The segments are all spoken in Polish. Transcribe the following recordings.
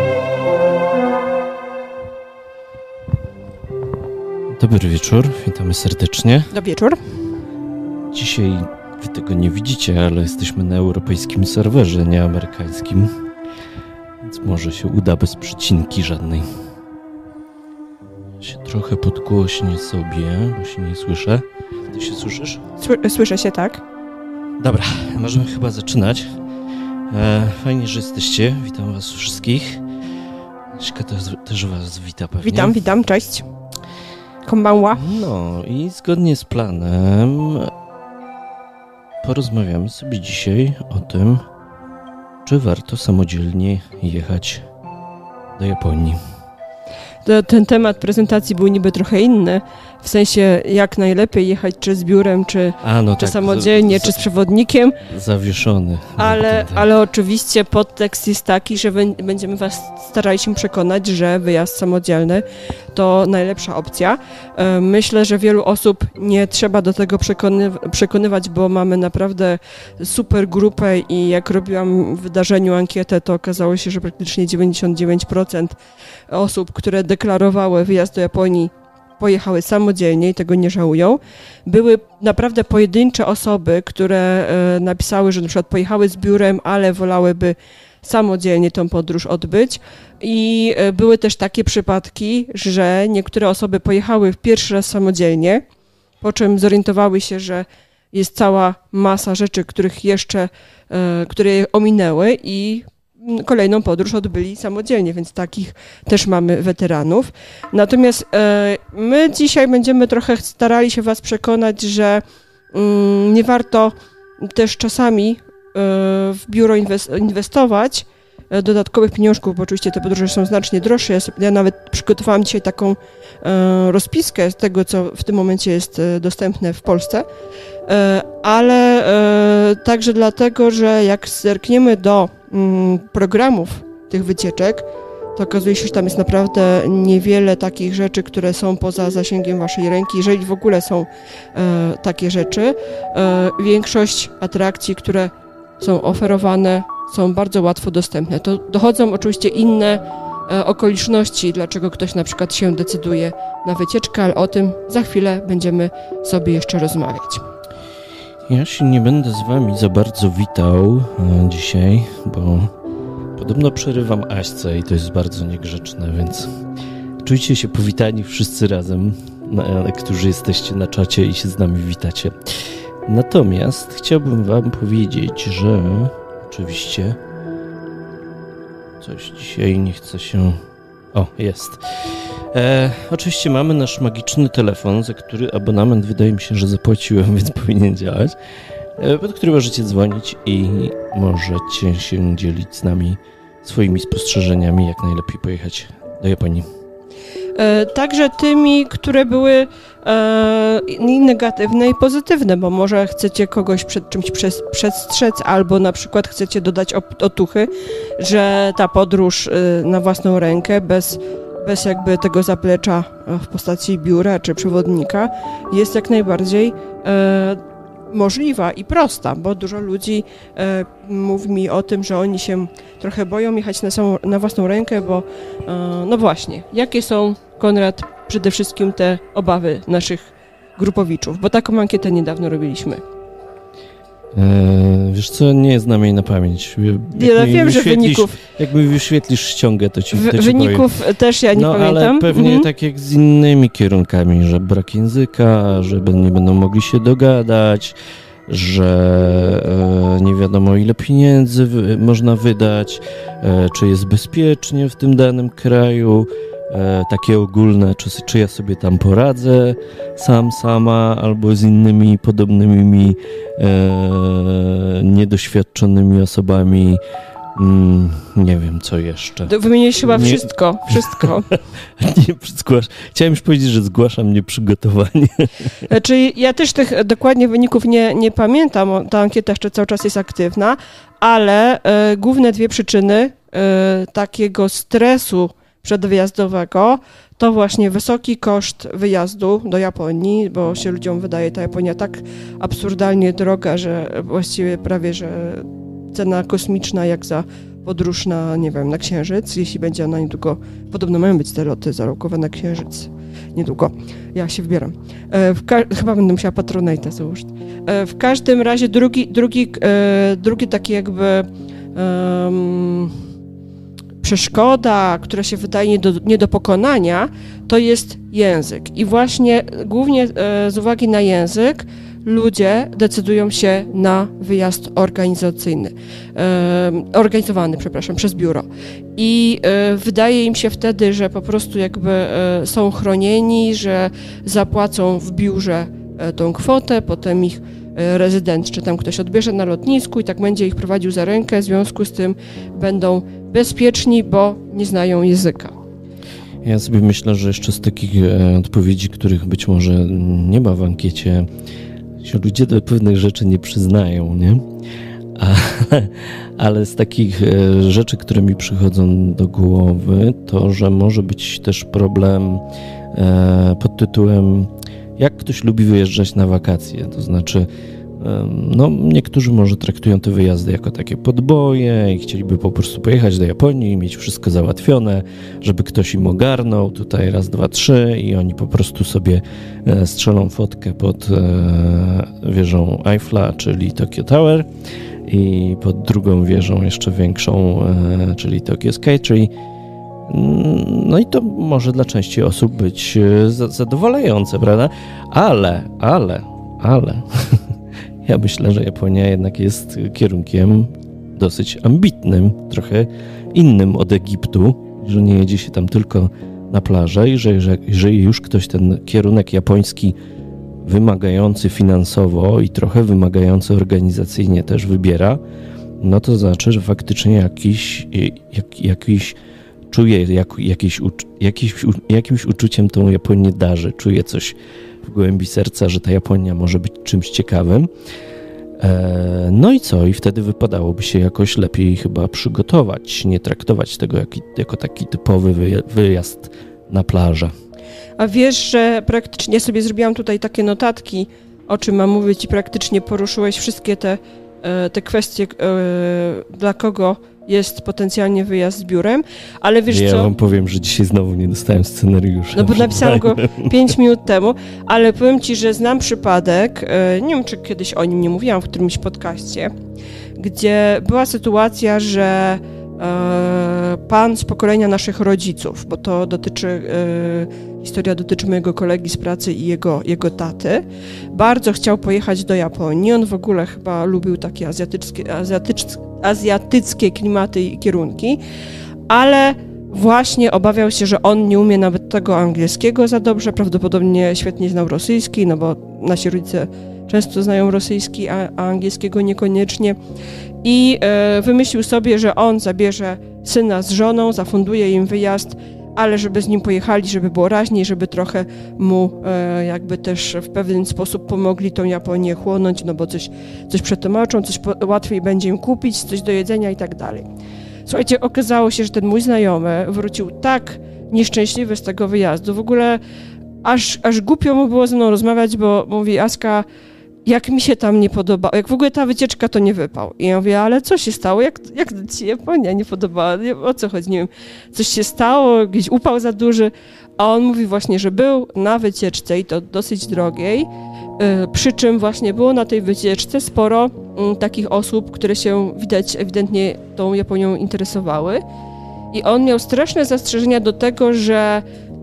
Dobry wieczór, witamy serdecznie. Dobry wieczór. Dzisiaj wy tego nie widzicie, ale jesteśmy na europejskim serwerze, nie amerykańskim. Więc może się uda bez przycinki żadnej. Ja się trochę podgłośnię sobie, bo się nie słyszę. Ty się słyszysz? Słyszę się, tak. Dobra, możemy chyba zaczynać. Fajnie, że jesteście. Witam was wszystkich. Aśka też was wita pewnie. Witam, cześć. Konbanwa. No i zgodnie z planem porozmawiamy sobie dzisiaj o tym, czy warto samodzielnie jechać do Japonii. Ten temat prezentacji był niby trochę inny, w sensie jak najlepiej jechać, czy z biurem, czy tak, samodzielnie, czy z przewodnikiem. Zawieszony. Ale oczywiście podtekst jest taki, że będziemy was starali się przekonać, że wyjazd samodzielny to najlepsza opcja. Myślę, że wielu osób nie trzeba do tego przekonywać, bo mamy naprawdę super grupę i jak robiłam w wydarzeniu ankietę, to okazało się, że praktycznie 99% osób, które deklarowały wyjazd do Japonii, pojechały samodzielnie i tego nie żałują. Były naprawdę pojedyncze osoby, które napisały, że na przykład pojechały z biurem, ale wolałyby samodzielnie tą podróż odbyć. I były też takie przypadki, że niektóre osoby pojechały pierwszy raz samodzielnie, po czym zorientowały się, że jest cała masa rzeczy, które je ominęły i kolejną podróż odbyli samodzielnie, więc takich też mamy weteranów. Natomiast my dzisiaj będziemy trochę starali się was przekonać, że nie warto też czasami w biuro inwestować dodatkowych pieniążków, bo oczywiście te podróże są znacznie droższe. Ja nawet przygotowałam dzisiaj taką rozpiskę z tego, co w tym momencie jest dostępne w Polsce, ale także dlatego, że jak zerkniemy do programów tych wycieczek, to okazuje się, że tam jest naprawdę niewiele takich rzeczy, które są poza zasięgiem waszej ręki, jeżeli w ogóle są takie rzeczy. Większość atrakcji, które są oferowane, są bardzo łatwo dostępne. To dochodzą oczywiście inne okoliczności, dlaczego ktoś na przykład się decyduje na wycieczkę, ale o tym za chwilę będziemy sobie jeszcze rozmawiać. Ja się nie będę z wami za bardzo witał dzisiaj, bo podobno przerywam Aśce i to jest bardzo niegrzeczne, więc czujcie się powitani wszyscy razem, którzy jesteście na czacie i się z nami witacie. Natomiast chciałbym wam powiedzieć, że oczywiście coś dzisiaj nie chce się... O, jest. Oczywiście mamy nasz magiczny telefon, za który abonament wydaje mi się, że zapłaciłem, więc powinien działać, pod który możecie dzwonić i możecie się dzielić z nami swoimi spostrzeżeniami, jak najlepiej pojechać do Japonii. Także tymi, które były i negatywne, i pozytywne, bo może chcecie kogoś przed czymś przestrzec, albo na przykład chcecie dodać otuchy, że ta podróż na własną rękę, bez jakby tego zaplecza w postaci biura czy przewodnika, jest jak najbardziej możliwa i prosta, bo dużo ludzi mówi mi o tym, że oni się trochę boją jechać na własną rękę, bo no właśnie, jakie są, Konrad, przede wszystkim te obawy naszych grupowiczów, bo taką ankietę niedawno robiliśmy. Wiesz co, nie znam jej na pamięć. Ja wiem, że wyników... Jak mi wyświetlisz ściągę, to ci wyników powiem. Też ja nie pamiętam. Ale pewnie tak jak z innymi kierunkami, że brak języka, że nie będą mogli się dogadać, że nie wiadomo ile pieniędzy można wydać, czy jest bezpiecznie w tym danym kraju. Takie ogólne, czy ja sobie tam poradzę sama, albo z innymi podobnymi niedoświadczonymi osobami. Nie wiem, co jeszcze. Wymieniłeś chyba wszystko. Chciałem już powiedzieć, że zgłaszam nieprzygotowanie. Znaczy, ja też tych dokładnie wyników nie pamiętam, ta ankieta jeszcze cały czas jest aktywna, ale główne dwie przyczyny takiego stresu przedwyjazdowego to właśnie wysoki koszt wyjazdu do Japonii, bo się ludziom wydaje ta Japonia tak absurdalnie droga, że właściwie prawie, że cena kosmiczna jak za podróż na, nie wiem, na Księżyc, jeśli będzie ona niedługo, podobno mają być te loty zarobkowe na Księżyc niedługo. Ja się wybieram. Chyba będę musiała Patronate'a założyć. W każdym razie drugi taki jakby przeszkoda, która się wydaje nie do pokonania, to jest język. I właśnie głównie z uwagi na język ludzie decydują się na wyjazd organizowany przez biuro. I wydaje im się wtedy, że po prostu jakby są chronieni, że zapłacą w biurze tą kwotę, potem ich rezydent czy tam ktoś odbierze na lotnisku i tak będzie ich prowadził za rękę, w związku z tym będą bezpieczni, bo nie znają języka. Ja sobie myślę, że jeszcze z takich odpowiedzi, których być może nie ma w ankiecie, się ludzie do pewnych rzeczy nie przyznają, nie? Ale z takich rzeczy, które mi przychodzą do głowy, to, że może być też problem pod tytułem jak ktoś lubi wyjeżdżać na wakacje, to znaczy niektórzy może traktują te wyjazdy jako takie podboje i chcieliby po prostu pojechać do Japonii i mieć wszystko załatwione, żeby ktoś im ogarnął, tutaj raz, dwa, trzy i oni po prostu sobie strzelą fotkę pod wieżą Eiffla, czyli Tokyo Tower i pod drugą wieżą jeszcze większą, czyli Tokyo Skytree. No i to może dla części osób być zadowalające, prawda? Ale ja myślę, że Japonia jednak jest kierunkiem dosyć ambitnym, trochę innym od Egiptu, że nie jedzie się tam tylko na plażę i że jeżeli już ktoś ten kierunek japoński wymagający finansowo i trochę wymagający organizacyjnie też wybiera, no to znaczy, że faktycznie jakiś czuje jakimś uczuciem tą Japonię darzy, czuje coś w głębi serca, że ta Japonia może być czymś ciekawym. No i co? I wtedy wypadałoby się jakoś lepiej chyba przygotować, nie traktować tego jako taki typowy wyjazd na plażę. A wiesz, że praktycznie sobie zrobiłam tutaj takie notatki, o czym mam mówić i praktycznie poruszyłeś wszystkie te kwestie, dla kogo jest potencjalnie wyjazd z biurem, ale wiesz co? Ja wam powiem, że dzisiaj znowu nie dostałem scenariusza. No bo napisałam go 5 minut temu, ale powiem ci, że znam przypadek, nie wiem, czy kiedyś o nim nie mówiłam w którymś podcaście, gdzie była sytuacja, że pan z pokolenia naszych rodziców, bo to historia dotyczy mojego kolegi z pracy i jego taty, bardzo chciał pojechać do Japonii. On w ogóle chyba lubił takie azjatyckie klimaty i kierunki, ale właśnie obawiał się, że on nie umie nawet tego angielskiego za dobrze, prawdopodobnie świetnie znał rosyjski, no bo nasi rodzice często znają rosyjski, a angielskiego niekoniecznie. I wymyślił sobie, że on zabierze syna z żoną, zafunduje im wyjazd, ale żeby z nim pojechali, żeby było raźniej, żeby trochę mu jakby też w pewien sposób pomogli tą Japonię chłonąć, no bo coś przetłumaczą, coś łatwiej będzie im kupić, coś do jedzenia i tak dalej. Słuchajcie, okazało się, że ten mój znajomy wrócił tak nieszczęśliwy z tego wyjazdu. W ogóle aż głupio mu było ze mną rozmawiać, bo mówi: Aska, jak mi się tam nie podobało, jak w ogóle ta wycieczka to nie wypał. I ja mówię: ale co się stało? Jak ci Japonia nie podobała? O co chodzi? Nie wiem, coś się stało, jakiś upał za duży. A on mówi właśnie, że był na wycieczce i to dosyć drogiej, przy czym właśnie było na tej wycieczce sporo takich osób, które się ewidentnie tą Japonią interesowały. I on miał straszne zastrzeżenia do tego, że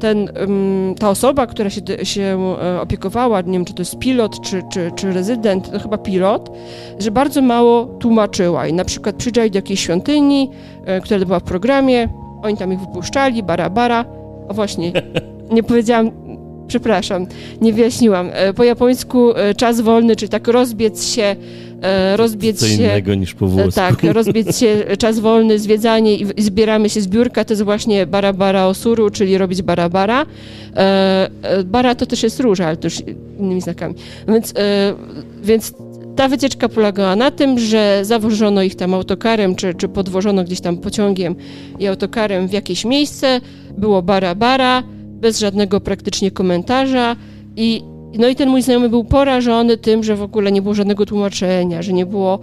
ta osoba, która się opiekowała, nie wiem, czy to jest pilot, czy rezydent, no chyba pilot, że bardzo mało tłumaczyła. I na przykład przyjeżdżali do jakiejś świątyni, która była w programie, oni tam ich wypuszczali, bara. O właśnie, nie powiedziałam, przepraszam, nie wyjaśniłam. Po japońsku czas wolny, czyli tak rozbiec się... Co innego niż po włosku. Tak, rozbiec się, czas wolny, zwiedzanie i zbieramy się z biurka, to jest właśnie bara osuru, czyli robić bara. Bara to też jest róża, ale to już innymi znakami. Więc ta wycieczka polegała na tym, że zawożono ich tam autokarem, czy podwożono gdzieś tam pociągiem i autokarem w jakieś miejsce, było bara, bez żadnego praktycznie komentarza i No i ten mój znajomy był porażony tym, że w ogóle nie było żadnego tłumaczenia, że nie było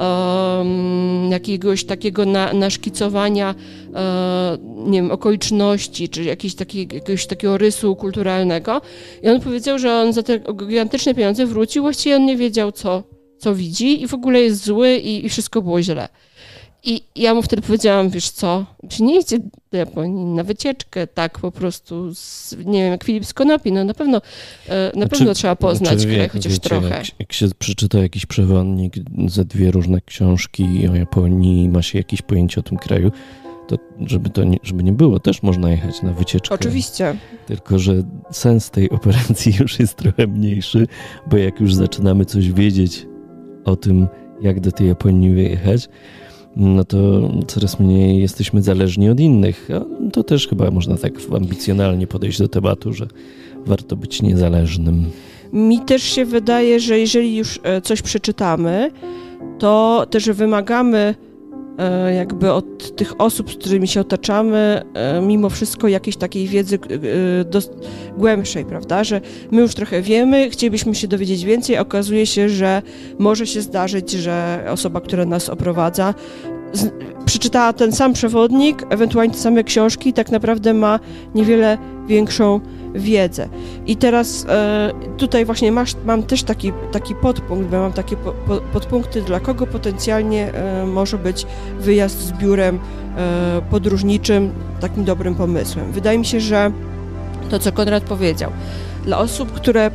jakiegoś takiego naszkicowania, nie wiem, okoliczności, czy jakiegoś takiego rysu kulturalnego. I on powiedział, że on za te gigantyczne pieniądze wrócił, właściwie on nie wiedział, co widzi i w ogóle jest zły i wszystko było źle. I ja mu wtedy powiedziałam, wiesz co, czy nie idzie do Japonii na wycieczkę, tak po prostu, nie wiem, jak Filip z Konopi, no na pewno trzeba poznać kraj, chociaż trochę. Jak się przeczyta jakiś przewodnik ze 2 różne książki o Japonii i ma się jakieś pojęcie o tym kraju, to żeby nie było, też można jechać na wycieczkę. Oczywiście. Tylko że sens tej operacji już jest trochę mniejszy, bo jak już zaczynamy coś wiedzieć o tym, jak do tej Japonii wyjechać, no to coraz mniej jesteśmy zależni od innych. A to też chyba można tak ambicjonalnie podejść do tematu, że warto być niezależnym. Mi też się wydaje, że jeżeli już coś przeczytamy, to też wymagamy jakby od tych osób, z którymi się otaczamy, mimo wszystko jakiejś takiej wiedzy głębszej, prawda, że my już trochę wiemy, chcielibyśmy się dowiedzieć więcej, a okazuje się, że może się zdarzyć, że osoba, która nas oprowadza, przeczytała ten sam przewodnik, ewentualnie te same książki, tak naprawdę ma niewiele większą wiedzę. I teraz tutaj właśnie mam też taki podpunkt, bo mam takie podpunkty, dla kogo potencjalnie może być wyjazd z biurem podróżniczym takim dobrym pomysłem. Wydaje mi się, że to, co Konrad powiedział, dla osób,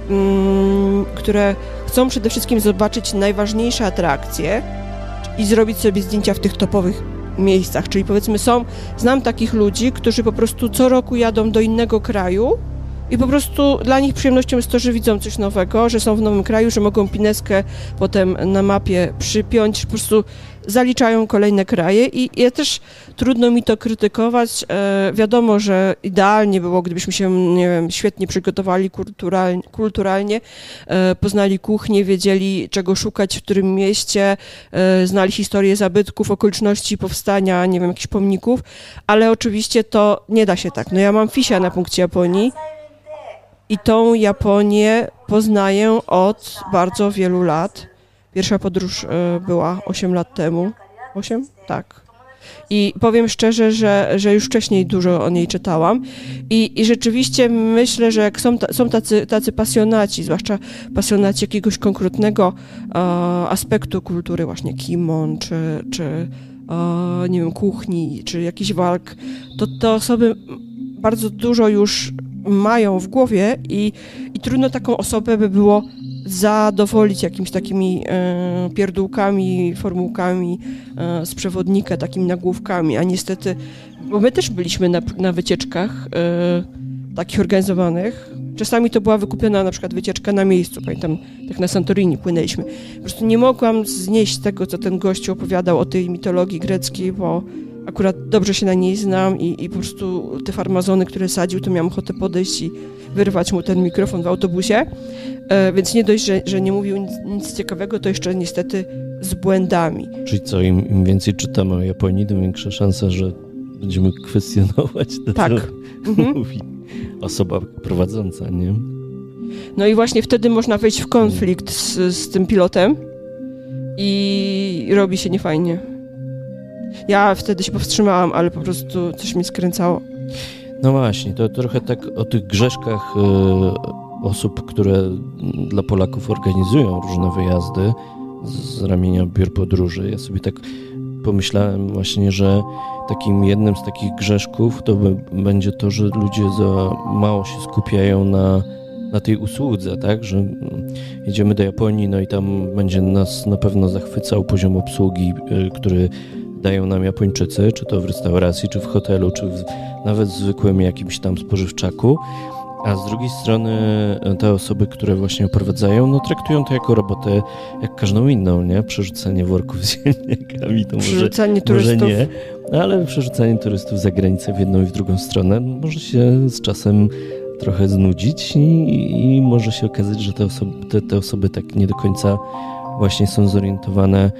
które chcą przede wszystkim zobaczyć najważniejsze atrakcje i zrobić sobie zdjęcia w tych topowych miejscach, czyli powiedzmy znam takich ludzi, którzy po prostu co roku jadą do innego kraju i po prostu dla nich przyjemnością jest to, że widzą coś nowego, że są w nowym kraju, że mogą pineskę potem na mapie przypiąć, po prostu zaliczają kolejne kraje i ja też trudno mi to krytykować. Wiadomo, że idealnie było, gdybyśmy się, nie wiem, świetnie przygotowali kulturalnie, poznali kuchnię, wiedzieli czego szukać w którym mieście, znali historię zabytków, okoliczności powstania, nie wiem, jakichś pomników, ale oczywiście to nie da się tak. No ja mam fisia na punkcie Japonii i tą Japonię poznaję od bardzo wielu lat. Pierwsza podróż była 8 lat temu. 8? Tak. I powiem szczerze, że już wcześniej dużo o niej czytałam i rzeczywiście myślę, że jak są tacy pasjonaci, zwłaszcza pasjonaci jakiegoś konkretnego aspektu kultury, właśnie kimon, czy nie wiem, kuchni, czy jakichś walk, to te osoby bardzo dużo już mają w głowie i trudno taką osobę by było zadowolić jakimiś takimi pierdółkami, formułkami z przewodnika, takimi nagłówkami, a niestety, bo my też byliśmy na wycieczkach takich organizowanych. Czasami to była wykupiona na przykład wycieczka na miejscu, pamiętam, tak na Santorini płynęliśmy. Po prostu nie mogłam znieść tego, co ten gościu opowiadał o tej mitologii greckiej, bo akurat dobrze się na niej znam i po prostu te farmazony, które sadził, to miałam ochotę podejść i wyrwać mu ten mikrofon w autobusie. Więc nie dość, że nie mówił nic ciekawego, to jeszcze niestety z błędami. Czyli co, im więcej czytamy o Japonii, tym większa szansa, że będziemy kwestionować to, tak. Co mówi osoba prowadząca, nie? No i właśnie wtedy można wejść w konflikt z tym pilotem i robi się niefajnie. Ja wtedy się powstrzymałam, ale po prostu coś mnie skręcało. No właśnie, to trochę tak o tych grzeszkach osób, które dla Polaków organizują różne wyjazdy z ramienia biur podróży. Ja sobie tak pomyślałem właśnie, że takim jednym z takich grzeszków to będzie to, że ludzie za mało się skupiają na tej usłudze, tak, że jedziemy do Japonii, no i tam będzie nas na pewno zachwycał poziom obsługi, który dają nam Japończycy, czy to w restauracji, czy w hotelu, czy nawet w zwykłym jakimś tam spożywczaku, a z drugiej strony te osoby, które właśnie oprowadzają, no traktują to jako robotę jak każdą inną, nie? Przerzucanie worków z ziemniakami, to może nie, ale przerzucanie turystów za granicę w jedną i w drugą stronę może się z czasem trochę znudzić i może się okazać, że te osoby tak nie do końca właśnie są zorientowane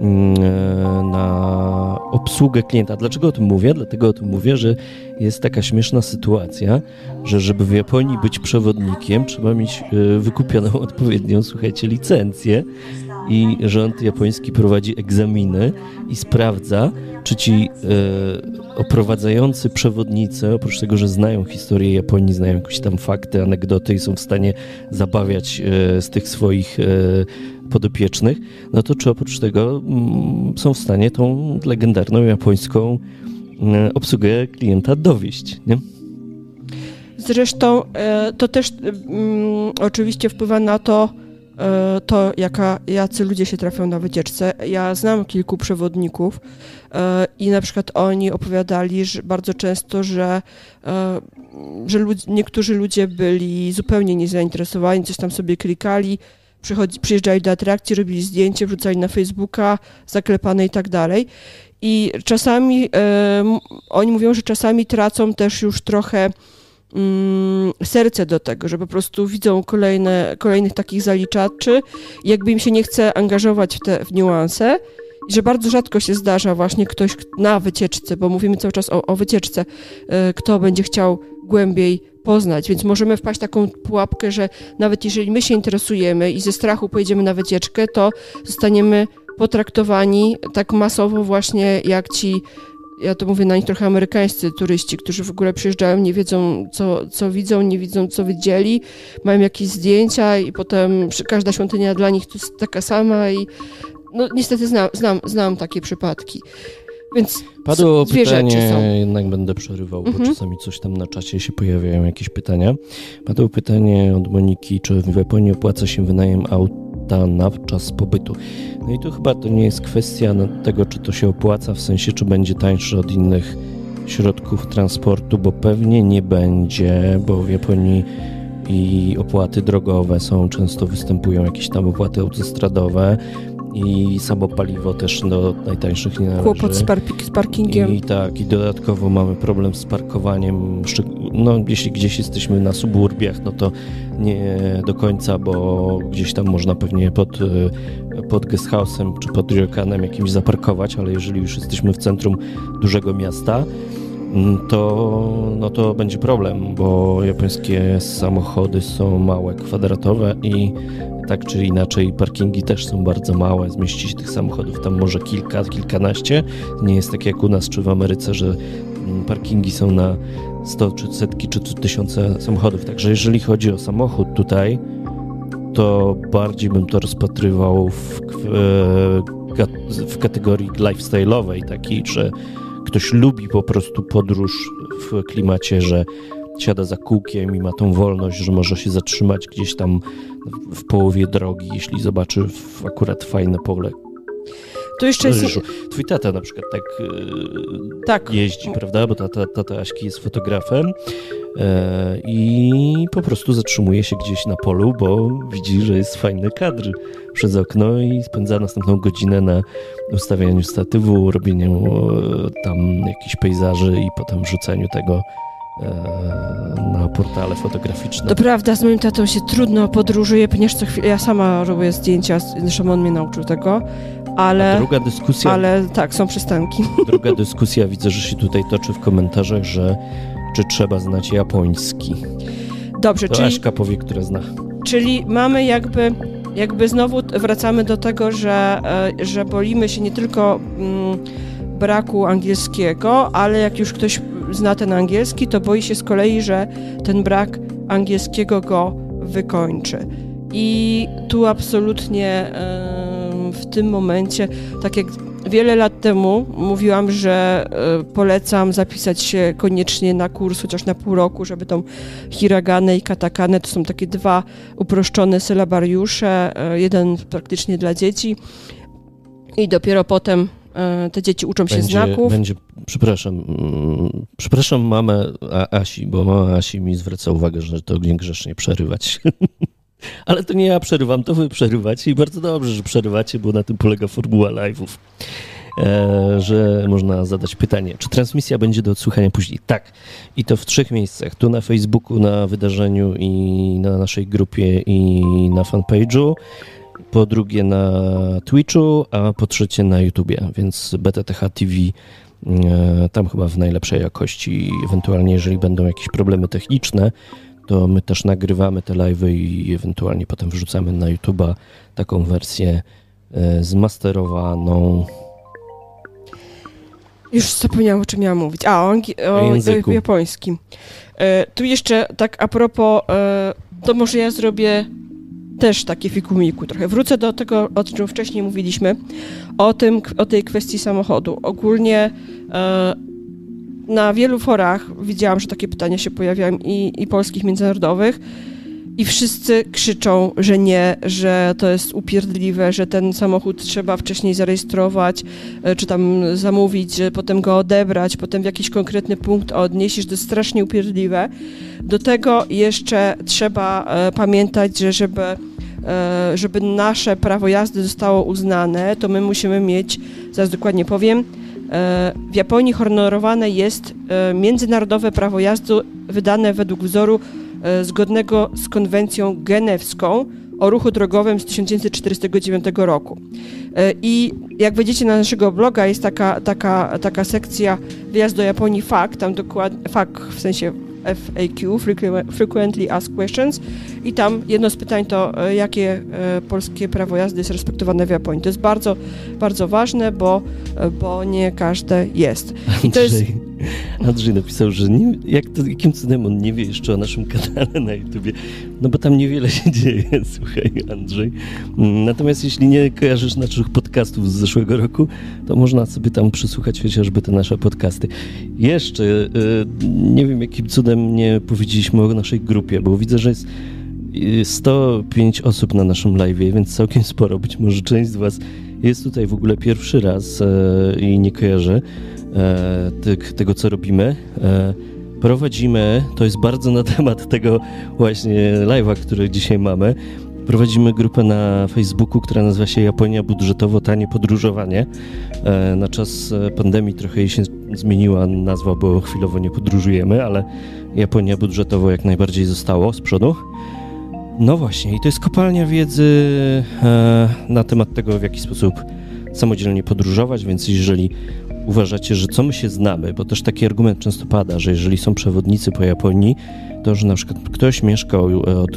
na obsługę klienta. Dlaczego o tym mówię? Dlatego o tym mówię, że jest taka śmieszna sytuacja, że żeby w Japonii być przewodnikiem, trzeba mieć wykupioną odpowiednią, słuchajcie, licencję i rząd japoński prowadzi egzaminy i sprawdza, czy ci oprowadzający przewodnicy, oprócz tego, że znają historię Japonii, znają jakieś tam fakty, anegdoty i są w stanie zabawiać z tych swoich podopiecznych, no to czy oprócz tego są w stanie tą legendarną japońską obsługę klienta dowieść, nie? Zresztą to też oczywiście wpływa na to, jacy ludzie się trafią na wycieczce. Ja znam kilku przewodników i na przykład oni opowiadali że bardzo często, że niektórzy ludzie byli zupełnie niezainteresowani, coś tam sobie klikali, przyjeżdżali do atrakcji, robili zdjęcie, wrzucali na Facebooka, zaklepane i tak dalej. I czasami oni mówią, że czasami tracą też już trochę serce do tego, że po prostu widzą kolejnych takich zaliczaczy i jakby im się nie chce angażować w niuanse i że bardzo rzadko się zdarza właśnie ktoś na wycieczce, bo mówimy cały czas o wycieczce, kto będzie chciał głębiej poznać, więc możemy wpaść w taką pułapkę, że nawet jeżeli my się interesujemy i ze strachu pojedziemy na wycieczkę, to zostaniemy potraktowani tak masowo właśnie jak ci, ja to mówię na nich trochę amerykańscy turyści, którzy w ogóle przyjeżdżają, nie wiedzą co widzą, nie widzą co widzieli, mają jakieś zdjęcia i potem każda świątynia dla nich to jest taka sama i no niestety znam takie przypadki. Więc padło dwie pytanie, rzeczy są. jednak będę przerywał, bo czasami coś tam na czacie się pojawiają, jakieś pytania. Padło pytanie od Moniki, czy w Japonii opłaca się wynajem auta na czas pobytu. No i tu chyba to nie jest kwestia tego, czy to się opłaca, w sensie, czy będzie tańsze od innych środków transportu, bo pewnie nie będzie, bo w Japonii i opłaty drogowe często występują jakieś tam opłaty autostradowe, i samo paliwo też do najtańszych nie należy. Kłopot z parkingiem. I dodatkowo mamy problem z parkowaniem. No, jeśli gdzieś jesteśmy na suburbiach, no to nie do końca, bo gdzieś tam można pewnie pod guest house'em czy pod ryokanem jakimś zaparkować, ale jeżeli już jesteśmy w centrum dużego miasta, to będzie problem, bo japońskie samochody są małe, kwadratowe i tak czy inaczej parkingi też są bardzo małe. Zmieści się tych samochodów tam może kilkanaście. Nie jest tak jak u nas czy w Ameryce, że parkingi są na 100 czy setki czy tysiące samochodów. Także jeżeli chodzi o samochód tutaj, to bardziej bym to rozpatrywał w kategorii lifestyle'owej, takiej, że ktoś lubi po prostu podróż w klimacie, że siada za kółkiem i ma tą wolność, że może się zatrzymać gdzieś tam w połowie drogi, jeśli zobaczy akurat fajne pole. To jeszcze jest... Twój tata na przykład tak jeździ, prawda? Bo tata Aśki jest fotografem i po prostu zatrzymuje się gdzieś na polu, bo widzi, że jest fajny kadr przez okno i spędza następną godzinę na ustawianiu statywu, robieniu tam jakichś pejzaży i potem rzucaniu tego na portale fotograficzne. To prawda, z moim tatą się trudno podróżuje, ponieważ co chwilę ja sama robię zdjęcia, zresztą on mnie nauczył tego, ale... A druga dyskusja... Ale tak, są przystanki. Druga dyskusja, widzę, że się tutaj toczy w komentarzach, że czy trzeba znać japoński. Dobrze, to Aśka powie, która zna. Czyli mamy jakby znowu wracamy do tego, że boimy się nie tylko braku angielskiego, ale jak już ktoś zna ten angielski, to boi się z kolei, że ten brak angielskiego go wykończy. I tu absolutnie w tym momencie, tak jak wiele lat temu mówiłam, że polecam zapisać się koniecznie na kurs, chociaż na pół roku, żeby tą hiraganę i katakanę, to są takie dwa uproszczone sylabariusze, jeden praktycznie dla dzieci i dopiero potem te dzieci uczą się znaków. Przepraszam mamę Asi, bo mama Asi mi zwraca uwagę, że to niegrzecznie przerywać. Ale to nie ja przerywam, to wy przerywacie i bardzo dobrze, że przerywacie, bo na tym polega formuła live'ów, że można zadać pytanie, czy transmisja będzie do odsłuchania później? Tak. I to w 3 miejscach. Tu na Facebooku, na wydarzeniu i na naszej grupie i na fanpage'u. po drugie na Twitchu, a po trzecie na YouTubie, więc BTTH TV tam chyba w najlepszej jakości. Ewentualnie jeżeli będą jakieś problemy techniczne, to my też nagrywamy te live'y i ewentualnie potem wrzucamy na YouTube'a taką wersję zmasterowaną. Już zapomniałam, o czym miałam mówić. O japońskim. Tu jeszcze tak a propos, to może ja zrobię też takie fikumiku trochę. Wrócę do tego, o czym wcześniej mówiliśmy, o tej kwestii samochodu. Ogólnie na wielu forach widziałam, że takie pytania się pojawiają i polskich, międzynarodowych, i wszyscy krzyczą, że nie, że to jest upierdliwe, że ten samochód trzeba wcześniej zarejestrować, czy tam zamówić, że potem go odebrać, potem w jakiś konkretny punkt odnieść, że to jest strasznie upierdliwe. Do tego jeszcze trzeba pamiętać, że żeby nasze prawo jazdy zostało uznane, to my musimy mieć, zaraz dokładnie powiem, w Japonii honorowane jest międzynarodowe prawo jazdy wydane według wzoru zgodnego z konwencją genewską o ruchu drogowym z 1949 roku. I jak wejdziecie na naszego bloga, jest taka sekcja wyjazd do Japonii FAQ, tam dokładnie FAQ w sensie FAQ, Frequently Asked Questions, i tam jedno z pytań to, jakie polskie prawo jazdy jest respektowane w Japonii. To jest bardzo, bardzo ważne, bo nie każde jest. I to jest... Andrzej napisał, że jakim cudem on nie wie jeszcze o naszym kanale na YouTubie, no bo tam niewiele się dzieje, słuchaj, Andrzej. Natomiast jeśli nie kojarzysz naszych podcastów z zeszłego roku, to można sobie tam przysłuchać chociażby te nasze podcasty. Jeszcze nie wiem, jakim cudem nie powiedzieliśmy o naszej grupie, bo widzę, że jest 105 osób na naszym live'ie, więc całkiem sporo. Być może część z was jest tutaj w ogóle pierwszy raz i nie kojarzy tego, co robimy. Prowadzimy, to jest bardzo na temat tego właśnie live'a, który dzisiaj mamy, prowadzimy grupę na Facebooku, która nazywa się Japonia Budżetowo Tanie Podróżowanie. Na czas pandemii trochę jej się zmieniła nazwa, bo chwilowo nie podróżujemy, ale Japonia Budżetowo jak najbardziej zostało z przodu. No właśnie, i to jest kopalnia wiedzy na temat tego, w jaki sposób samodzielnie podróżować, więc jeżeli uważacie, że co my się znamy, bo też taki argument często pada, że jeżeli są przewodnicy po Japonii, to że na przykład ktoś mieszkał od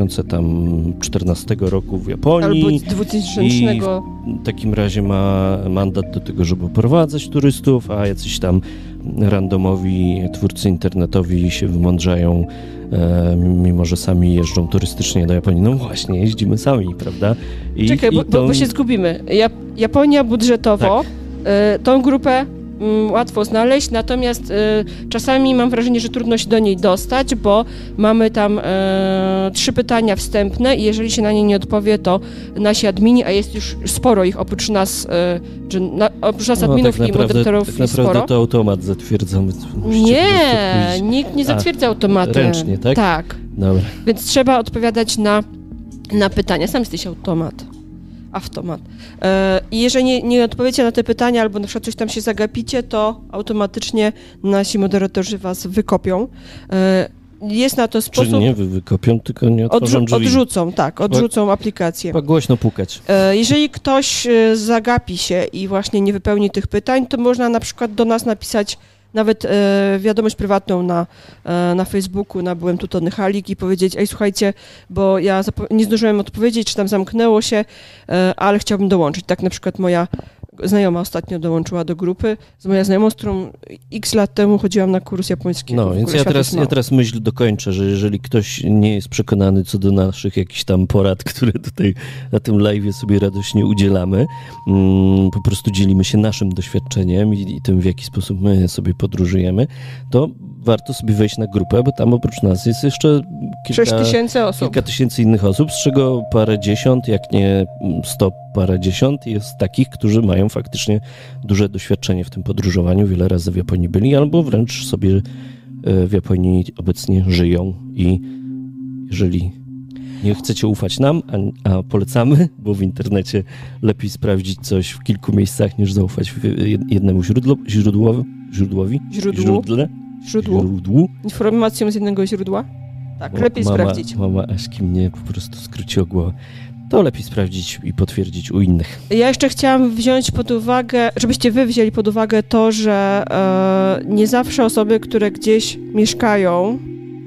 2014 roku w Japonii albo 2000 i w takim razie ma mandat do tego, żeby oprowadzać turystów, a jacyś tam randomowi twórcy internetowi się wymądrzają, mimo że sami jeżdżą turystycznie do Japonii. No właśnie, jeździmy sami, prawda? Czekaj, bo się zgubimy. Japonia budżetowo, tak. Tą grupę łatwo znaleźć, natomiast czasami mam wrażenie, że trudno się do niej dostać, bo mamy tam 3 pytania wstępne i jeżeli się na nie nie odpowie, to nasi admini, a jest już sporo ich oprócz nas, adminów tak i moderatorów tak naprawdę sporo. To automat zatwierdza. Nie, nikt nie zatwierdza automatem. Ręcznie, tak? Tak. Dobra. Więc trzeba odpowiadać na pytania. Sam jesteś automat. I jeżeli nie odpowiecie na te pytania albo na przykład coś tam się zagapicie, to automatycznie nasi moderatorzy was wykopią. Jest na to sposób... Czyli nie wykopią, tylko nie otworzą drzwi. Odrzucą aplikację. Chyba głośno pukać. Jeżeli ktoś zagapi się i właśnie nie wypełni tych pytań, to można na przykład do nas napisać nawet wiadomość prywatną na Facebooku, na Byłem tu Tony Halik i powiedzieć, słuchajcie, bo ja nie zdążyłem odpowiedzieć, czy tam zamknęło się, ale chciałbym dołączyć. Tak na przykład moja znajoma ostatnio dołączyła do grupy, z moją znajomą, z którą x lat temu chodziłam na kurs japoński. No, więc ja teraz myśl dokończę, że jeżeli ktoś nie jest przekonany co do naszych jakichś tam porad, które tutaj na tym live'ie sobie radośnie udzielamy, po prostu dzielimy się naszym doświadczeniem i tym, w jaki sposób my sobie podróżujemy, to warto sobie wejść na grupę, bo tam oprócz nas jest jeszcze 6000 osób. Kilka tysięcy innych osób, z czego parędziesiąt, jak nie 100 parędziesiąt jest takich, którzy mają faktycznie duże doświadczenie w tym podróżowaniu, wiele razy w Japonii byli, albo wręcz sobie w Japonii obecnie żyją i jeżeli nie chcecie ufać nam, a polecamy, bo w internecie lepiej sprawdzić coś w kilku miejscach, niż zaufać jednemu źródłowi. Informacją z jednego źródła? Tak, lepiej sprawdzić. Mama Aśki mnie po prostu skróciła głowę. to lepiej sprawdzić i potwierdzić u innych. Ja jeszcze chciałam wziąć pod uwagę, żebyście wy wzięli pod uwagę to, że nie zawsze osoby, które gdzieś mieszkają,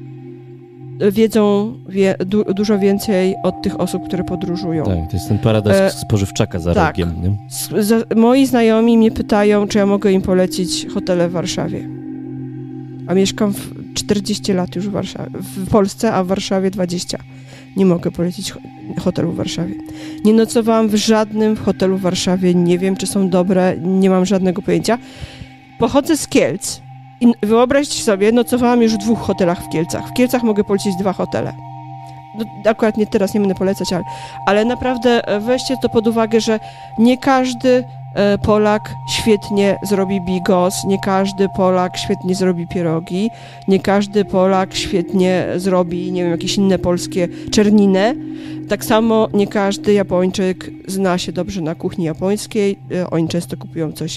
wiedzą dużo więcej od tych osób, które podróżują. Tak, to jest ten paradoks spożywczaka za rogiem. Nie? Moi znajomi mnie pytają, czy ja mogę im polecić hotele w Warszawie. A mieszkam 40 lat już w Polsce, a w Warszawie 20. Nie mogę polecić hotelu w Warszawie. Nie nocowałam w żadnym hotelu w Warszawie, nie wiem, czy są dobre, nie mam żadnego pojęcia. Pochodzę z Kielc i wyobraźcie sobie, nocowałam już w 2 hotelach w Kielcach. W Kielcach mogę polecić 2 hotele. No, akurat nie teraz, nie będę polecać, ale naprawdę weźcie to pod uwagę, że nie każdy Polak świetnie zrobi bigos, nie każdy Polak świetnie zrobi pierogi, nie każdy Polak świetnie zrobi, nie wiem, jakieś inne polskie czerninę. Tak samo nie każdy Japończyk zna się dobrze na kuchni japońskiej, oni często kupują coś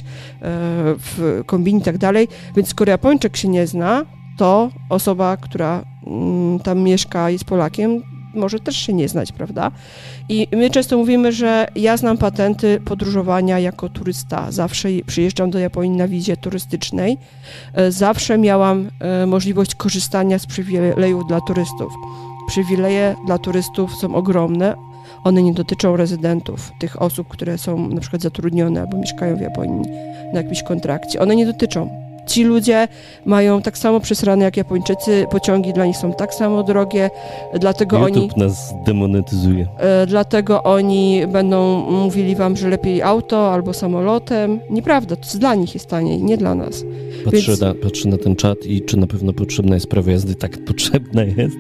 w kombinie i tak dalej, więc skoro Japończyk się nie zna, to osoba, która tam mieszka, jest Polakiem, może też się nie znać, prawda? I my często mówimy, że ja znam patenty podróżowania jako turysta. Zawsze przyjeżdżam do Japonii na wizie turystycznej. Zawsze miałam możliwość korzystania z przywilejów dla turystów. Przywileje dla turystów są ogromne. One nie dotyczą rezydentów, tych osób, które są na przykład zatrudnione albo mieszkają w Japonii na jakimś kontrakcie. One nie dotyczą. Ci ludzie mają tak samo przesrane jak Japończycy, pociągi dla nich są tak samo drogie, dlatego YouTube nas demonetyzuje. Dlatego oni będą mówili wam, że lepiej auto albo samolotem. Nieprawda, to dla nich jest taniej, nie dla nas. Patrzę na ten czat i czy na pewno potrzebna jest prawo jazdy. Tak, potrzebna jest.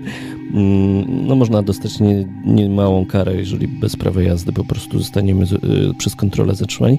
No można dostać niemałą karę, jeżeli bez prawa jazdy po prostu zostaniemy przez kontrolę zatrzymani.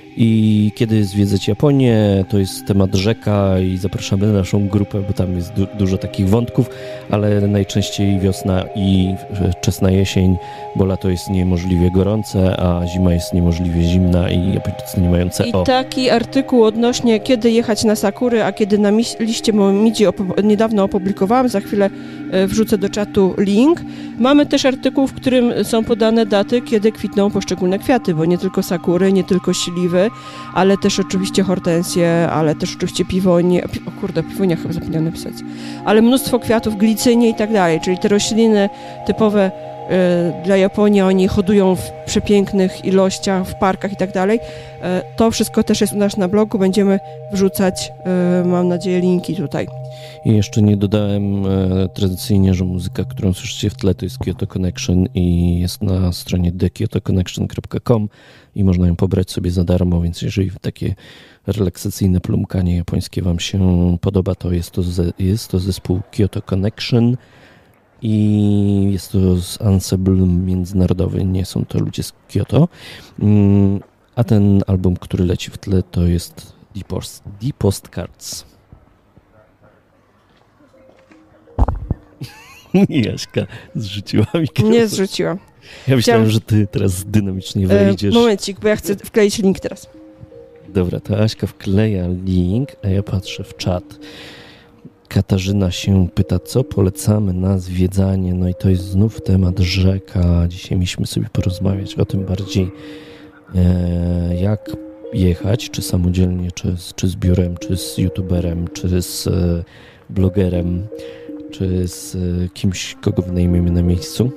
I kiedy zwiedzać Japonię, to jest temat rzeka i zapraszamy na naszą grupę, bo tam jest dużo takich wątków, ale najczęściej wiosna i wczesna jesień, bo lato jest niemożliwie gorące, a zima jest niemożliwie zimna i Japończycy nie mają CO. I taki artykuł odnośnie kiedy jechać na Sakury, a kiedy na liście Momidzi niedawno opublikowałam, za chwilę wrzucę do czatu link. Mamy też artykuł, w którym są podane daty, kiedy kwitną poszczególne kwiaty, bo nie tylko sakury, nie tylko śliwy, ale też oczywiście hortensje, ale też oczywiście piwonie, piwonia chyba zapomniałam napisać, ale mnóstwo kwiatów, glicynie i tak dalej, czyli te rośliny typowe dla Japonii, oni hodują w przepięknych ilościach, w parkach i tak dalej. To wszystko też jest u nas na blogu, będziemy wrzucać, mam nadzieję, linki tutaj. I jeszcze nie dodałem tradycyjnie, że muzyka, którą słyszycie w tle, to jest Kyoto Connection i jest na stronie thekyotoconnection.com i można ją pobrać sobie za darmo, więc jeżeli takie relaksacyjne plumkanie japońskie wam się podoba, to jest to zespół Kyoto Connection i jest to ensemble międzynarodowy, nie są to ludzie z Kyoto, a ten album, który leci w tle, to jest The Postcards. Jaśka zrzuciła mikrofon. Nie zrzuciłam. Ja myślałem, że ty teraz dynamicznie wejdziesz. Momencik, bo ja chcę wkleić link teraz. Dobra, to Aśka wkleja link, a ja patrzę w czat. Katarzyna się pyta, co polecamy na zwiedzanie. No i to jest znów temat rzeka. Dzisiaj mieliśmy sobie porozmawiać o tym bardziej, jak jechać, czy samodzielnie, czy z biurem, czy z youtuberem, czy z blogerem, czy z kimś, kogo wynajmiemy na miejscu.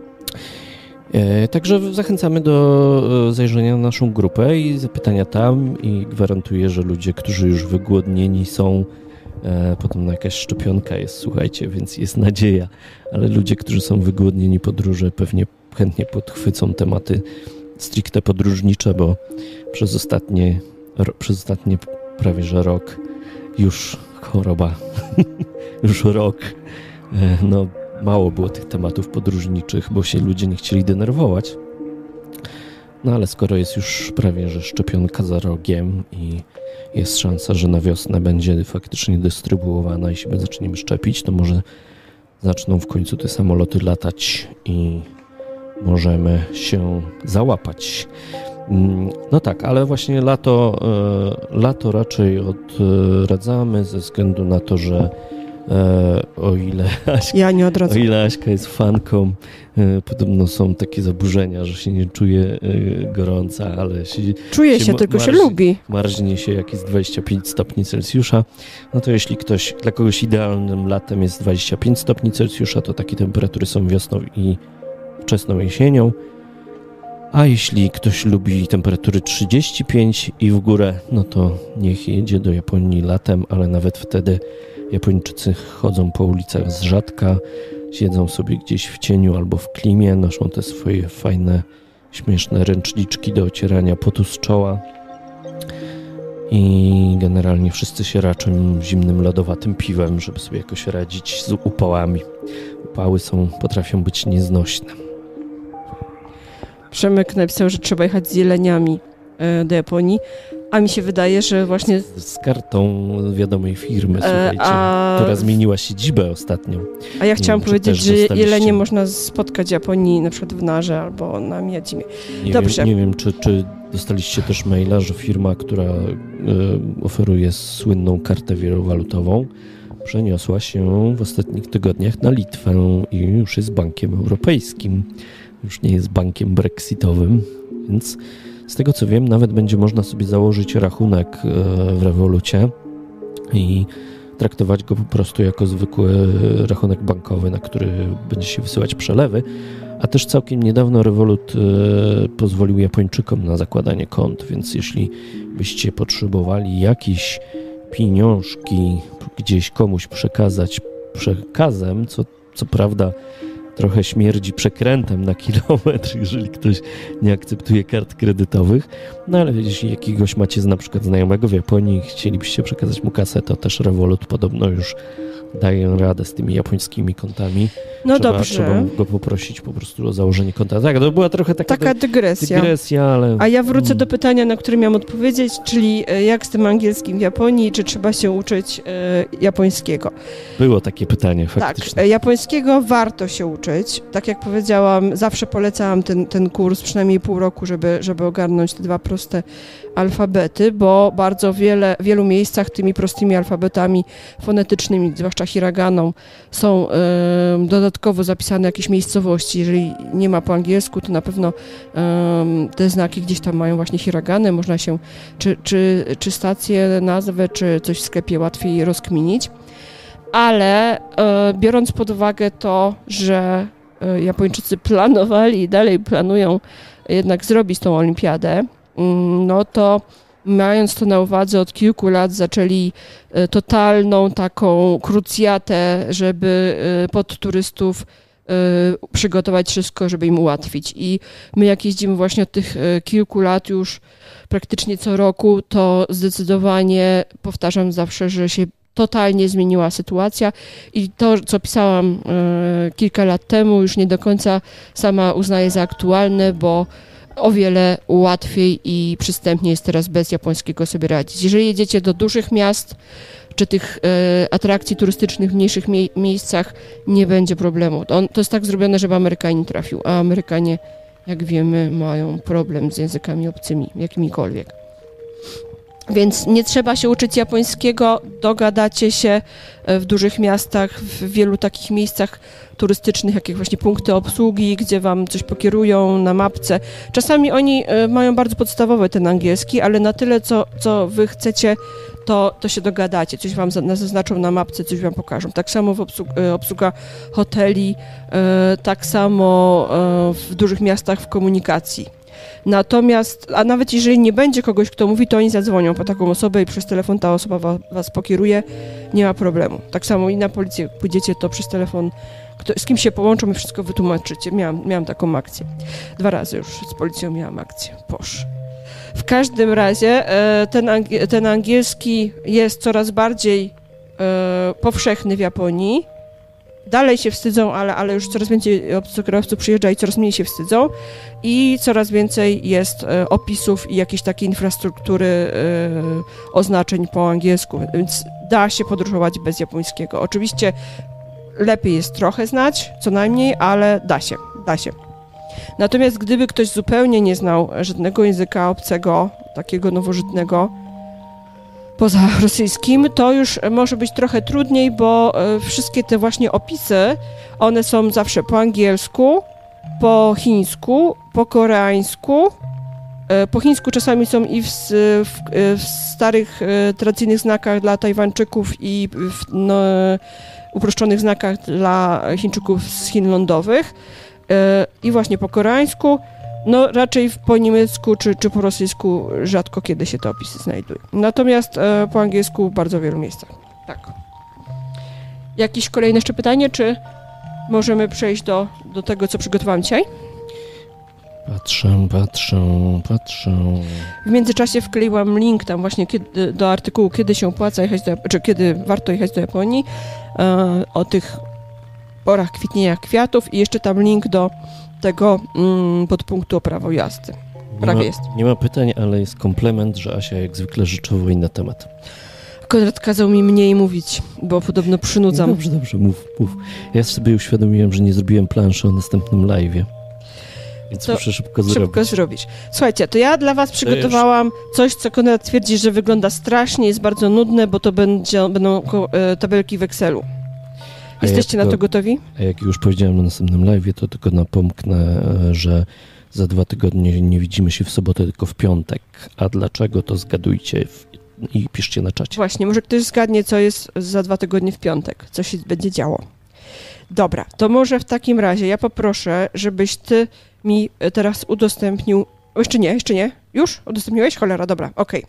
Także zachęcamy do zajrzenia na naszą grupę i zapytania tam i gwarantuję, że ludzie, którzy już wygłodnieni są, podobno jakaś szczepionka jest, słuchajcie, więc jest nadzieja, ale ludzie, którzy są wygłodnieni podróży, pewnie chętnie podchwycą tematy stricte podróżnicze, bo przez ostatnie prawie że rok już choroba, już rok, no mało było tych tematów podróżniczych, bo się ludzie nie chcieli denerwować. No ale skoro jest już prawie że szczepionka za rogiem i jest szansa, że na wiosnę będzie faktycznie dystrybuowana i się zaczniemy szczepić, to może zaczną w końcu te samoloty latać i możemy się załapać. No tak, ale właśnie lato raczej odradzamy ze względu na to, że o ile Ja nie odrodzę. O ile Aśka jest fanką, podobno są takie zaburzenia, że się nie czuje gorąca, ale czuje się, tylko się lubi. Marznie się, jak jest 25 stopni Celsjusza. No to jeśli dla kogoś idealnym latem jest 25 stopni Celsjusza, to takie temperatury są wiosną i wczesną jesienią. A jeśli ktoś lubi temperatury 35 i w górę, no to niech jedzie do Japonii latem, ale nawet wtedy Japończycy chodzą po ulicach z rzadka, siedzą sobie gdzieś w cieniu albo w klimie, noszą te swoje fajne, śmieszne ręczniczki do ocierania potu z czoła i generalnie wszyscy się raczą zimnym, lodowatym piwem, żeby sobie jakoś radzić z upałami. Upały potrafią być nieznośne. Przemek napisał, że trzeba jechać z jeleniami do Japonii, a mi się wydaje, że właśnie... Z kartą wiadomej firmy, słuchajcie, która zmieniła siedzibę ostatnio. A ja chciałam powiedzieć, że jelenie można spotkać w Japonii na przykład w Narze albo na Miyajimie. Dobrze. Nie wiem, czy dostaliście też maila, że firma, która oferuje słynną kartę wielowalutową, przeniosła się w ostatnich tygodniach na Litwę i już jest bankiem europejskim. Już nie jest bankiem brexitowym, więc z tego co wiem, nawet będzie można sobie założyć rachunek w Revolucie i traktować go po prostu jako zwykły rachunek bankowy, na który będzie się wysyłać przelewy, a też całkiem niedawno Revolut pozwolił Japończykom na zakładanie kont, więc jeśli byście potrzebowali jakieś pieniążki gdzieś komuś przekazać przekazem, co prawda trochę śmierdzi przekrętem na kilometr, jeżeli ktoś nie akceptuje kart kredytowych. No ale jeśli jakiegoś macie na przykład znajomego w Japonii i chcielibyście przekazać mu kasę, to też Revolut podobno już daje radę z tymi japońskimi kontami. No dobrze. Trzeba go poprosić po prostu o założenie konta. Tak, to była trochę taka dygresja, ale... A ja wrócę do pytania, na które miałam odpowiedzieć, czyli jak z tym angielskim w Japonii, czy trzeba się uczyć japońskiego? Było takie pytanie, faktycznie. Tak, japońskiego warto się uczyć. Tak jak powiedziałam, zawsze polecałam ten kurs, przynajmniej pół roku, żeby ogarnąć te dwa proste alfabety, bo bardzo w wielu miejscach tymi prostymi alfabetami fonetycznymi, zwłaszcza hiraganą, są dodatkowo zapisane jakieś miejscowości. Jeżeli nie ma po angielsku, to na pewno te znaki gdzieś tam mają właśnie hiraganę, można się czy stację, nazwę, czy coś w sklepie łatwiej rozkminić. Ale biorąc pod uwagę to, że Japończycy planowali i dalej planują jednak zrobić tą olimpiadę, no to mając to na uwadze, od kilku lat zaczęli totalną taką krucjatę, żeby pod turystów przygotować wszystko, żeby im ułatwić. I my jak jeździmy właśnie od tych kilku lat już praktycznie co roku, to zdecydowanie powtarzam zawsze, że się totalnie zmieniła sytuacja i to, co pisałam kilka lat temu, już nie do końca sama uznaję za aktualne, bo o wiele łatwiej i przystępnie jest teraz bez japońskiego sobie radzić. Jeżeli jedziecie do dużych miast, czy tych atrakcji turystycznych w mniejszych miejscach, nie będzie problemu. To jest tak zrobione, żeby Amerykanin trafił, a Amerykanie, jak wiemy, mają problem z językami obcymi, jakimikolwiek. Więc nie trzeba się uczyć japońskiego, dogadacie się w dużych miastach, w wielu takich miejscach turystycznych, jak właśnie punkty obsługi, gdzie wam coś pokierują na mapce. Czasami oni mają bardzo podstawowy ten angielski, ale na tyle, co wy chcecie, to się dogadacie. Coś wam zaznaczą na mapce, coś wam pokażą. Tak samo obsługa hoteli, tak samo w dużych miastach w komunikacji. Natomiast, a nawet jeżeli nie będzie kogoś, kto mówi, to oni zadzwonią po taką osobę i przez telefon ta osoba was pokieruje, nie ma problemu. Tak samo i na policję pójdziecie, to przez telefon, z kim się połączą i wszystko wytłumaczycie. Miałam taką akcję. 2 razy już z policją miałam akcję. Boże. W każdym razie ten angielski jest coraz bardziej powszechny w Japonii. Dalej się wstydzą, ale już coraz więcej obcokrajowców przyjeżdża i coraz mniej się wstydzą i coraz więcej jest opisów i jakiejś takiej infrastruktury oznaczeń po angielsku, więc da się podróżować bez japońskiego. Oczywiście lepiej jest trochę znać, co najmniej, ale da się. Natomiast gdyby ktoś zupełnie nie znał żadnego języka obcego, takiego nowożytnego, poza rosyjskim, to już może być trochę trudniej, bo wszystkie te właśnie opisy, one są zawsze po angielsku, po chińsku, po koreańsku. Po chińsku czasami są i w starych, tradycyjnych znakach dla Tajwańczyków i w uproszczonych znakach dla Chińczyków z Chin lądowych. I właśnie po koreańsku. No raczej po niemiecku czy po rosyjsku rzadko kiedy się te opisy znajdują. Natomiast po angielsku w bardzo wielu miejscach. Tak. Jakieś kolejne jeszcze pytanie, czy możemy przejść do tego, co przygotowałam dzisiaj? Patrzę. W międzyczasie wkleiłam link tam właśnie do artykułu, kiedy się opłaca jechać czy kiedy warto jechać do Japonii, o tych porach kwitnienia kwiatów i jeszcze tam link do tego podpunktu o prawo jazdy. Prawie jest. Nie ma pytań, ale jest komplement, że Asia jak zwykle życzowo inny temat. Konrad kazał mi mniej mówić, bo podobno przynudzam. No dobrze, mów. Ja sobie uświadomiłem, że nie zrobiłem planszy o następnym live'ie. Więc to muszę szybko zrobić. Słuchajcie, to ja dla was przygotowałam coś, co Konrad twierdzi, że wygląda strasznie, jest bardzo nudne, bo to będą tabelki w Excelu. Jesteście na to gotowi? A jak już powiedziałem na następnym live'ie, to tylko napomknę, że za 2 tygodnie nie widzimy się w sobotę, tylko w piątek. A dlaczego, to zgadujcie i piszcie na czacie. Właśnie, może ktoś zgadnie, co jest za 2 tygodnie w piątek, co się będzie działo. Dobra, to może w takim razie ja poproszę, żebyś ty mi teraz udostępnił... Jeszcze nie? Już? Udostępniłeś? Cholera, dobra, okej.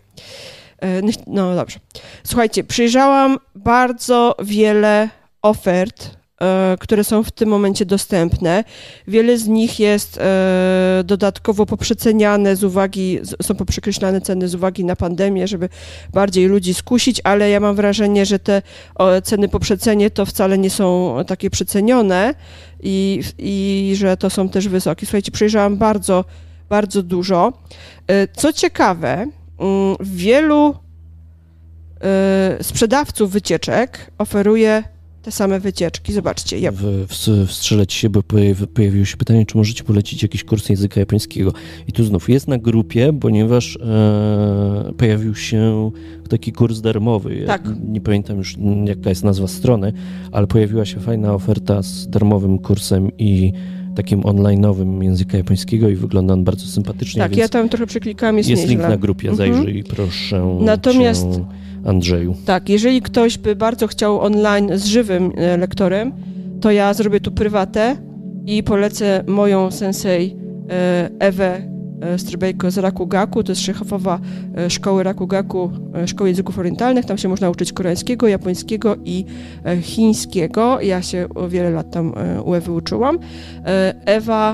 No dobrze. Słuchajcie, przyjrzałam bardzo wiele ofert, które są w tym momencie dostępne. Wiele z nich jest dodatkowo poprzeceniane są poprzekreślane ceny z uwagi na pandemię, żeby bardziej ludzi skusić, ale ja mam wrażenie, że te ceny po przecenie to wcale nie są takie przecenione i że to są też wysokie. Słuchajcie, przejrzałam bardzo, bardzo dużo. Co ciekawe, wielu sprzedawców wycieczek oferuje te same wycieczki. Zobaczcie. Wstrzelę ci się, bo pojawiło się pytanie, czy możecie polecić jakiś kurs języka japońskiego. I tu znów jest na grupie, ponieważ pojawił się taki kurs darmowy. Tak. Nie pamiętam już, jaka jest nazwa strony, ale pojawiła się fajna oferta z darmowym kursem i takim online'owym języka japońskiego i wygląda on bardzo sympatycznie. Tak, ja tam trochę przeklikałam, jest nieźle. Link na grupie, zajrzyj, proszę. Natomiast Andrzeju. Tak, jeżeli ktoś by bardzo chciał online z żywym lektorem, to ja zrobię tu prywatę i polecę moją sensei Ewę Strybejko z Rakugaku, to jest szefowa szkoły Rakugaku, szkoły języków orientalnych, tam się można uczyć koreańskiego, japońskiego i chińskiego. Ja się wiele lat tam u Ewy uczyłam. Ewa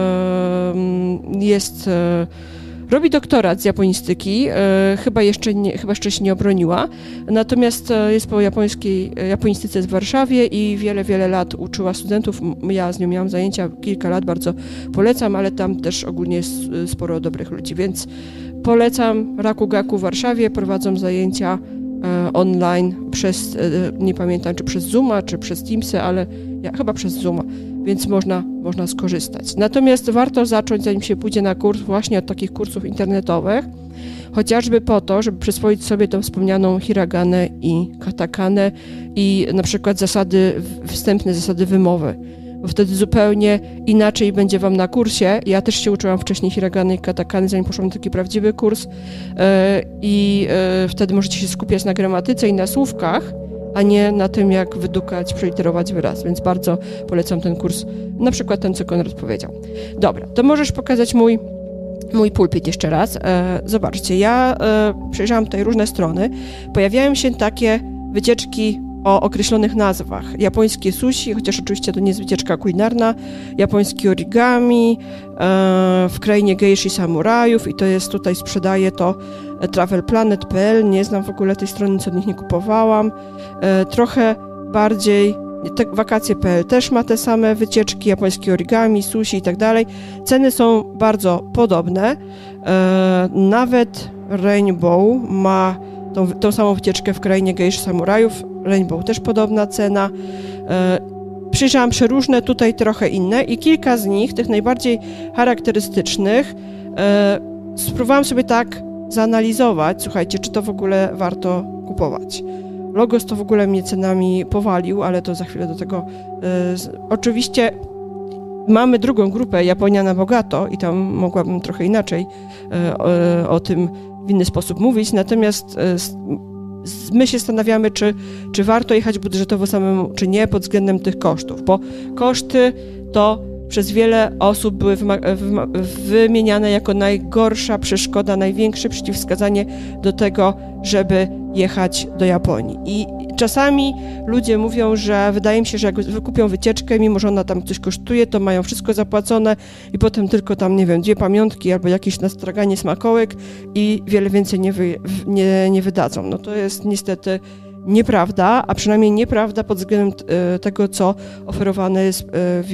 robi doktorat z japonistyki, chyba jeszcze się nie obroniła, natomiast jest po japonistyce w Warszawie i wiele lat uczyła studentów. Ja z nią miałam zajęcia kilka lat, bardzo polecam, ale tam też ogólnie jest sporo dobrych ludzi, więc polecam Rakugaku w Warszawie, prowadzą zajęcia online nie pamiętam czy przez Zooma, czy przez Teamsy, ale chyba przez Zooma, więc można skorzystać. Natomiast warto zacząć, zanim się pójdzie na kurs, właśnie od takich kursów internetowych, chociażby po to, żeby przyswoić sobie tą wspomnianą hiraganę i katakanę i na przykład wstępne zasady wymowy, bo wtedy zupełnie inaczej będzie wam na kursie. Ja też się uczyłam wcześniej hiragany i katakany, zanim poszłam na taki prawdziwy kurs i wtedy możecie się skupiać na gramatyce i na słówkach, a nie na tym, jak wydukać, przeliterować wyraz, więc bardzo polecam ten kurs, na przykład ten, co Konrad powiedział. Dobra, to możesz pokazać mój pulpit jeszcze raz. Zobaczcie, ja przejrzałam tutaj różne strony. Pojawiają się takie wycieczki o określonych nazwach. Japońskie sushi, chociaż oczywiście to nie jest wycieczka kulinarna, japońskie origami, w krainie gejsz i samurajów i to jest tutaj, sprzedaje to travelplanet.pl, nie znam w ogóle tej strony, nic od nich nie kupowałam. Trochę bardziej, wakacje.pl też ma te same wycieczki, japońskie origami, sushi i tak dalej. Ceny są bardzo podobne. Nawet Rainbow ma tą samą wycieczkę w krainie gejsz samurajów. Rainbow też podobna cena. Przyjrzałam przeróżne, tutaj trochę inne i kilka z nich, tych najbardziej charakterystycznych, spróbowałam sobie tak zanalizować, słuchajcie, czy to w ogóle warto kupować. Logos to w ogóle mnie cenami powalił, ale to za chwilę do tego. Oczywiście mamy drugą grupę, Japonia na bogato, i tam mogłabym trochę inaczej o tym w inny sposób mówić, natomiast my się zastanawiamy, czy warto jechać budżetowo samemu, czy nie, pod względem tych kosztów, bo koszty to przez wiele osób były wymieniane jako najgorsza przeszkoda, największe przeciwwskazanie do tego, żeby jechać do Japonii. I czasami ludzie mówią, że wydaje mi się, że jak wykupią wycieczkę, mimo że ona tam coś kosztuje, to mają wszystko zapłacone i potem tylko tam, nie wiem, 2 pamiątki albo jakieś nastraganie smakołek i wiele więcej nie wydadzą. No to jest niestety nieprawda, a przynajmniej nieprawda pod względem tego, co oferowane jest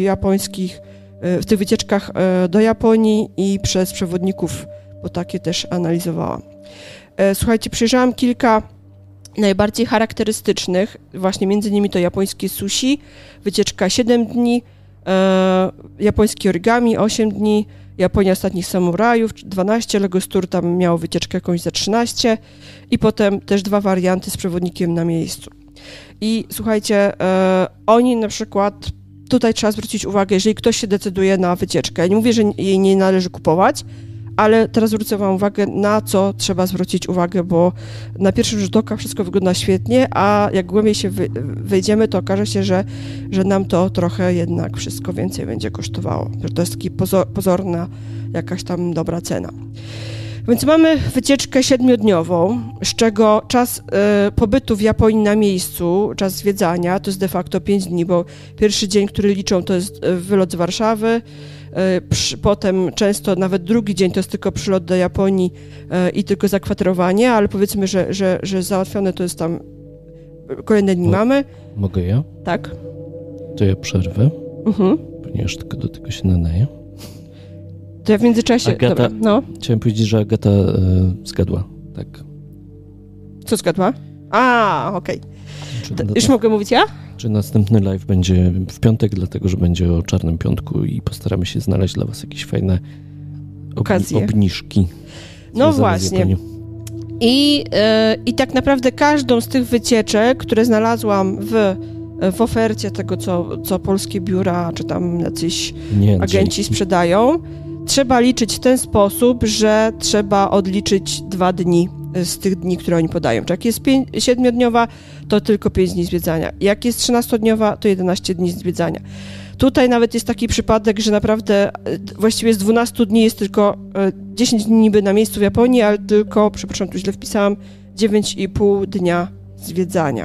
w tych wycieczkach do Japonii i przez przewodników, bo takie też analizowałam. Słuchajcie, przejrzałam kilka najbardziej charakterystycznych, właśnie między innymi to japońskie sushi, wycieczka 7 dni, japońskie origami 8 dni, Japonia Ostatnich Samurajów 12, Lagos Tour tam miało wycieczkę jakąś za 13 i potem też 2 warianty z przewodnikiem na miejscu. I słuchajcie, oni na przykład, tutaj trzeba zwrócić uwagę, jeżeli ktoś się decyduje na wycieczkę, ja nie mówię, że jej nie należy kupować, ale teraz zwrócę wam uwagę, na co trzeba zwrócić uwagę, bo na pierwszy rzut oka wszystko wygląda świetnie, a jak głębiej się wejdziemy, to okaże się, że nam to trochę jednak wszystko więcej będzie kosztowało, że to jest taka pozorna jakaś tam dobra cena. Więc mamy wycieczkę 7-dniową, z czego czas pobytu w Japonii na miejscu, czas zwiedzania, to jest de facto 5 dni, bo pierwszy dzień, który liczą, to jest wylot z Warszawy, potem często nawet drugi dzień to jest tylko przylot do Japonii i tylko zakwaterowanie, ale powiedzmy, że załatwione to jest tam, kolejne dni mamy. Mogę ja? Tak. To ja przerwę, ponieważ tylko do tego się nadaje. To ja w międzyczasie... Agata, dobra, no. Chciałem powiedzieć, że Agata zgadła, tak. Co zgadła? Okej. Już mogę mówić ja? Czy następny live będzie w piątek, dlatego że będzie o Czarnym Piątku i postaramy się znaleźć dla was jakieś fajne obniżki. No właśnie. I tak naprawdę każdą z tych wycieczek, które znalazłam w ofercie tego, co polskie biura, czy tam jacyś agenci sprzedają, trzeba liczyć w ten sposób, że trzeba odliczyć 2 dni z tych dni, które oni podają. Czy jak jest 7-dniowa, to tylko 5 dni zwiedzania. Jak jest 13-dniowa, to 11 dni zwiedzania. Tutaj nawet jest taki przypadek, że naprawdę właściwie z 12 dni jest tylko 10 dni niby na miejscu w Japonii, ale tylko, przepraszam, tu źle wpisałam, 9,5 dnia zwiedzania.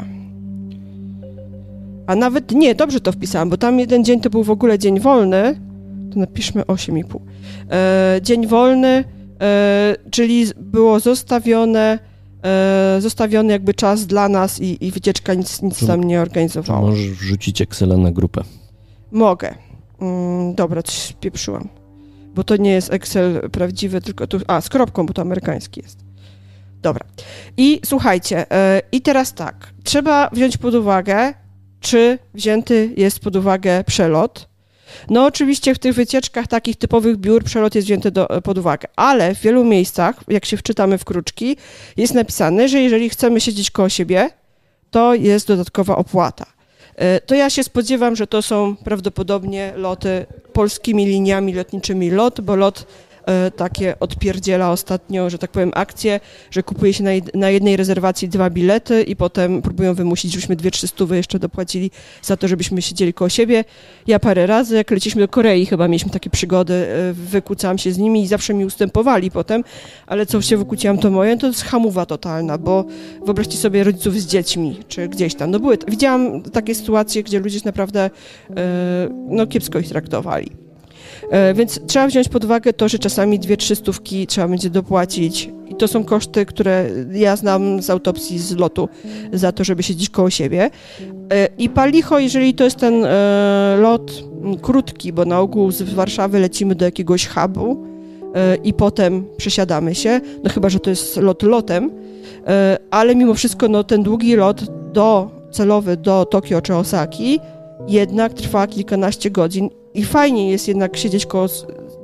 A nawet nie, dobrze to wpisałam, bo tam jeden dzień to był w ogóle dzień wolny, to napiszmy 8,5. Dzień wolny, czyli było zostawiony jakby czas dla nas i wycieczka nic tam nie organizowała. Możesz wrzucić Excela na grupę. Mogę. Dobra, coś spieprzyłam. Bo to nie jest Excel prawdziwy, tylko tu... z kropką, bo to amerykański jest. Dobra. I słuchajcie, i teraz tak. Trzeba wziąć pod uwagę, czy wzięty jest pod uwagę przelot. No oczywiście w tych wycieczkach takich typowych biur przelot jest wzięty pod uwagę, ale w wielu miejscach, jak się wczytamy w kruczki, jest napisane, że jeżeli chcemy siedzieć koło siebie, to jest dodatkowa opłata. To ja się spodziewam, że to są prawdopodobnie loty polskimi liniami lotniczymi LOT, bo LOT takie odpierdziela ostatnio, że tak powiem, akcje, że kupuje się na jednej rezerwacji 2 bilety i potem próbują wymusić, żebyśmy 200-300 jeszcze dopłacili za to, żebyśmy siedzieli koło siebie. Ja parę razy, jak leciliśmy do Korei, chyba mieliśmy takie przygody, wykłócałam się z nimi i zawsze mi ustępowali potem, ale co się wykłóciłam, to moje, to jest hamuwa totalna, bo wyobraźcie sobie rodziców z dziećmi, czy gdzieś tam. No widziałam takie sytuacje, gdzie ludzie naprawdę kiepsko ich traktowali. Więc trzeba wziąć pod uwagę to, że czasami 200-300 trzeba będzie dopłacić i to są koszty, które ja znam z autopsji z lotu za to, żeby siedzieć koło siebie. I palicho, jeżeli to jest ten lot krótki, bo na ogół z Warszawy lecimy do jakiegoś hubu i potem przesiadamy się, no chyba że to jest lot lotem, ale mimo wszystko ten długi lot celowy do Tokio czy Osaki jednak trwa kilkanaście godzin. I fajnie jest jednak siedzieć koło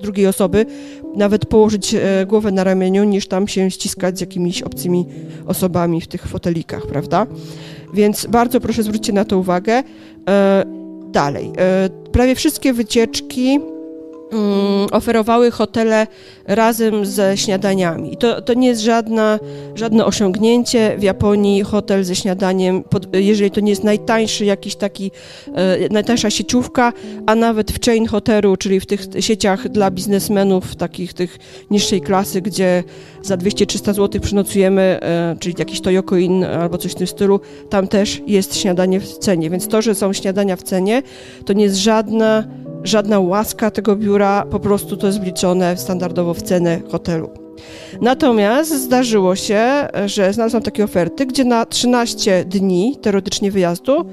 drugiej osoby, nawet położyć głowę na ramieniu, niż tam się ściskać z jakimiś obcymi osobami w tych fotelikach, prawda? Więc bardzo proszę zwróćcie na to uwagę. Dalej. Prawie wszystkie wycieczki oferowały hotele razem ze śniadaniami. I to nie jest żadne osiągnięcie. W Japonii hotel ze śniadaniem, jeżeli to nie jest najtańszy jakiś taki, najtańsza sieciówka, a nawet w chain hotelu, czyli w tych sieciach dla biznesmenów, takich tych niższej klasy, gdzie za 200-300 zł przenocujemy, czyli jakiś Toyoko Inn albo coś w tym stylu, tam też jest śniadanie w cenie. Więc to, że są śniadania w cenie, to nie jest żadna łaska tego biura, po prostu to jest wliczone standardowo w cenę hotelu. Natomiast zdarzyło się, że znalazłam takie oferty, gdzie na 13 dni teoretycznie wyjazdu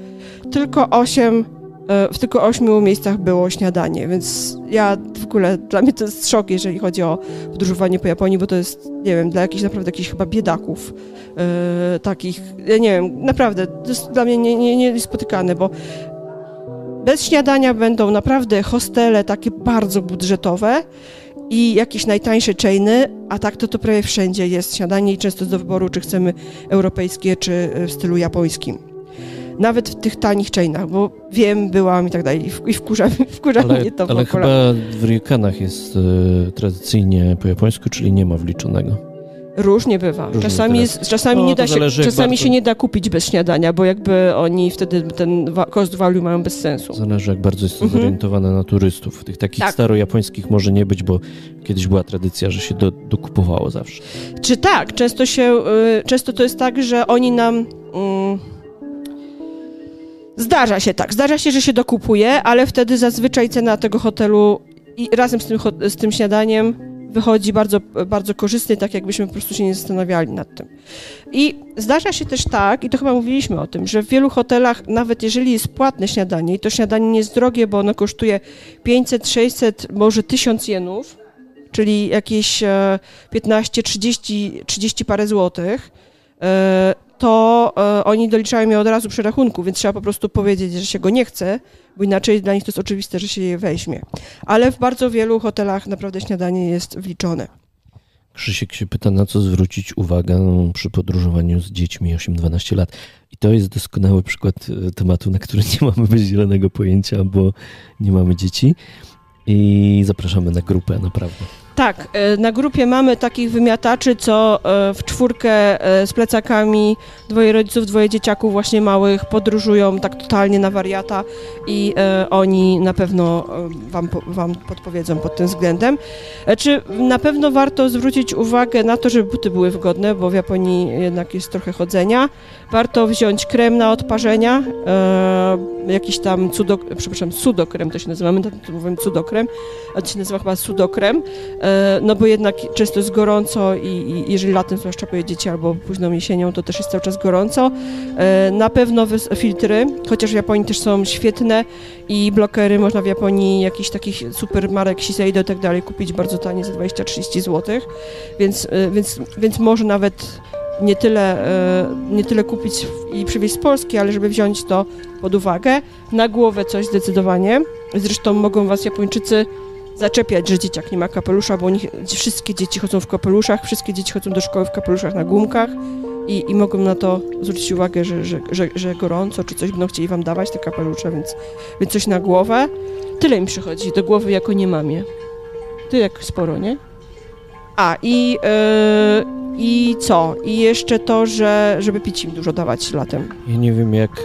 w tylko 8 miejscach było śniadanie, więc w ogóle dla mnie to jest szok, jeżeli chodzi o podróżowanie po Japonii, bo to jest, nie wiem, dla jakichś chyba biedaków takich, ja nie wiem, naprawdę, to jest dla mnie niespotykane, bo bez śniadania będą naprawdę hostele takie bardzo budżetowe i jakieś najtańsze chainy, a tak to prawie wszędzie jest śniadanie i często jest do wyboru, czy chcemy europejskie, czy w stylu japońskim. Nawet w tych tanich chainach, bo byłam i tak dalej i wkurza mnie to w ogóle. Ale chyba w ryokanach jest tradycyjnie po japońsku, czyli nie ma wliczonego. Różnie bywa. Czasami się nie da kupić bez śniadania, bo jakby oni wtedy ten cost value mają bez sensu. Zależy, jak bardzo jest to zorientowane na turystów. Tych takich starojapońskich może nie być, bo kiedyś była tradycja, że się dokupowało zawsze. Czy tak? Często to jest tak, że oni nam... Zdarza się, że się dokupuje, ale wtedy zazwyczaj cena tego hotelu i razem z tym śniadaniem wychodzi bardzo, bardzo korzystnie, tak jakbyśmy po prostu się nie zastanawiali nad tym. I zdarza się też tak, i to chyba mówiliśmy o tym, że w wielu hotelach, nawet jeżeli jest płatne śniadanie, i to śniadanie nie jest drogie, bo ono kosztuje 500, 600, może 1000 jenów, czyli jakieś 15, 30 parę złotych, to oni doliczają je od razu przy rachunku, więc trzeba po prostu powiedzieć, że się go nie chce, bo inaczej dla nich to jest oczywiste, że się je weźmie. Ale w bardzo wielu hotelach naprawdę śniadanie jest wliczone. Krzysiek się pyta, na co zwrócić uwagę przy podróżowaniu z dziećmi 8-12 lat. I to jest doskonały przykład tematu, na który nie mamy bez zielonego pojęcia, bo nie mamy dzieci. I zapraszamy na grupę, naprawdę. Tak, na grupie mamy takich wymiataczy, co w czwórkę z plecakami, 2 rodziców, 2 dzieciaków właśnie małych podróżują tak totalnie na wariata i oni na pewno wam podpowiedzą pod tym względem. Czy na pewno warto zwrócić uwagę na to, żeby buty były wygodne, bo w Japonii jednak jest trochę chodzenia. Warto wziąć krem na odparzenia, jakiś tam sudokrem to się nazywa, my to mówimy cudokrem, a to się nazywa chyba sudokrem, no bo jednak często jest gorąco i jeżeli latem zwłaszcza pojedziecie albo późną jesienią, to też jest cały czas gorąco. Na pewno filtry, chociaż w Japonii też są świetne i blokery można w Japonii jakichś takich super marek Shiseido i tak dalej kupić bardzo tanie za 20-30 zł, więc może nawet nie tyle kupić i przywieźć z Polski, ale żeby wziąć to pod uwagę. Na głowę coś zdecydowanie. Zresztą mogą was Japończycy zaczepiać, że dzieciak nie ma kapelusza, bo wszystkie dzieci chodzą w kapeluszach, wszystkie dzieci chodzą do szkoły w kapeluszach na gumkach i mogą na to zwrócić uwagę, że gorąco, czy coś będą chcieli wam dawać, te kapelusze, więc coś na głowę. Tyle mi przychodzi do głowy jako nie mamie. Ty jak sporo, nie? I co? I jeszcze to, żeby pić im dużo dawać latem. Ja nie wiem, jak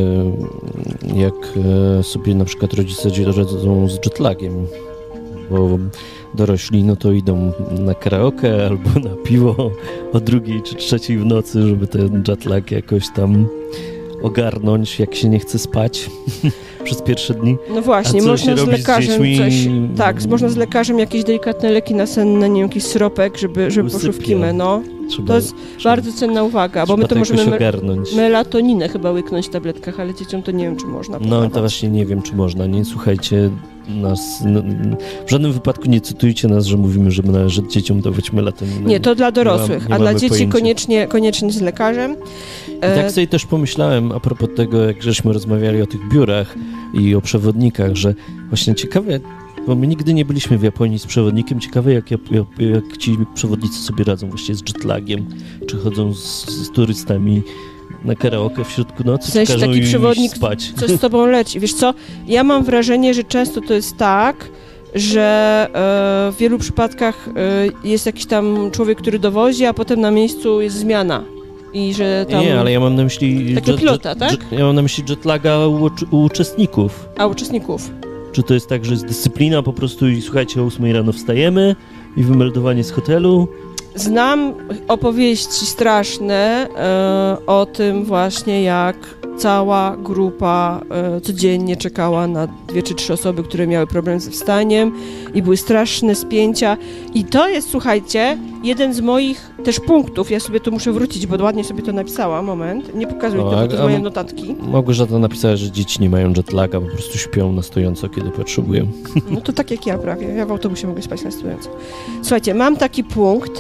sobie na przykład rodzice radzą z jetlagiem, bo dorośli no to idą na karaoke albo na piwo o 2 czy 3 w nocy, żeby ten jetlag jakoś tam ogarnąć, jak się nie chce spać przez pierwsze dni. No właśnie, można z lekarzem można z lekarzem jakieś delikatne leki nasenne, nie wiem, jakiś syropek, żeby poszły w kimę, no. To jest bardzo cenna uwaga, bo my to możemy melatoninę chyba łyknąć w tabletkach, ale dzieciom to nie wiem, czy można. No to właśnie nie wiem, czy można. Nie słuchajcie nas, w żadnym wypadku nie cytujcie nas, że mówimy, że należy dzieciom dawać melatoninę. Nie, to dla dorosłych, a dla dzieci koniecznie z lekarzem. I tak sobie też pomyślałem, a propos tego, jak żeśmy rozmawiali o tych biurach i o przewodnikach, że właśnie ciekawe, Bo my nigdy nie byliśmy w Japonii z przewodnikiem. Ciekawe, jak ci przewodnicy sobie radzą właśnie z jetlagiem. Czy chodzą z turystami na karaoke w środku nocy, w sensie czy każą taki im przewodnik, spać. co z tobą leci. Wiesz co, ja mam wrażenie, że często to jest tak, że w wielu przypadkach jest jakiś tam człowiek, który dowozi, a potem na miejscu jest zmiana. I że tam... Nie, ale ja mam na myśli... Takiego pilota, tak? Ja mam na myśli jetlaga u uczestników. A, uczestników. Czy to jest tak, że jest dyscyplina po prostu i słuchajcie, o 8 rano wstajemy i wymeldowanie z hotelu? Znam opowieści straszne o tym właśnie, jak cała grupa codziennie czekała na 2 czy 3 osoby, które miały problem ze wstaniem i były straszne spięcia. I to jest, słuchajcie, jeden z moich też punktów. Ja sobie tu muszę wrócić, bo ładnie sobie to napisałam. Moment. Nie pokazuj tego, to moje notatki. Małgorzata napisała, że dzieci nie mają jetlaga, po prostu śpią na stojąco, kiedy potrzebują. No to tak jak ja prawie. Ja w autobusie mogę spać na stojąco. Słuchajcie, mam taki punkt.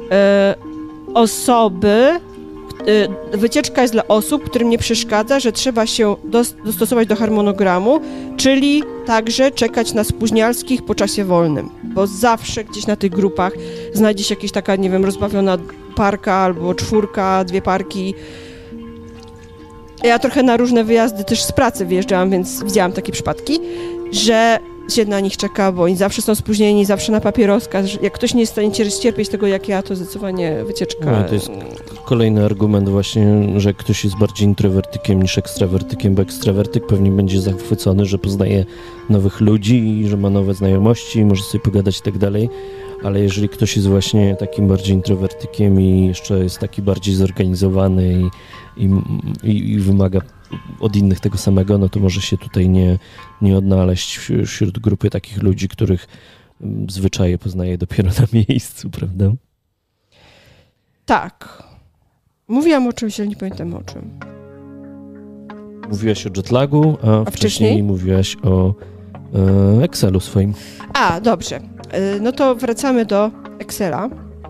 Wycieczka jest dla osób, którym nie przeszkadza, że trzeba się dostosować do harmonogramu, czyli także czekać na spóźnialskich po czasie wolnym, bo zawsze gdzieś na tych grupach znajdzie się jakaś taka, nie wiem, rozbawiona parka albo 4, 2 parki. Ja trochę na różne wyjazdy też z pracy wyjeżdżałam, więc widziałam takie przypadki, że się na nich czeka, bo oni zawsze są spóźnieni, zawsze na papieroska. Jak ktoś nie jest w stanie cierpieć tego jak ja, to zdecydowanie wycieczka... No, to jest kolejny argument właśnie, że ktoś jest bardziej introwertykiem niż ekstrawertykiem, bo ekstrawertyk pewnie będzie zachwycony, że poznaje nowych ludzi i że ma nowe znajomości, może sobie pogadać i tak dalej, ale jeżeli ktoś jest właśnie takim bardziej introwertykiem i jeszcze jest taki bardziej zorganizowany i wymaga od innych tego samego, no to może się tutaj nie odnaleźć wśród grupy takich ludzi, których zwyczaje poznaje dopiero na miejscu, prawda? Tak. Mówiłam o czymś, ale nie pamiętam o czym. Mówiłaś o jetlagu, a wcześniej mówiłaś o Excelu swoim. A, dobrze. No to wracamy do Excela.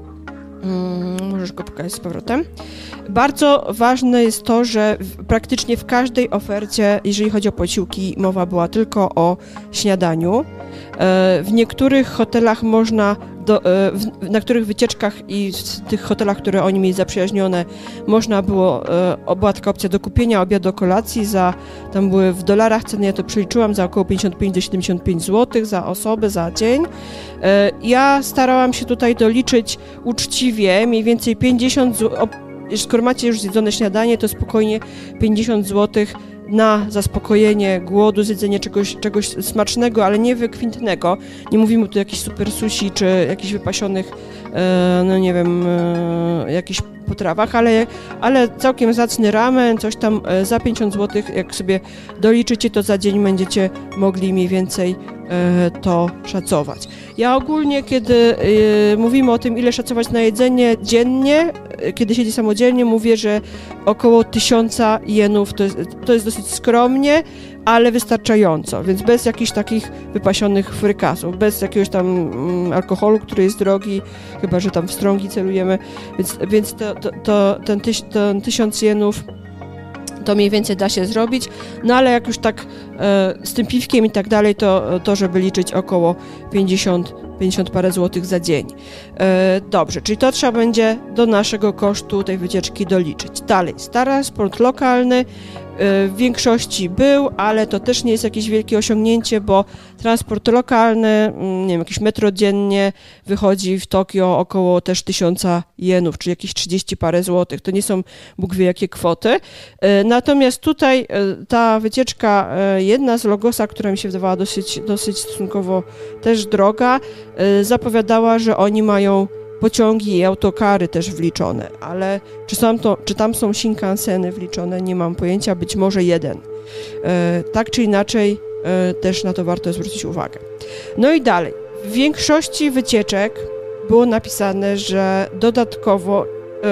Możesz go pokazać z powrotem. Bardzo ważne jest to, że praktycznie w każdej ofercie, jeżeli chodzi o posiłki, mowa była tylko o śniadaniu. W niektórych hotelach można, na których wycieczkach i w tych hotelach, które oni mieli zaprzyjaźnione, można było, była taka opcja do kupienia obiadu, kolacji, tam były w dolarach ceny, ja to przeliczyłam, za około 55 do 75 zł za osobę, za dzień. Ja starałam się tutaj doliczyć uczciwie, mniej więcej 50 zł, skoro macie już zjedzone śniadanie, to spokojnie 50 zł na zaspokojenie głodu, zjedzenie czegoś smacznego, ale nie wykwintnego. Nie mówimy tu o jakichś super sushi czy jakichś wypasionych, no nie wiem, jakichś potrawach, ale całkiem zacny ramen, coś tam za 50 zł, jak sobie doliczycie, to za dzień będziecie mogli mniej więcej to szacować. Ja ogólnie, kiedy mówimy o tym, ile szacować na jedzenie dziennie, kiedy siedzi samodzielnie, mówię, że około 1000 jenów to jest dosyć skromnie, ale wystarczająco, więc bez jakichś takich wypasionych frykasów, bez jakiegoś tam alkoholu, który jest drogi, chyba że tam w strągi celujemy, więc ten 1000 jenów to mniej więcej da się zrobić, no ale jak już tak z tym piwkiem i tak dalej, to żeby liczyć około 50 parę złotych za dzień. Dobrze, czyli to trzeba będzie do naszego kosztu tej wycieczki doliczyć. Dalej, transport lokalny w większości był, ale to też nie jest jakieś wielkie osiągnięcie, bo transport lokalny, nie wiem, jakieś metro dziennie wychodzi w Tokio około też 1000 jenów, czyli jakieś 30 parę złotych. To nie są Bóg wie jakie kwoty. Natomiast tutaj ta wycieczka, jedna z Logosa, która mi się wydawała dosyć stosunkowo też droga, zapowiadała, że oni mają pociągi i autokary też wliczone, ale czy tam są Shinkanseny wliczone, nie mam pojęcia, być może jeden. Tak czy inaczej też na to warto zwrócić uwagę. No i dalej. W większości wycieczek było napisane, że dodatkowo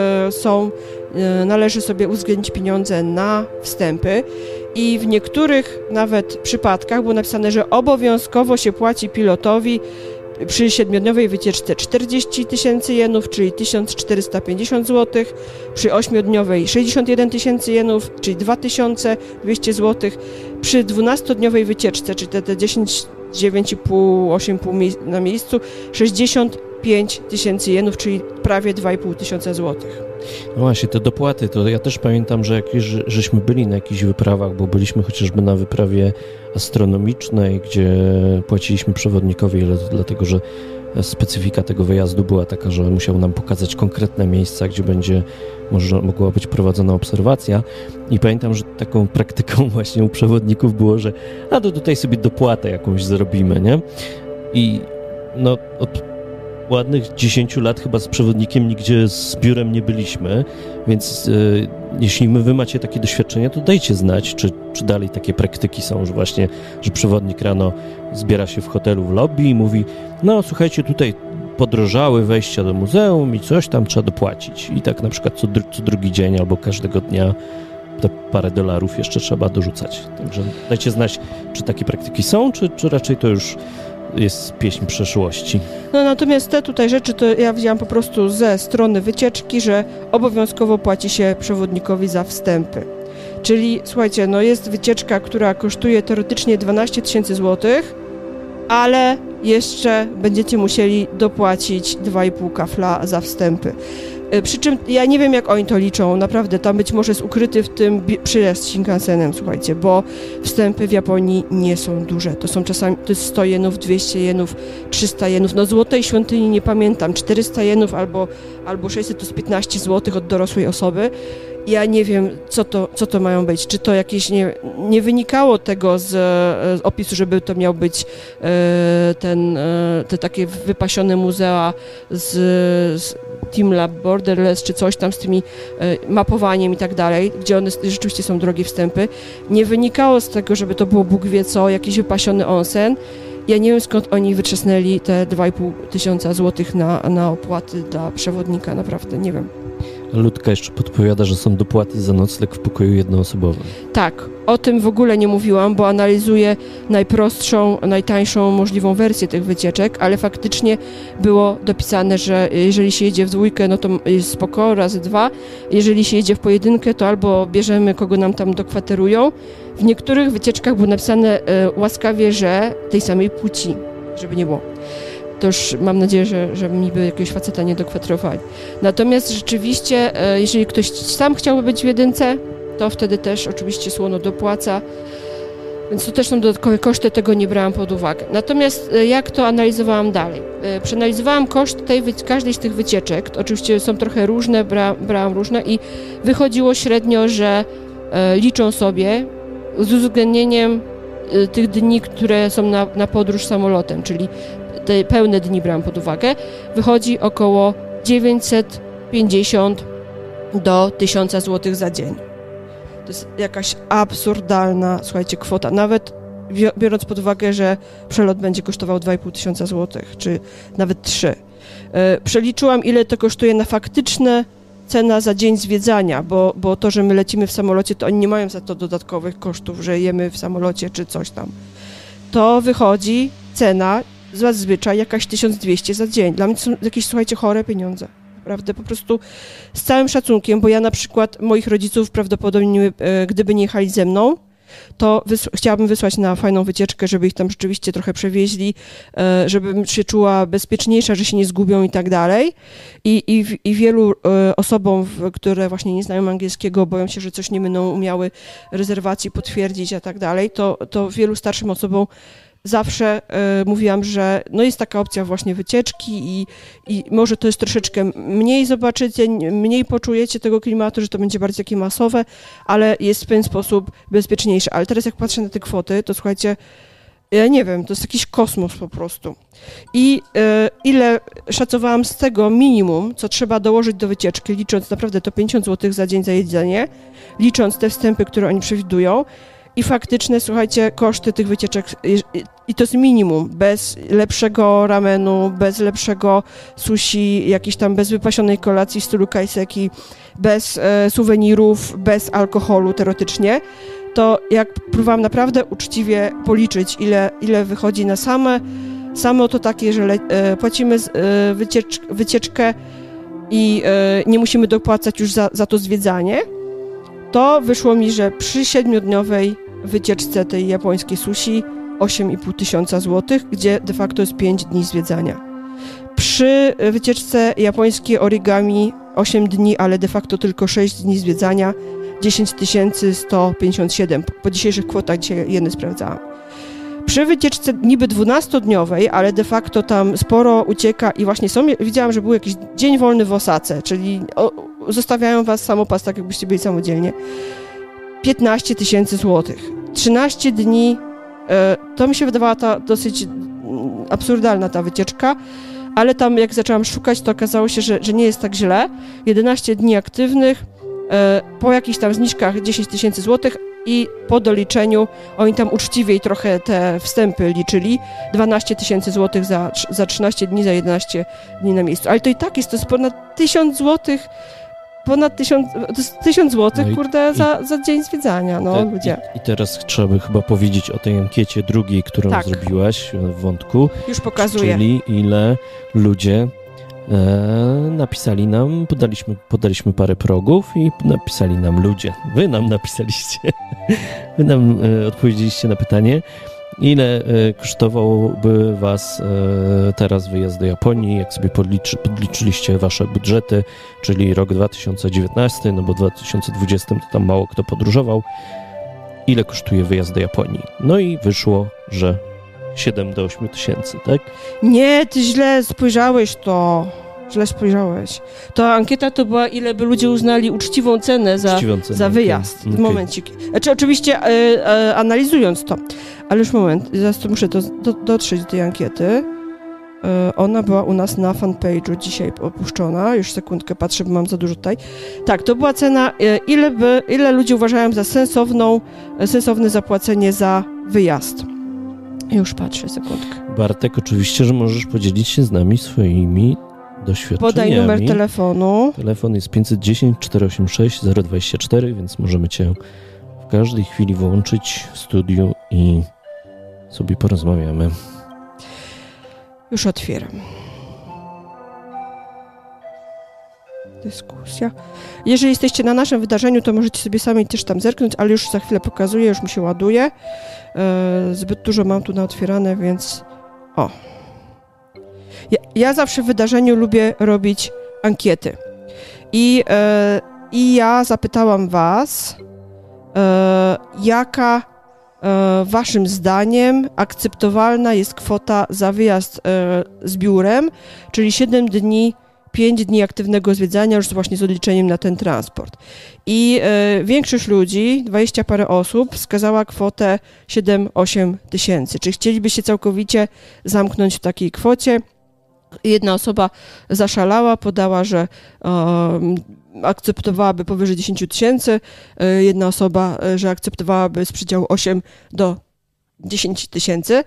należy sobie uwzględnić pieniądze na wstępy i w niektórych nawet przypadkach było napisane, że obowiązkowo się płaci pilotowi przy 7-dniowej wycieczce 40 000 jenów, czyli 1450 zł, przy 8-dniowej 61 000 jenów, czyli 2200 zł, przy 12-dniowej wycieczce, czyli te 10 9,5-8,5 na miejscu, 65 000 jenów, czyli prawie 2,5 tysiąca złotych. No właśnie, te dopłaty, to ja też pamiętam, że żeśmy byli na jakichś wyprawach, bo byliśmy chociażby na wyprawie astronomicznej, gdzie płaciliśmy przewodnikowi, dlatego że specyfika tego wyjazdu była taka, że musiał nam pokazać konkretne miejsca, gdzie będzie mogła być prowadzona obserwacja i pamiętam, że taką praktyką właśnie u przewodników było, że to tutaj sobie dopłatę jakąś zrobimy, nie? I no od ładnych 10 lat chyba z przewodnikiem nigdzie z biurem nie byliśmy, więc jeśli wy macie takie doświadczenia, to dajcie znać, czy dalej takie praktyki są, że właśnie, że przewodnik rano zbiera się w hotelu w lobby i mówi, no słuchajcie, tutaj podrożały wejścia do muzeum i coś tam trzeba dopłacić. I tak na przykład co drugi dzień albo każdego dnia te parę dolarów jeszcze trzeba dorzucać. Także dajcie znać, czy takie praktyki są, czy raczej to już jest pieśń przeszłości. No natomiast te tutaj rzeczy to ja wzięłam po prostu ze strony wycieczki, że obowiązkowo płaci się przewodnikowi za wstępy. Czyli słuchajcie, no jest wycieczka, która kosztuje teoretycznie 12 000 złotych, ale jeszcze będziecie musieli dopłacić 2,5 kafla za wstępy. Przy czym ja nie wiem, jak oni to liczą, naprawdę tam być może jest ukryty w tym przyjazd Shinkansenem, słuchajcie, bo wstępy w Japonii nie są duże. To są czasami, to jest 100 jenów, 200 jenów, 300 jenów, no Złotej Świątyni nie pamiętam, 400 jenów albo 600 to jest 15 złotych od dorosłej osoby. Ja nie wiem, co to mają być. Czy to jakieś nie wynikało tego z opisu, żeby to miał być te takie wypasione muzea z Team Lab Borderless, czy coś tam z tymi mapowaniem i tak dalej, gdzie one rzeczywiście są drogie wstępy. Nie wynikało z tego, żeby to było Bóg wie co, jakiś wypasiony onsen. Ja nie wiem, skąd oni wytrzasnęli te 2,5 tysiąca złotych na opłaty dla przewodnika, naprawdę, nie wiem. Ludka jeszcze podpowiada, że są dopłaty za nocleg w pokoju jednoosobowym. Tak, o tym w ogóle nie mówiłam, bo analizuję najprostszą, najtańszą możliwą wersję tych wycieczek, ale faktycznie było dopisane, że jeżeli się jedzie w dwójkę, no to jest spoko, razy 2. Jeżeli się jedzie w pojedynkę, to albo bierzemy, kogo nam tam dokwaterują. W niektórych wycieczkach było napisane łaskawie, że tej samej płci, żeby nie było. To już mam nadzieję, że mi by jakiegoś faceta nie dokwaterowali. Natomiast rzeczywiście, jeżeli ktoś sam chciałby być w jedynce, to wtedy też oczywiście słono dopłaca, więc to też są dodatkowe koszty, tego nie brałam pod uwagę. Natomiast jak to analizowałam dalej? Przeanalizowałam koszt każdej z tych wycieczek, to oczywiście są trochę różne, brałam różne i wychodziło średnio, że liczą sobie z uwzględnieniem tych dni, które są na podróż samolotem, czyli te pełne dni brałam pod uwagę, wychodzi około 950 do 1000 zł za dzień. To jest jakaś absurdalna, słuchajcie, kwota. Nawet biorąc pod uwagę, że przelot będzie kosztował 2500 zł, czy nawet 3. Przeliczyłam, ile to kosztuje na faktyczne cena za dzień zwiedzania, bo to, że my lecimy w samolocie, to oni nie mają za to dodatkowych kosztów, że jemy w samolocie, czy coś tam. To wychodzi cena zazwyczaj jakaś 1200 za dzień. Dla mnie to są jakieś, słuchajcie, chore pieniądze. Naprawdę, po prostu z całym szacunkiem, bo ja na przykład moich rodziców prawdopodobnie, gdyby nie jechali ze mną, to chciałabym wysłać na fajną wycieczkę, żeby ich tam rzeczywiście trochę przewieźli, żebym się czuła bezpieczniejsza, że się nie zgubią i tak dalej. I wielu osobom, które właśnie nie znają angielskiego, boją się, że coś nie będą umiały rezerwacji potwierdzić i tak dalej, to wielu starszym osobom zawsze mówiłam, że no jest taka opcja właśnie wycieczki i może to jest troszeczkę mniej zobaczycie, mniej poczujecie tego klimatu, że to będzie bardziej takie masowe, ale jest w pewien sposób bezpieczniejsze. Ale teraz jak patrzę na te kwoty, to słuchajcie, ja nie wiem, to jest jakiś kosmos po prostu. I ile szacowałam z tego minimum, co trzeba dołożyć do wycieczki, licząc naprawdę to 50 zł za dzień za jedzenie, licząc te wstępy, które oni przewidują, i faktyczne, słuchajcie, koszty tych wycieczek, i to jest minimum, bez lepszego ramenu, bez lepszego sushi, jakiejś tam bez wypasionej kolacji w stylu kaiseki, bez suwenirów, bez alkoholu teoretycznie, to jak próbowałam naprawdę uczciwie policzyć, ile wychodzi na samo to takie, że płacimy wycieczkę i nie musimy dopłacać już za to zwiedzanie, to wyszło mi, że przy 7-dniowej wycieczce tej japońskiej sushi 8,5 tysiąca złotych, gdzie de facto jest 5 dni zwiedzania. Przy wycieczce japońskiej origami 8 dni, ale de facto tylko 6 dni zwiedzania, 10 157. Po dzisiejszych kwotach dzisiaj jedne sprawdzałam. Przy wycieczce niby 12-dniowej, ale de facto tam sporo ucieka i właśnie widziałam, że był jakiś dzień wolny w Osace, czyli zostawiają was samopas, tak jakbyście byli samodzielnie. 15 tysięcy złotych. 13 dni, to mi się wydawała ta dosyć absurdalna ta wycieczka, ale tam jak zaczęłam szukać, to okazało się, że nie jest tak źle. 11 dni aktywnych, po jakichś tam zniżkach 10 tysięcy złotych i po doliczeniu, oni tam uczciwiej trochę te wstępy liczyli, 12 tysięcy złotych za 13 dni, za 11 dni na miejscu. Ale to i tak jest, to jest ponad 1000 złotych, ponad 1000 złotych, no kurde, za dzień zwiedzania, ludzie. I teraz trzeba by chyba powiedzieć o tej ankiecie drugiej, którą zrobiłaś w wątku. Już pokazuję. Czyli ile ludzie napisali nam, podaliśmy parę progów i napisali nam ludzie. Wy nam napisaliście. Wy nam odpowiedzieliście na pytanie, ile kosztowałby was teraz wyjazd do Japonii, jak sobie podliczyliście wasze budżety, czyli rok 2019, no bo w 2020 to tam mało kto podróżował. Ile kosztuje wyjazd do Japonii? No i wyszło, że 7 do 8 tysięcy, tak? Nie, ty źle spojrzałeś to. Źle spojrzałeś. Ta ankieta to była, ile by ludzie uznali uczciwą cenę za wyjazd. Okay. Momencik. Znaczy, oczywiście analizując to, ale już moment, zaraz to muszę dotrzeć do tej ankiety. Ona była u nas na fanpage'u dzisiaj opuszczona. Już sekundkę patrzę, bo mam za dużo tutaj. Tak, to była cena, ile ludzie uważają za sensowne zapłacenie za wyjazd. Już patrzę, sekundkę. Bartek, oczywiście, że możesz podzielić się z nami swoimi doświadczeniami. Podaj numer telefonu. Telefon jest 510 486 024, więc możemy cię w każdej chwili włączyć w studiu i sobie porozmawiamy. Już otwieram. Dyskusja. Jeżeli jesteście na naszym wydarzeniu, to możecie sobie sami też tam zerknąć, ale już za chwilę pokazuję, już mi się ładuje. Zbyt dużo mam tu naotwierane, więc... O. Ja zawsze w wydarzeniu lubię robić ankiety. I ja zapytałam was, jaka waszym zdaniem akceptowalna jest kwota za wyjazd z biurem, czyli 7 dni, 5 dni aktywnego zwiedzania już właśnie z odliczeniem na ten transport. I większość ludzi, 20 parę osób, wskazała kwotę 7-8 tysięcy. Czy chcielibyście całkowicie zamknąć w takiej kwocie? Jedna osoba zaszalała, podała, że akceptowałaby powyżej 10 tysięcy, jedna osoba, że akceptowałaby z przedziału 8 do 10 tysięcy.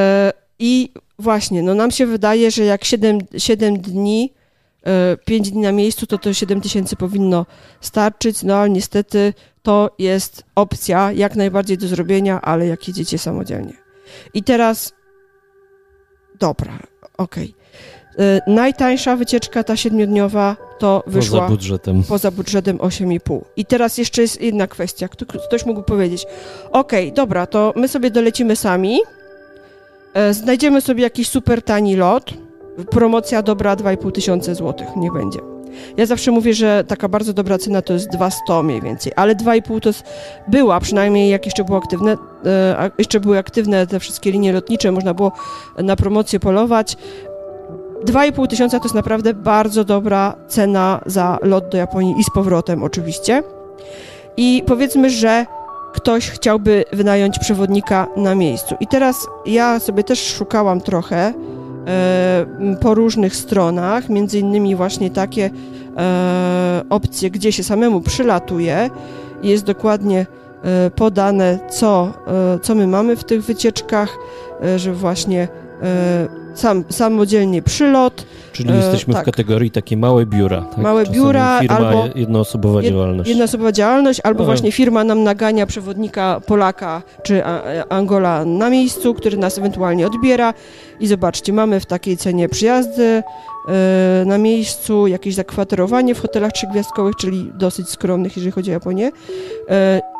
I właśnie, nam się wydaje, że jak 7 dni, 5 dni na miejscu, to 7 tysięcy powinno starczyć, ale niestety to jest opcja jak najbardziej do zrobienia, ale jak jedziecie samodzielnie. I teraz, dobra, okej. Najtańsza wycieczka, ta 7-dniowa, to wyszła poza budżetem 8,5. I teraz jeszcze jest jedna kwestia. Ktoś mógł powiedzieć, okej, dobra, to my sobie dolecimy sami, znajdziemy sobie jakiś super tani lot, promocja dobra 2,5 tysiące złotych, niech będzie. Ja zawsze mówię, że taka bardzo dobra cena to jest 200 mniej więcej, ale 2,5 to była, przynajmniej jak jeszcze były aktywne te wszystkie linie lotnicze, można było na promocję polować. 2,5 tysiąca to jest naprawdę bardzo dobra cena za lot do Japonii i z powrotem oczywiście. I powiedzmy, że ktoś chciałby wynająć przewodnika na miejscu. I teraz ja sobie też szukałam trochę po różnych stronach, między innymi właśnie takie opcje, gdzie się samemu przylatuje. Jest dokładnie podane, co my mamy w tych wycieczkach, że właśnie samodzielnie przylot. Czyli jesteśmy w kategorii takie małe biura. Tak? Małe czasami biura, firma, albo jednoosobowa działalność. Jednoosobowa działalność, albo właśnie firma nam nagania przewodnika Polaka czy Angola na miejscu, który nas ewentualnie odbiera. I zobaczcie, mamy w takiej cenie przyjazdy na miejscu, jakieś zakwaterowanie w hotelach 3-gwiazdkowych, czyli dosyć skromnych, jeżeli chodzi o Japonię.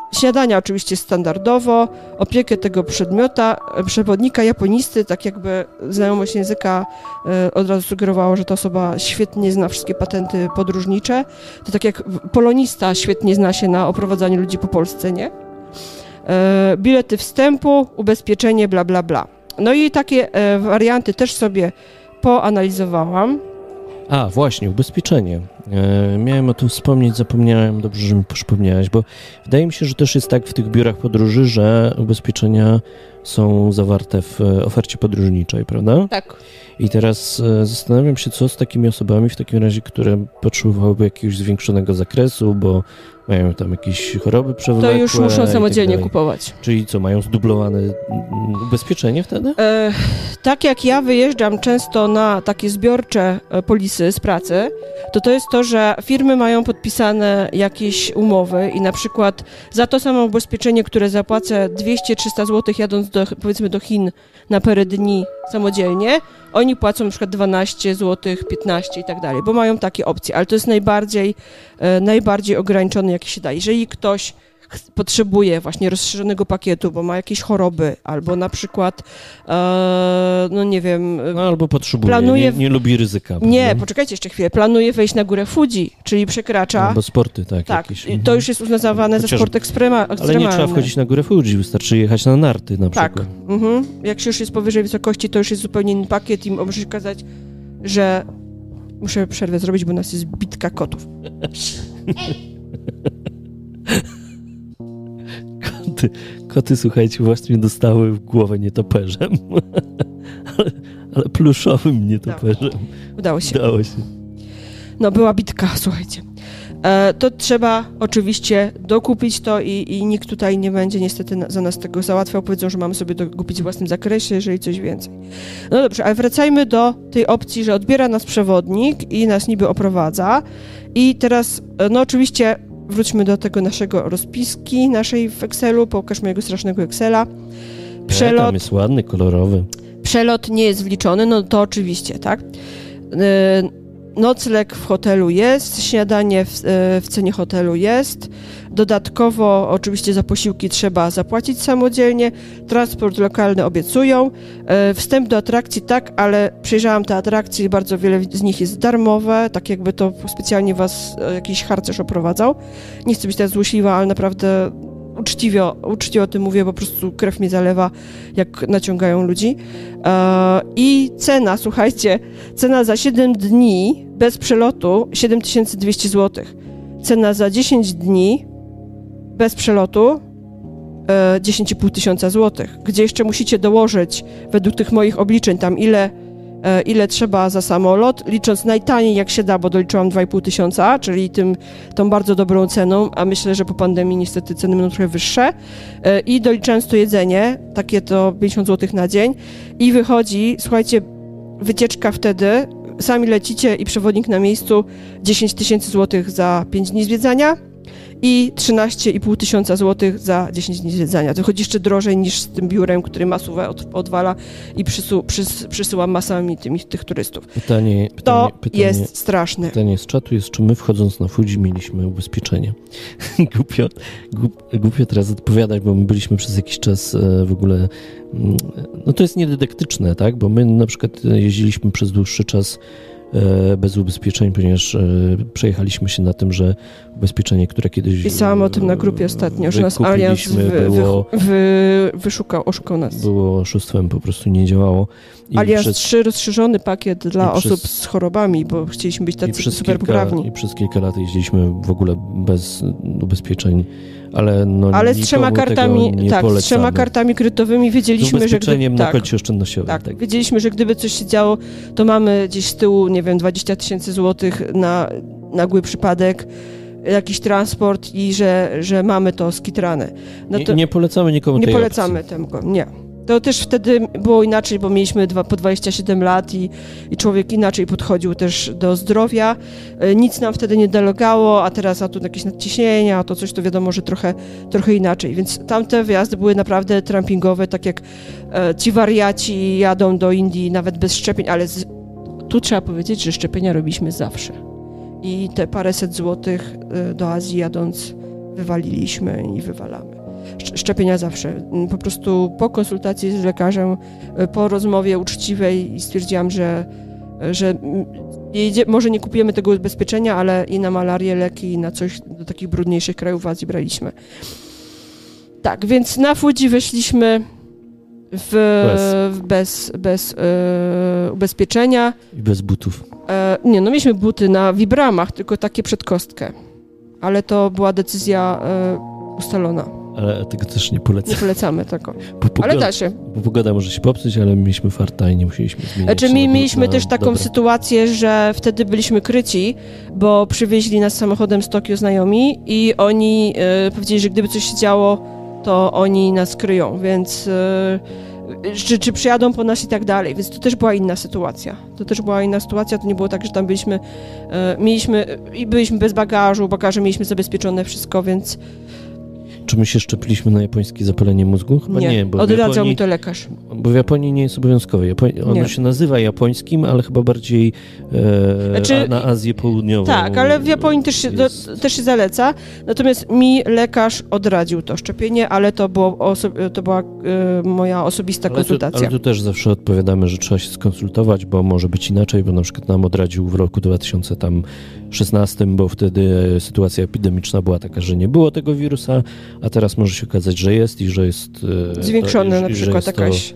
Śniadania oczywiście standardowo, opiekę tego przewodnika japonisty, tak jakby znajomość języka od razu sugerowała, że ta osoba świetnie zna wszystkie patenty podróżnicze. To tak jak polonista świetnie zna się na oprowadzaniu ludzi po Polsce, nie? Bilety wstępu, ubezpieczenie, bla, bla, bla. No i takie warianty też sobie poanalizowałam. A, właśnie, ubezpieczenie. Miałem o tym wspomnieć, zapomniałem, dobrze, że mi przypomniałaś, bo wydaje mi się, że też jest tak w tych biurach podróży, że ubezpieczenia są zawarte w ofercie podróżniczej, prawda? Tak. I teraz zastanawiam się, co z takimi osobami w takim razie, które potrzebowałyby jakiegoś zwiększonego zakresu, bo mają tam jakieś choroby przewlekłe. To już muszą samodzielnie kupować. Czyli co, mają zdublowane ubezpieczenie wtedy? Tak jak ja wyjeżdżam często na takie zbiorcze polisy z pracy, to jest to, że firmy mają podpisane jakieś umowy i na przykład za to samo ubezpieczenie, które zapłacę 200-300 zł jadąc powiedzmy do Chin na parę dni samodzielnie, oni płacą na przykład 12 zł, 15 i tak dalej, bo mają takie opcje, ale to jest najbardziej ograniczone, jakie się da. Jeżeli ktoś potrzebuje właśnie rozszerzonego pakietu, bo ma jakieś choroby, albo na przykład, no nie wiem... No albo potrzebuje, nie lubi ryzyka. Prawda? Nie, poczekajcie jeszcze chwilę, planuje wejść na górę Fuji, czyli przekracza... Albo sporty, tak. Tak, jakieś. to już jest uznawane za sport ekstremalny. Ale nie trzeba wchodzić na górę Fuji, wystarczy jechać na narty na przykład. Tak, jak się już jest powyżej wysokości, to już jest zupełnie inny pakiet i muszę okazać, że muszę przerwę zrobić, bo u nas jest bitka kotów. Koty, słuchajcie, właśnie dostały w głowę nietoperzem, ale pluszowym nietoperzem. Udało się. Udało się. No, była bitka, słuchajcie. To trzeba oczywiście dokupić to i nikt tutaj nie będzie niestety za nas tego załatwiał. Powiedzą, że mamy sobie dokupić w własnym zakresie, jeżeli coś więcej. No dobrze, ale wracajmy do tej opcji, że odbiera nas przewodnik i nas niby oprowadza. I teraz, no oczywiście wróćmy do tego naszego rozpiski, naszej w Excelu, pokaż mojego strasznego Excela. Przelot, tam jest ładny, kolorowy. Przelot nie jest wliczony, no to oczywiście, tak? Nocleg w hotelu jest, śniadanie w cenie hotelu jest, dodatkowo oczywiście za posiłki trzeba zapłacić samodzielnie, transport lokalny obiecują, wstęp do atrakcji tak, ale przejrzałam te atrakcje, bardzo wiele z nich jest darmowe, tak jakby to specjalnie was jakiś harcerz oprowadzał. Nie chcę być teraz złośliwa, ale naprawdę uczciwie o tym mówię, po prostu krew mnie zalewa, jak naciągają ludzi. I cena, słuchajcie, cena za 7 dni bez przelotu 7200 zł. Cena za 10 dni bez przelotu 10 500 zł. Gdzie jeszcze musicie dołożyć, według tych moich obliczeń, tam ile trzeba za samolot, licząc najtaniej jak się da, bo doliczyłam 2500, czyli tą bardzo dobrą ceną, a myślę, że po pandemii niestety ceny będą trochę wyższe. I doliczając to jedzenie, takie to 50 zł na dzień i wychodzi, słuchajcie, wycieczka wtedy, sami lecicie i przewodnik na miejscu 10 000 zł za 5 dni zwiedzania i 13 500 zł za 10 dni zwiedzania. To chodzi jeszcze drożej niż z tym biurem, który masówę odwala i przysyła masami tych turystów. Pytanie jest straszne. Pytanie z czatu jest, czy my wchodząc na Fuji mieliśmy ubezpieczenie. Głupio teraz odpowiadać, bo my byliśmy przez jakiś czas w ogóle... No to jest niedydaktyczne, tak? Bo my na przykład jeździliśmy przez dłuższy czas bez ubezpieczeń, ponieważ przejechaliśmy się na tym, że ubezpieczenie, które kiedyś... Pisałam o tym na grupie ostatnio, że nas Allianz oszukał nas. Było oszustwem, po prostu nie działało. Allianz 3 rozszerzony pakiet dla osób z chorobami, bo chcieliśmy być tacy super poprawni. I przez kilka lat jeździliśmy w ogóle bez ubezpieczeń, ale z 3 kartami, z 3 kartami kredytowymi wiedzieliśmy, że ubezpieczeniem na koncie oszczędnościowym. Tak, wiedzieliśmy, że gdyby coś się działo, to mamy gdzieś z tyłu, nie wiem, 20 000 złotych na nagły przypadek, jakiś transport i że mamy to skitrane. No to nie polecamy nikomu tej opcji. Nie polecamy tego, nie. To też wtedy było inaczej, bo mieliśmy po 27 lat i człowiek inaczej podchodził też do zdrowia. Nic nam wtedy nie delegało, a teraz tu jakieś nadciśnienia, a to coś, to wiadomo, że trochę inaczej. Więc tamte wyjazdy były naprawdę trampingowe, tak jak ci wariaci jadą do Indii nawet bez szczepień, ale tu trzeba powiedzieć, że szczepienia robiliśmy zawsze. I te paręset złotych do Azji jadąc wywaliliśmy i wywalamy. Szczepienia zawsze. Po prostu po konsultacji z lekarzem, po rozmowie uczciwej stwierdziłam, że może nie kupujemy tego ubezpieczenia, ale i na malarię leki, i na coś do takich brudniejszych krajów Azji braliśmy. Tak, więc na Fuji weszliśmy bez ubezpieczenia. I bez butów. Mieliśmy buty na Vibramach, tylko takie przed kostkę. Ale to była decyzja ustalona. Ale tego też nie polecamy. Nie polecamy tego. Ale da się. Bo pogoda może się popsuć, ale mieliśmy farta i nie musieliśmy zmieniać. Mieliśmy też taką sytuację, że wtedy byliśmy kryci, bo przywieźli nas samochodem z Tokio znajomi i oni powiedzieli, że gdyby coś się działo, to oni nas kryją, więc czy przyjadą po nas i tak dalej, więc to też była inna sytuacja. To nie było tak, że tam byliśmy bez bagażu, bagaże mieliśmy zabezpieczone, wszystko, więc... Czy my się szczepiliśmy na japońskie zapalenie mózgu? Chyba nie, bo odradzał mi to lekarz. Bo w Japonii nie jest obowiązkowe. Ono się nazywa japońskim, ale chyba bardziej na Azję Południową. Tak, ale w Japonii też się zaleca. Natomiast mi lekarz odradził to szczepienie, ale to była moja osobista konsultacja. Ale tu też zawsze odpowiadamy, że trzeba się skonsultować, bo może być inaczej, bo na przykład nam odradził w roku 2016, bo wtedy sytuacja epidemiczna była taka, że nie było tego wirusa, a teraz może się okazać, że jest i że jest... Zwiększone na przykład jakaś...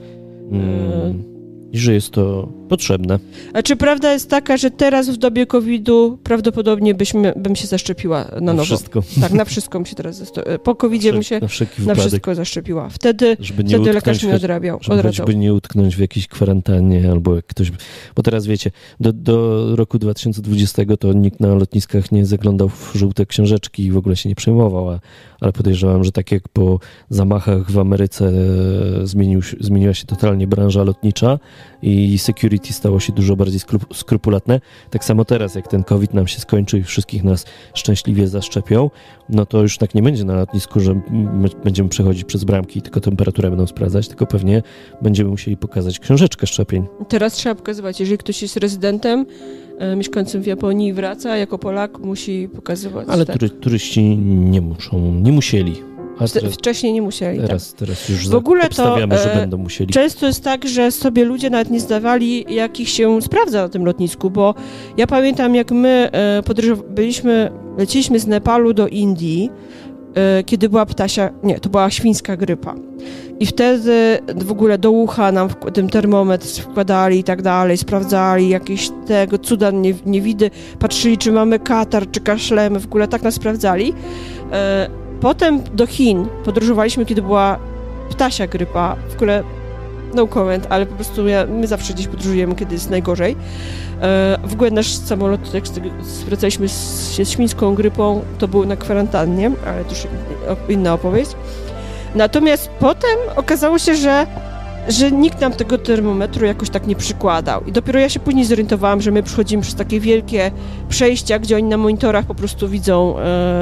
I że jest to potrzebne. A czy prawda jest taka, że teraz w dobie COVID-u prawdopodobnie bym się zaszczepiła na nowo? Wszystko. Tak, na wszystko bym się teraz po COVID-zie bym się na wszystko zaszczepiła. Wtedy lekarz mi odradzał. Żeby nie utknąć w jakiejś kwarantannie albo jak ktoś... Bo teraz wiecie, do roku 2020 to nikt na lotniskach nie zaglądał w żółte książeczki i w ogóle się nie przejmował, ale podejrzewam, że tak jak po zamachach w Ameryce zmieniła się totalnie branża lotnicza i security stało się dużo bardziej skrupulatne. Tak samo teraz, jak ten COVID nam się skończy i wszystkich nas szczęśliwie zaszczepią, no to już tak nie będzie na lotnisku, że będziemy przechodzić przez bramki i tylko temperaturę będą sprawdzać, tylko pewnie będziemy musieli pokazać książeczkę szczepień. Teraz trzeba pokazywać, jeżeli ktoś jest rezydentem mieszkającym w Japonii i wraca, jako Polak musi pokazywać. Ale turyści nie musieli. Wcześniej nie musieli. Teraz już w ogóle obstawiamy, że będą musieli. Często jest tak, że sobie ludzie nawet nie zdawali, jakich się sprawdza na tym lotnisku, bo ja pamiętam, jak my leciliśmy z Nepalu do Indii, kiedy była to była świńska grypa. I wtedy w ogóle do ucha nam ten termometr wkładali i tak dalej, sprawdzali jakieś tego cuda niewidy, patrzyli, czy mamy katar, czy kaszlemy, w ogóle tak nas sprawdzali. Potem do Chin podróżowaliśmy, kiedy była ptasia grypa. W ogóle no comment, ale po prostu my zawsze gdzieś podróżujemy, kiedy jest najgorzej. W ogóle nasz samolot, jak wracaliśmy z świńską grypą, to był na kwarantannie, ale to już inna opowieść. Natomiast potem okazało się, że nikt nam tego termometru jakoś tak nie przykładał. I dopiero ja się później zorientowałam, że my przechodzimy przez takie wielkie przejścia, gdzie oni na monitorach po prostu widzą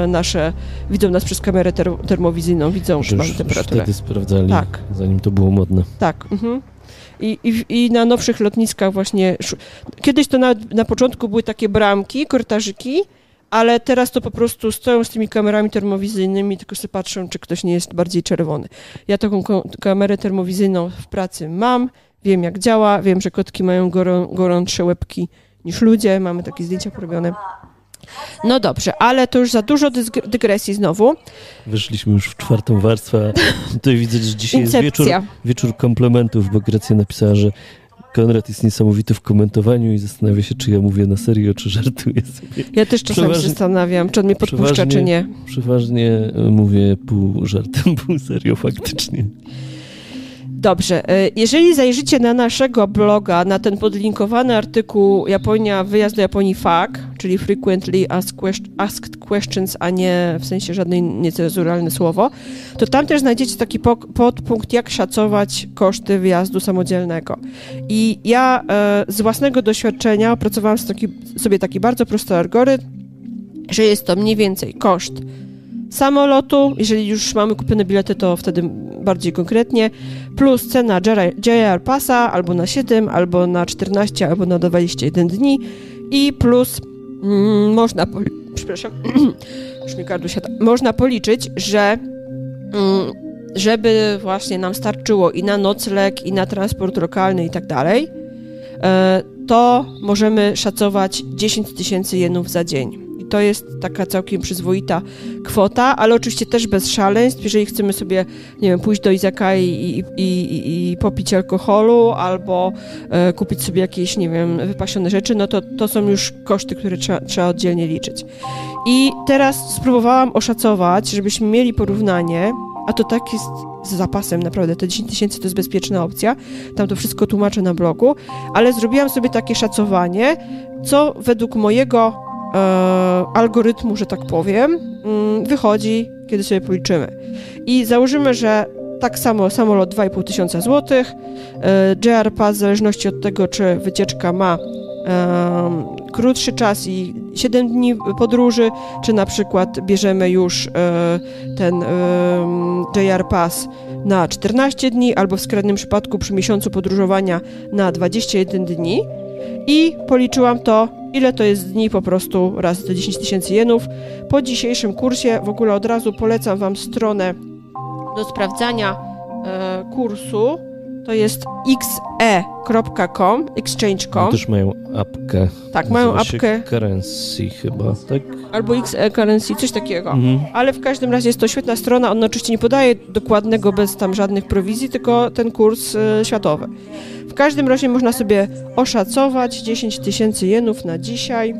nas przez kamerę termowizyjną, widzą, że mamy temperaturę. Wtedy sprawdzali, zanim to było modne. Tak. I na nowszych lotniskach właśnie... Kiedyś to na początku były takie bramki, korytarzyki, ale teraz to po prostu stoją z tymi kamerami termowizyjnymi, tylko sobie patrzą, czy ktoś nie jest bardziej czerwony. Ja taką kamerę termowizyjną w pracy mam, wiem jak działa, wiem, że kotki mają gorące łebki niż ludzie, mamy takie zdjęcia porobione. No dobrze, ale to już za dużo dygresji znowu. Weszliśmy już w 4. warstwę. Tutaj widzę, że dzisiaj jest wieczór komplementów, bo Grecja napisała, że Konrad jest niesamowity w komentowaniu i zastanawia się, czy ja mówię na serio, czy żartuję sobie. Ja też czasami się zastanawiam, czy on mnie podpuszcza, czy nie. Przeważnie mówię pół żartem, pół serio faktycznie. Dobrze, jeżeli zajrzycie na naszego bloga, na ten podlinkowany artykuł Wyjazd do Japonii FAQ, czyli Frequently Asked Questions, a nie w sensie żadne niecenzuralne słowo, to tam też znajdziecie taki podpunkt, jak szacować koszty wyjazdu samodzielnego. I ja z własnego doświadczenia opracowałam sobie taki bardzo prosty algorytm, że jest to mniej więcej koszt samolotu, jeżeli już mamy kupione bilety, to wtedy bardziej konkretnie, plus cena JR Passa albo na 7, albo na 14, albo na 21 dni i plus Już mi gardło siada. Można policzyć, że żeby właśnie nam starczyło i na nocleg, i na transport lokalny i tak dalej, to możemy szacować 10 000 jenów za dzień. I to jest taka całkiem przyzwoita kwota, ale oczywiście też bez szaleństw. Jeżeli chcemy sobie, nie wiem, pójść do Izaka i popić alkoholu albo kupić sobie jakieś, nie wiem, wypasione rzeczy, no to są już koszty, które trzeba oddzielnie liczyć. I teraz spróbowałam oszacować, żebyśmy mieli porównanie, a to tak jest z zapasem, naprawdę, te 10 000 to jest bezpieczna opcja, tam to wszystko tłumaczę na blogu, ale zrobiłam sobie takie szacowanie, co według mojego algorytmu, że tak powiem, wychodzi, kiedy sobie policzymy. I założymy, że tak samo samolot 2500 zł, JR Pass w zależności od tego, czy wycieczka ma krótszy czas i 7 dni podróży, czy na przykład bierzemy już ten JR Pass na 14 dni, albo w skrajnym przypadku przy miesiącu podróżowania na 21 dni i policzyłam to, ile to jest dni po prostu razy te 10 000 jenów. Po dzisiejszym kursie w ogóle od razu polecam Wam stronę do sprawdzania kursu. To jest xe.com, exchange.com. Też mają apkę. Tak, mają apkę. Currency chyba, tak? Albo xe Currency, coś takiego. Ale w każdym razie jest to świetna strona. Ona oczywiście nie podaje dokładnego, bez tam żadnych prowizji, tylko ten kurs światowy. W każdym razie można sobie oszacować 10 000 jenów na dzisiaj.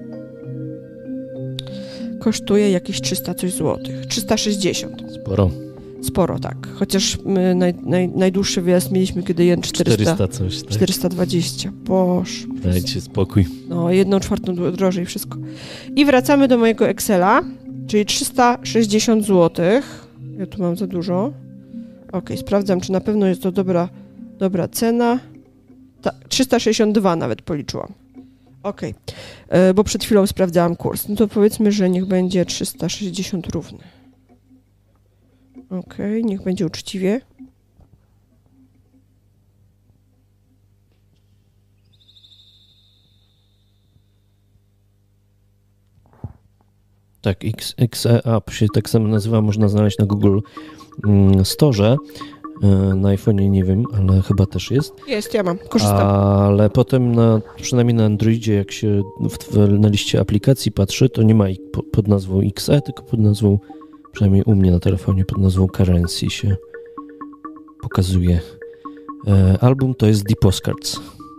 Kosztuje jakieś 300 coś złotych. 360. Sporo, tak. Chociaż my najdłuższy wyjazd mieliśmy, kiedy jen 400 coś, tak? 420. Boż. Dajcie spokój. No, 1/4 drożej wszystko. I wracamy do mojego Excela, czyli 360 zł. Ja tu mam za dużo. Okej, sprawdzam, czy na pewno jest to dobra cena. 362 nawet policzyłam. Okej, bo przed chwilą sprawdzałam kurs. No to powiedzmy, że niech będzie 360 równy. Okej, niech będzie uczciwie. Tak, XE App się tak samo nazywa, można znaleźć na Google Store. Na iPhone'ie nie wiem, ale chyba też jest. Jest, ja mam, korzystam. Ale potem, przynajmniej na Androidzie, jak się na liście aplikacji patrzy, to nie ma ich pod nazwą XE, tylko pod nazwą, przynajmniej u mnie na telefonie, pod nazwą Currency się pokazuje. Album to jest The Postcards.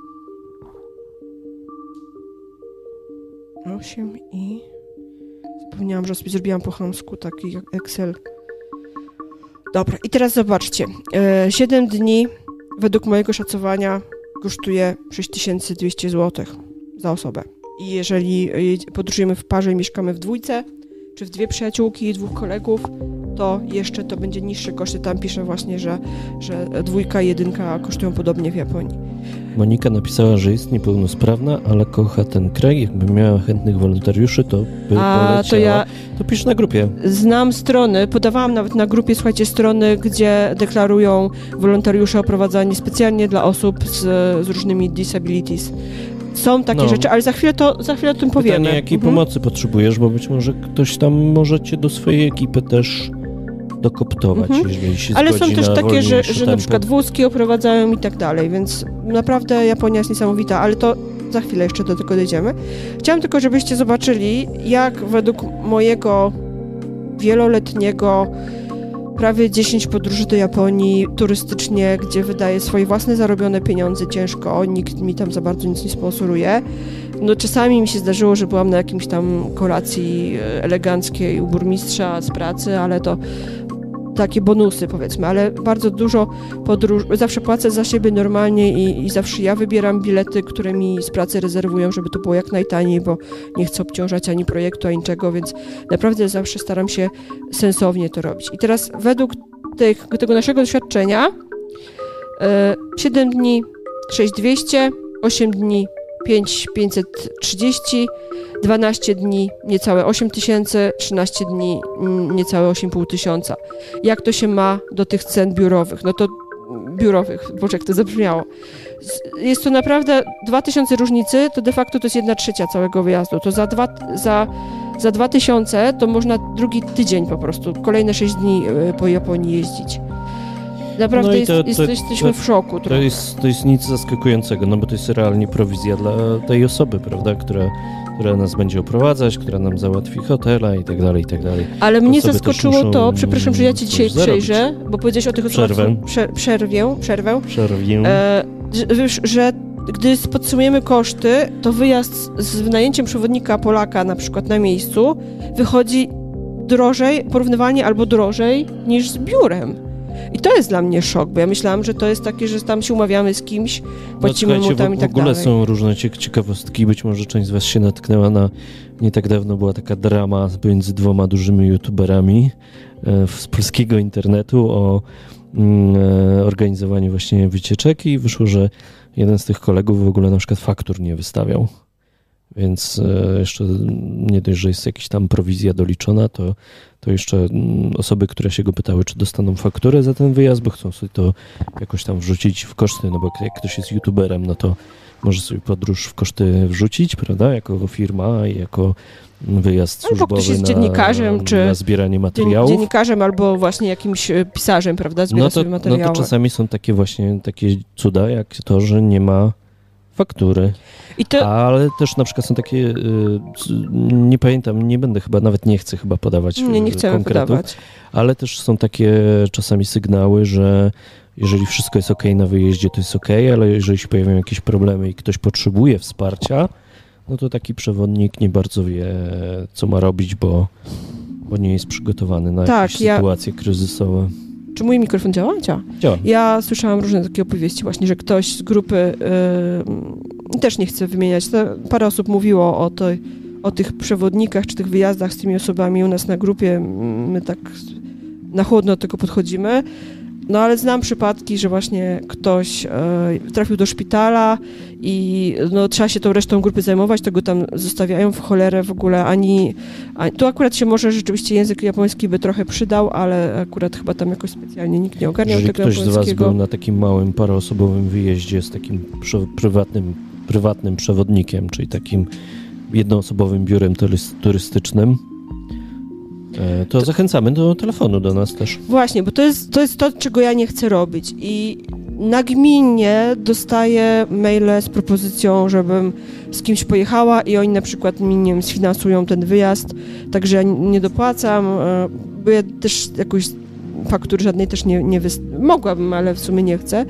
8 i... Zapomniałam, że sobie zrobiłam po chamsku taki Excel. Dobra, i teraz zobaczcie. 7 dni według mojego szacowania kosztuje 6200 zł za osobę. I jeżeli podróżujemy w parze i mieszkamy w dwójce, czy w dwie przyjaciółki i 2 kolegów, to jeszcze to będzie niższe koszty. Tam piszę właśnie, że 2 i 1 kosztują podobnie w Japonii. Monika napisała, że jest niepełnosprawna, ale kocha ten kraj. Jakby miała chętnych wolontariuszy, to by poleciała. To pisz na grupie. Znam strony, podawałam nawet na grupie, słuchajcie, strony, gdzie deklarują wolontariusze oprowadzani specjalnie dla osób z różnymi disabilities. Są takie rzeczy, ale za chwilę o tym powiemy. Pytanie, jakiej pomocy potrzebujesz, bo być może ktoś tam może cię do swojej ekipy też dokoptować, jeżeli się ale zgodzi. Ale są też takie, że tempo. Na przykład wózki oprowadzają i tak dalej, więc naprawdę Japonia jest niesamowita, ale to za chwilę jeszcze do tego dojdziemy. Chciałam tylko, żebyście zobaczyli, jak według mojego wieloletniego prawie 10 podróży do Japonii turystycznie, gdzie wydaję swoje własne zarobione pieniądze ciężko, nikt mi tam za bardzo nic nie sponsoruje. No czasami mi się zdarzyło, że byłam na jakimś tam kolacji eleganckiej u burmistrza z pracy, ale to takie bonusy, powiedzmy, ale bardzo dużo zawsze płacę za siebie normalnie i zawsze ja wybieram bilety, które mi z pracy rezerwują, żeby to było jak najtaniej, bo nie chcę obciążać ani projektu, ani niczego, więc naprawdę zawsze staram się sensownie to robić. I teraz według tego naszego doświadczenia 7 dni 6200, 8 dni 5530, 12 dni niecałe 8000, 13 dni niecałe 8500. Jak to się ma do tych cen biurowych? No to boże, jak to zabrzmiało. Jest to naprawdę 2000 różnicy, to de facto to jest 1/3 całego wyjazdu. To za za 2000 to można drugi tydzień po prostu, kolejne 6 dni po Japonii jeździć. Naprawdę jesteśmy w szoku. To jest nic zaskakującego, no bo to jest realnie prowizja dla tej osoby, prawda, która nas będzie oprowadzać, która nam załatwi hotela i tak dalej, i tak dalej. Ale mnie zaskoczyło to, przepraszam, że ja ci dzisiaj przejrzę, bo powiedziałeś o tych osobach... Przerwę. Że gdy podsumujemy koszty, to wyjazd z wynajęciem przewodnika Polaka na przykład na miejscu wychodzi drożej, porównywalnie albo drożej niż z biurem. I to jest dla mnie szok, bo ja myślałam, że to jest takie, że tam się umawiamy z kimś, płacimy mu tam i tak dalej. W ogóle są różne ciekawostki, być może część z was się natknęła na, nie tak dawno była taka drama między 2 dużymi youtuberami z polskiego internetu o organizowaniu właśnie wycieczek i wyszło, że jeden z tych kolegów w ogóle na przykład faktur nie wystawiał. Więc jeszcze nie dość, że jest jakaś tam prowizja doliczona, to jeszcze osoby, które się go pytały, czy dostaną fakturę za ten wyjazd, bo chcą sobie to jakoś tam wrzucić w koszty, no bo jak ktoś jest youtuberem, no to może sobie podróż w koszty wrzucić, prawda, jako firma i jako wyjazd służbowy jest dziennikarzem, czy na zbieranie materiałów. Dziennikarzem albo właśnie jakimś pisarzem, prawda, zbiera sobie materiały. No to czasami są takie cuda, jak to, że nie ma faktury. Ale też na przykład są takie, nie pamiętam, nie chcę podawać nie chcemy konkretów, podawać. Ale też są takie czasami sygnały, że jeżeli wszystko jest okej na wyjeździe, to jest okej, ale jeżeli się pojawią jakieś problemy i ktoś potrzebuje wsparcia, no to taki przewodnik nie bardzo wie, co ma robić, bo nie jest przygotowany na jakieś sytuacje kryzysowe. Czy mój mikrofon działa? Działa. Ja słyszałam różne takie opowieści właśnie, że ktoś z grupy, też nie chcę wymieniać, parę osób mówiło o tych przewodnikach czy tych wyjazdach z tymi osobami u nas na grupie. My tak na chłodno do tego podchodzimy. No ale znam przypadki, że właśnie ktoś trafił do szpitala i trzeba się tą resztą grupy zajmować, tego tam zostawiają w cholerę w ogóle, tu akurat się może rzeczywiście język japoński by trochę przydał, ale akurat chyba tam jakoś specjalnie nikt nie ogarniał tego japońskiego. Jeżeli ktoś z was był na takim małym, paroosobowym wyjeździe z takim prywatnym przewodnikiem, czyli takim jednoosobowym biurem turystycznym, to zachęcamy do telefonu do nas też. Właśnie, bo to jest to, czego ja nie chcę robić i nagminnie dostaję maile z propozycją, żebym z kimś pojechała i oni na przykład mi, nie wiem, sfinansują ten wyjazd, także ja nie dopłacam, bo ja też jakoś faktury żadnej też nie mogłabym, ale w sumie nie chcę.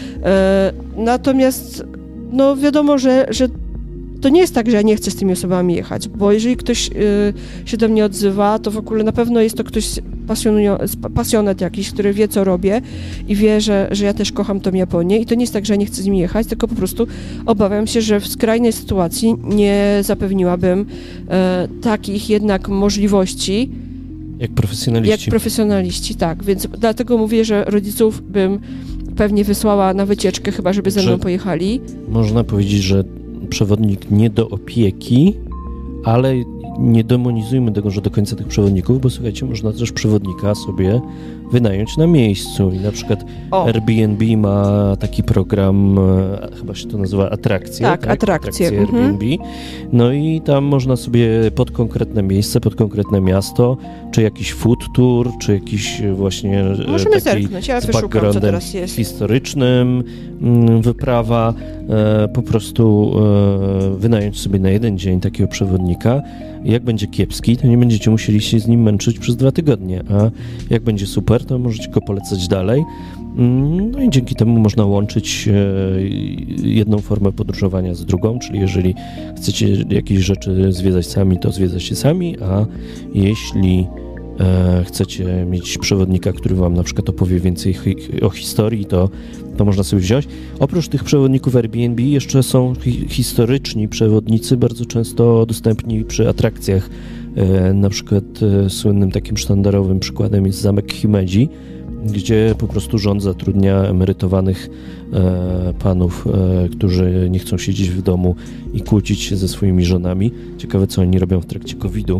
Natomiast wiadomo, że to nie jest tak, że ja nie chcę z tymi osobami jechać, bo jeżeli ktoś się do mnie odzywa, to w ogóle na pewno jest to ktoś pasjonat jakiś, który wie, co robię i wie, że ja też kocham tą Japonię i to nie jest tak, że ja nie chcę z nimi jechać, tylko po prostu obawiam się, że w skrajnej sytuacji nie zapewniłabym takich jednak możliwości. Jak profesjonaliści, tak. Więc dlatego mówię, że rodziców bym pewnie wysłała na wycieczkę, chyba żeby ze mną pojechali. Można powiedzieć, że przewodnik nie do opieki, ale nie demonizujmy tego, że do końca tych przewodników, bo słuchajcie, można też przewodnika sobie wynająć na miejscu i na przykład Airbnb ma taki program, chyba się to nazywa Atrakcje. Tak, Atrakcje Airbnb. No i tam można sobie pod konkretne miejsce, pod konkretne miasto, czy jakiś food tour, czy jakiś właśnie możemy taki z backgroundem historycznym wyprawa, po prostu wynająć sobie na jeden dzień takiego przewodnika. Jak będzie kiepski, to nie będziecie musieli się z nim męczyć przez 2 tygodnie, a jak będzie super, to możecie go polecać dalej. No i dzięki temu można łączyć jedną formę podróżowania z drugą, czyli jeżeli chcecie jakieś rzeczy zwiedzać sami, to zwiedzacie sami, a jeśli chcecie mieć przewodnika, który wam na przykład opowie więcej o historii, to można sobie wziąć. Oprócz tych przewodników Airbnb jeszcze są historyczni przewodnicy, bardzo często dostępni przy atrakcjach. Na przykład słynnym takim sztandarowym przykładem jest zamek Himeji, gdzie po prostu rząd zatrudnia emerytowanych panów, którzy nie chcą siedzieć w domu i kłócić się ze swoimi żonami. Ciekawe, co oni robią w trakcie COVID-u,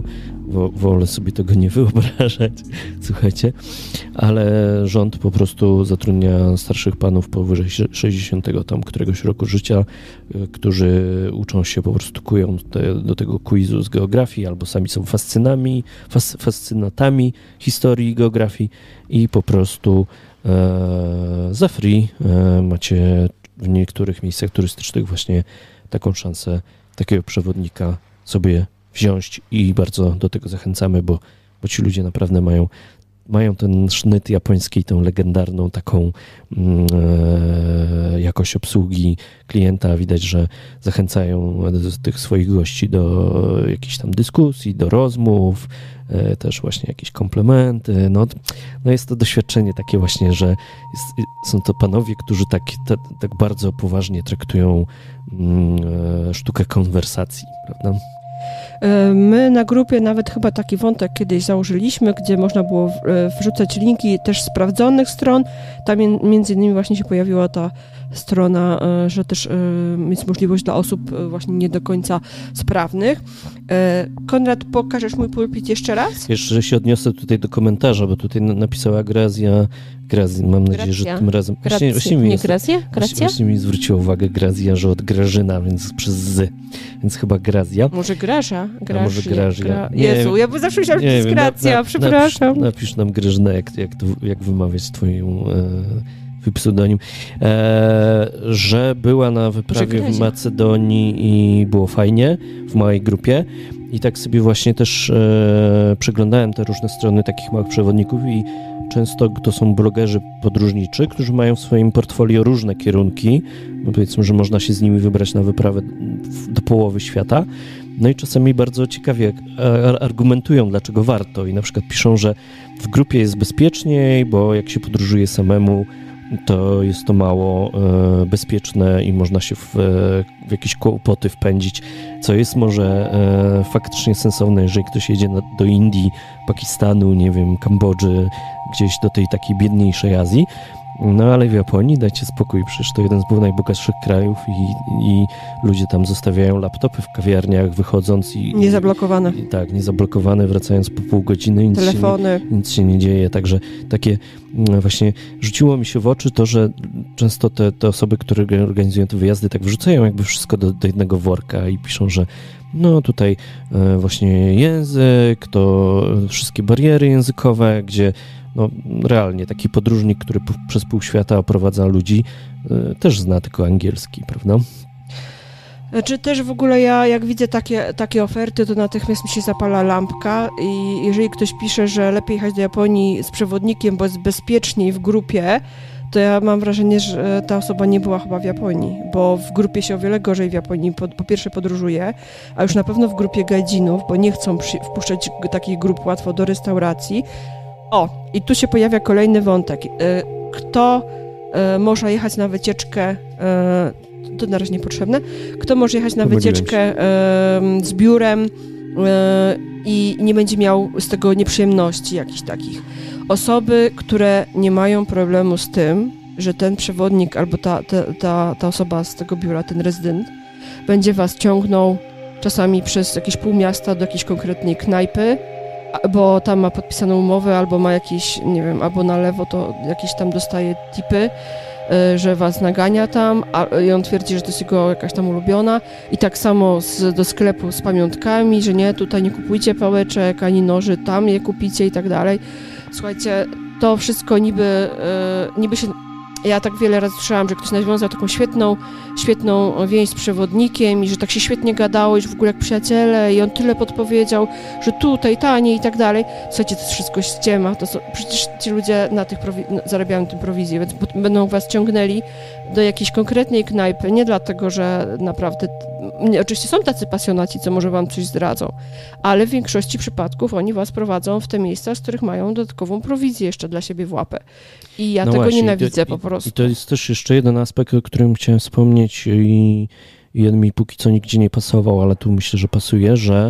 wolę sobie tego nie wyobrażać, słuchajcie, ale rząd po prostu zatrudnia starszych panów powyżej 60 tam któregoś roku życia, którzy uczą się, po prostu kują do tego quizu z geografii, albo sami są fascynatami historii i geografii i po prostu za free macie w niektórych miejscach turystycznych właśnie taką szansę takiego przewodnika sobie wziąć i bardzo do tego zachęcamy, bo ci ludzie naprawdę mają ten sznyt japoński, tą legendarną taką jakość obsługi klienta. Widać, że zachęcają tych swoich gości do jakichś tam dyskusji, do rozmów, też właśnie jakieś komplementy. No jest to doświadczenie takie właśnie, że są to panowie, którzy tak bardzo poważnie traktują sztukę konwersacji, prawda? My na grupie nawet chyba taki wątek kiedyś założyliśmy, gdzie można było wrzucać linki też sprawdzonych stron. Tam między innymi właśnie się pojawiła ta strona, że też jest możliwość dla osób właśnie nie do końca sprawnych. Konrad, pokażesz mój pulpit jeszcze raz? Jeszcze się odniosę tutaj do komentarza, bo tutaj napisała Grazia, mam nadzieję, że tym razem... Właśnie mi zwróciła uwagę Grazia, że od Grażyna, więc przez Z, więc chyba Grazia. Może Graża? Może Grażia. Jezu, ja zawsze myślałam, że to jest Gracja, przepraszam. Napisz nam Grażyna, jak wymawiać twoją... pseudonim, że była na wyprawie w Macedonii i było fajnie w małej grupie i tak sobie właśnie też przeglądałem te różne strony takich małych przewodników i często to są blogerzy podróżniczy, którzy mają w swoim portfolio różne kierunki, no powiedzmy, że można się z nimi wybrać na wyprawę do połowy świata, no i czasami bardzo ciekawie argumentują, dlaczego warto i na przykład piszą, że w grupie jest bezpieczniej, bo jak się podróżuje samemu, to jest to mało bezpieczne i można się w jakieś kłopoty wpędzić, co jest może faktycznie sensowne, jeżeli ktoś jedzie do Indii, Pakistanu, nie wiem, Kambodży, gdzieś do tej takiej biedniejszej Azji. No ale w Japonii, dajcie spokój, przecież to jeden z najbogatszych krajów i ludzie tam zostawiają laptopy w kawiarniach, wychodząc i... Niezablokowane. Tak, niezablokowane, wracając po pół godziny, nic się nie dzieje, także takie właśnie rzuciło mi się w oczy to, że często te osoby, które organizują te wyjazdy, tak wrzucają jakby wszystko do jednego worka i piszą, że no tutaj właśnie język, to wszystkie bariery językowe, gdzie no realnie taki podróżnik, który przez pół świata oprowadza ludzi, też zna tylko angielski, prawda? Czy też w ogóle ja, jak widzę takie oferty, to natychmiast mi się zapala lampka i jeżeli ktoś pisze, że lepiej jechać do Japonii z przewodnikiem, bo jest bezpieczniej w grupie, to ja mam wrażenie, że ta osoba nie była chyba w Japonii, bo w grupie się o wiele gorzej w Japonii po pierwsze podróżuje, a już na pewno w grupie gajdzinów, bo nie chcą wpuszczać takich grup łatwo do restauracji. O, i tu się pojawia kolejny wątek. Kto może jechać na wycieczkę, to na razie niepotrzebne, kto może jechać na wycieczkę z biurem i nie będzie miał z tego nieprzyjemności jakichś takich. Osoby, które nie mają problemu z tym, że ten przewodnik albo ta osoba z tego biura, ten rezydent, będzie was ciągnął czasami przez jakieś pół miasta do jakiejś konkretnej knajpy, bo tam ma podpisaną umowę, albo ma jakieś, nie wiem, albo na lewo to jakieś tam dostaje tipy, że was nagania tam, i on twierdzi, że to jest jego jakaś tam ulubiona. I tak samo do sklepu z pamiątkami, że nie, tutaj nie kupujcie pałeczek, ani noży, tam je kupicie i tak dalej. Słuchajcie, to wszystko niby się... Ja tak wiele razy słyszałam, że ktoś nawiązał taką świetną więź z przewodnikiem i że tak się świetnie gadało, że w ogóle jak przyjaciele i on tyle podpowiedział, że tutaj taniej i tak dalej. Słuchajcie, to jest wszystko ściema. Przecież ci ludzie zarabiają na tym prowizję, więc będą was ciągnęli do jakiejś konkretnej knajpy, nie dlatego, że naprawdę... Oczywiście są tacy pasjonaci, co może wam coś zdradzą, ale w większości przypadków oni was prowadzą w te miejsca, z których mają dodatkową prowizję jeszcze dla siebie w łapę. I ja tego właśnie nienawidzę po prostu. I to jest też jeszcze jeden aspekt, o którym chciałem wspomnieć i on mi póki co nigdzie nie pasował, ale tu myślę, że pasuje, że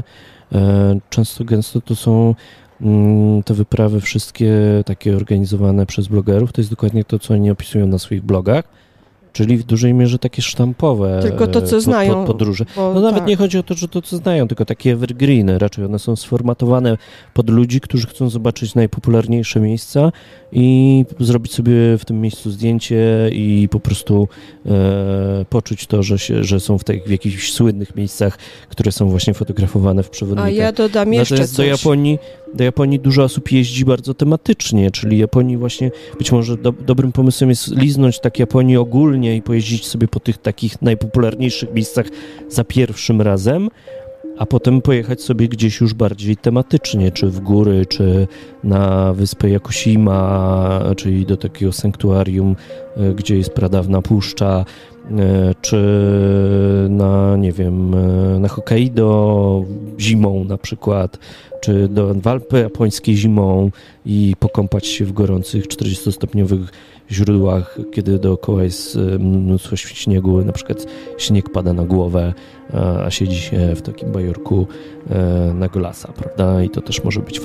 gęsto to są te wyprawy wszystkie takie organizowane przez blogerów. To jest dokładnie to, co oni opisują na swoich blogach, czyli w dużej mierze takie sztampowe tylko to, co znają, podróże. Bo, no nawet tak. nie chodzi o to, że to, co znają, tylko takie evergreeny. Raczej one są sformatowane pod ludzi, którzy chcą zobaczyć najpopularniejsze miejsca i zrobić sobie w tym miejscu zdjęcie i po prostu poczuć to, że są w jakichś słynnych miejscach, które są właśnie fotografowane w przewodnikach. A ja dodam jeszcze Natomiast coś. Do Japonii dużo osób jeździ bardzo tematycznie, czyli Japonii właśnie być może dobrym pomysłem jest liznąć tak Japonii ogólnie i pojeździć sobie po tych takich najpopularniejszych miejscach za pierwszym razem, a potem pojechać sobie gdzieś już bardziej tematycznie, czy w góry, czy na wyspę Yakushima, czyli do takiego sanktuarium, gdzie jest pradawna puszcza, czy na, nie wiem, na Hokkaido zimą na przykład, czy do Alpy japońskiej zimą i pokąpać się w gorących 40-stopniowych źródłach, kiedy dookoła jest mnóstwo śniegu, na przykład śnieg pada na głowę, a siedzi się w takim bajorku na golasa, prawda? I to też może być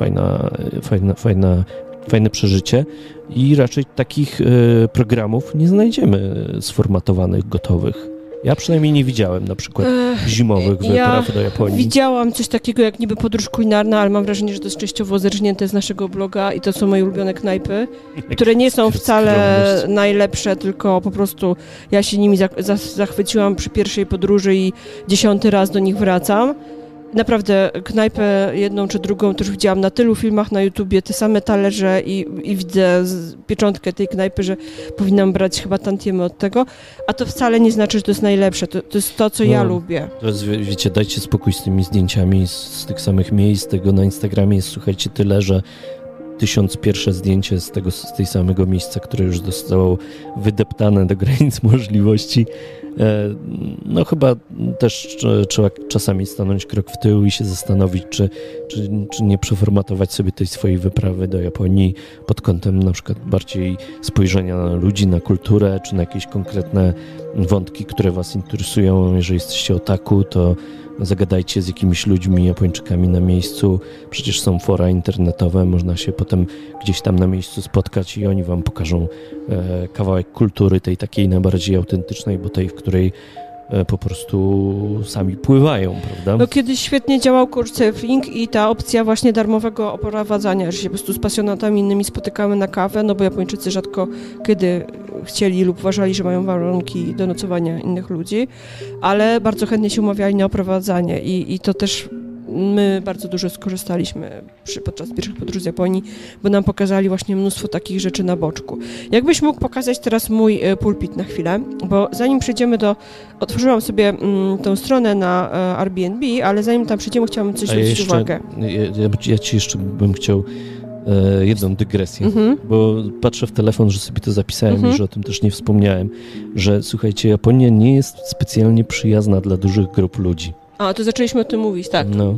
fajne przeżycie i raczej takich programów nie znajdziemy sformatowanych, gotowych. Ja przynajmniej nie widziałem na przykład zimowych wypraw do Japonii. Widziałam coś takiego jak niby podróż kulinarna, ale mam wrażenie, że to jest częściowo zerżnięte z naszego bloga i to są moje ulubione knajpy, które nie są wcale najlepsze, tylko po prostu ja się nimi zachwyciłam przy pierwszej podróży i 10. raz do nich wracam. Naprawdę knajpę jedną czy drugą też widziałam na tylu filmach na YouTubie, te same talerze i widzę pieczątkę tej knajpy, że powinnam brać chyba tantiemy od tego, a to wcale nie znaczy, że to jest najlepsze, to jest to, co ja lubię. To jest, wiecie, dajcie spokój z tymi zdjęciami z tych samych miejsc, tego na Instagramie jest, słuchajcie, tyle, że 1001 zdjęcie z tej samego miejsca, które już zostało wydeptane do granic możliwości. No chyba też trzeba czasami stanąć krok w tył i się zastanowić, czy nie przeformatować sobie tej swojej wyprawy do Japonii pod kątem na przykład bardziej spojrzenia na ludzi, na kulturę, czy na jakieś konkretne wątki, które was interesują. Jeżeli jesteście otaku, to zagadajcie z jakimiś ludźmi, Japończykami na miejscu. Przecież są fora internetowe, można się potem gdzieś tam na miejscu spotkać i oni wam pokażą kawałek kultury, tej takiej najbardziej autentycznej, bo tej, w której po prostu sami pływają, prawda? No kiedyś świetnie działał Couchsurfing i ta opcja właśnie darmowego oprowadzania, że się po prostu z pasjonatami innymi spotykamy na kawę, no bo Japończycy rzadko kiedy chcieli lub uważali, że mają warunki do nocowania innych ludzi, ale bardzo chętnie się umawiali na oprowadzanie i to też my bardzo dużo skorzystaliśmy podczas pierwszych podróży z Japonii, bo nam pokazali właśnie mnóstwo takich rzeczy na boczku. Jakbyś mógł pokazać teraz mój pulpit na chwilę, bo zanim przejdziemy otworzyłam sobie tą stronę na Airbnb, ale zanim tam przejdziemy, chciałam coś zwrócić uwagę. Ja ci jeszcze bym chciał jedną dygresję, bo patrzę w telefon, że sobie to zapisałem i że o tym też nie wspomniałem, że słuchajcie, Japonia nie jest specjalnie przyjazna dla dużych grup ludzi. A, to zaczęliśmy o tym mówić, tak. No,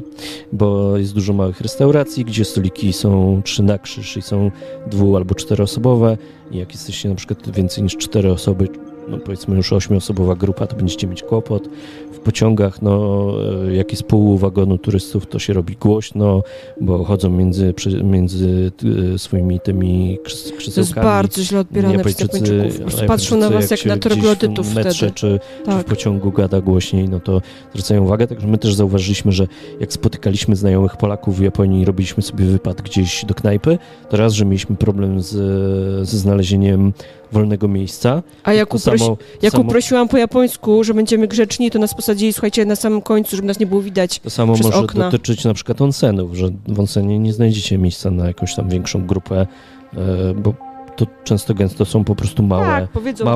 bo jest dużo małych restauracji, gdzie stoliki są 3 na krzyż i są 2- albo 4-osobowe i jak jesteście na przykład więcej niż 4 osoby, no powiedzmy już 8-osobowa grupa, to będziecie mieć kłopot. W pociągach, no jak jest pół wagonu turystów, to się robi głośno, bo chodzą między swoimi tymi krzesełkami. To jest bardzo źle odbierane przez Japończyków. Patrzą na was jak na troglodytów w metrze czy w pociągu gada głośniej, no to zwracają uwagę. Także my też zauważyliśmy, że jak spotykaliśmy znajomych Polaków w Japonii i robiliśmy sobie wypad gdzieś do knajpy, to raz, że mieliśmy problem ze znalezieniem wolnego miejsca. A jak uprosiłam po japońsku, że będziemy grzeczni, to nas posadzili, słuchajcie, na samym końcu, żeby nas nie było widać. To samo przez może okna. dotyczyć na przykład onsenów, że w onsenie nie znajdziecie miejsca na jakąś tam większą grupę, bo to często gęsto są po prostu małe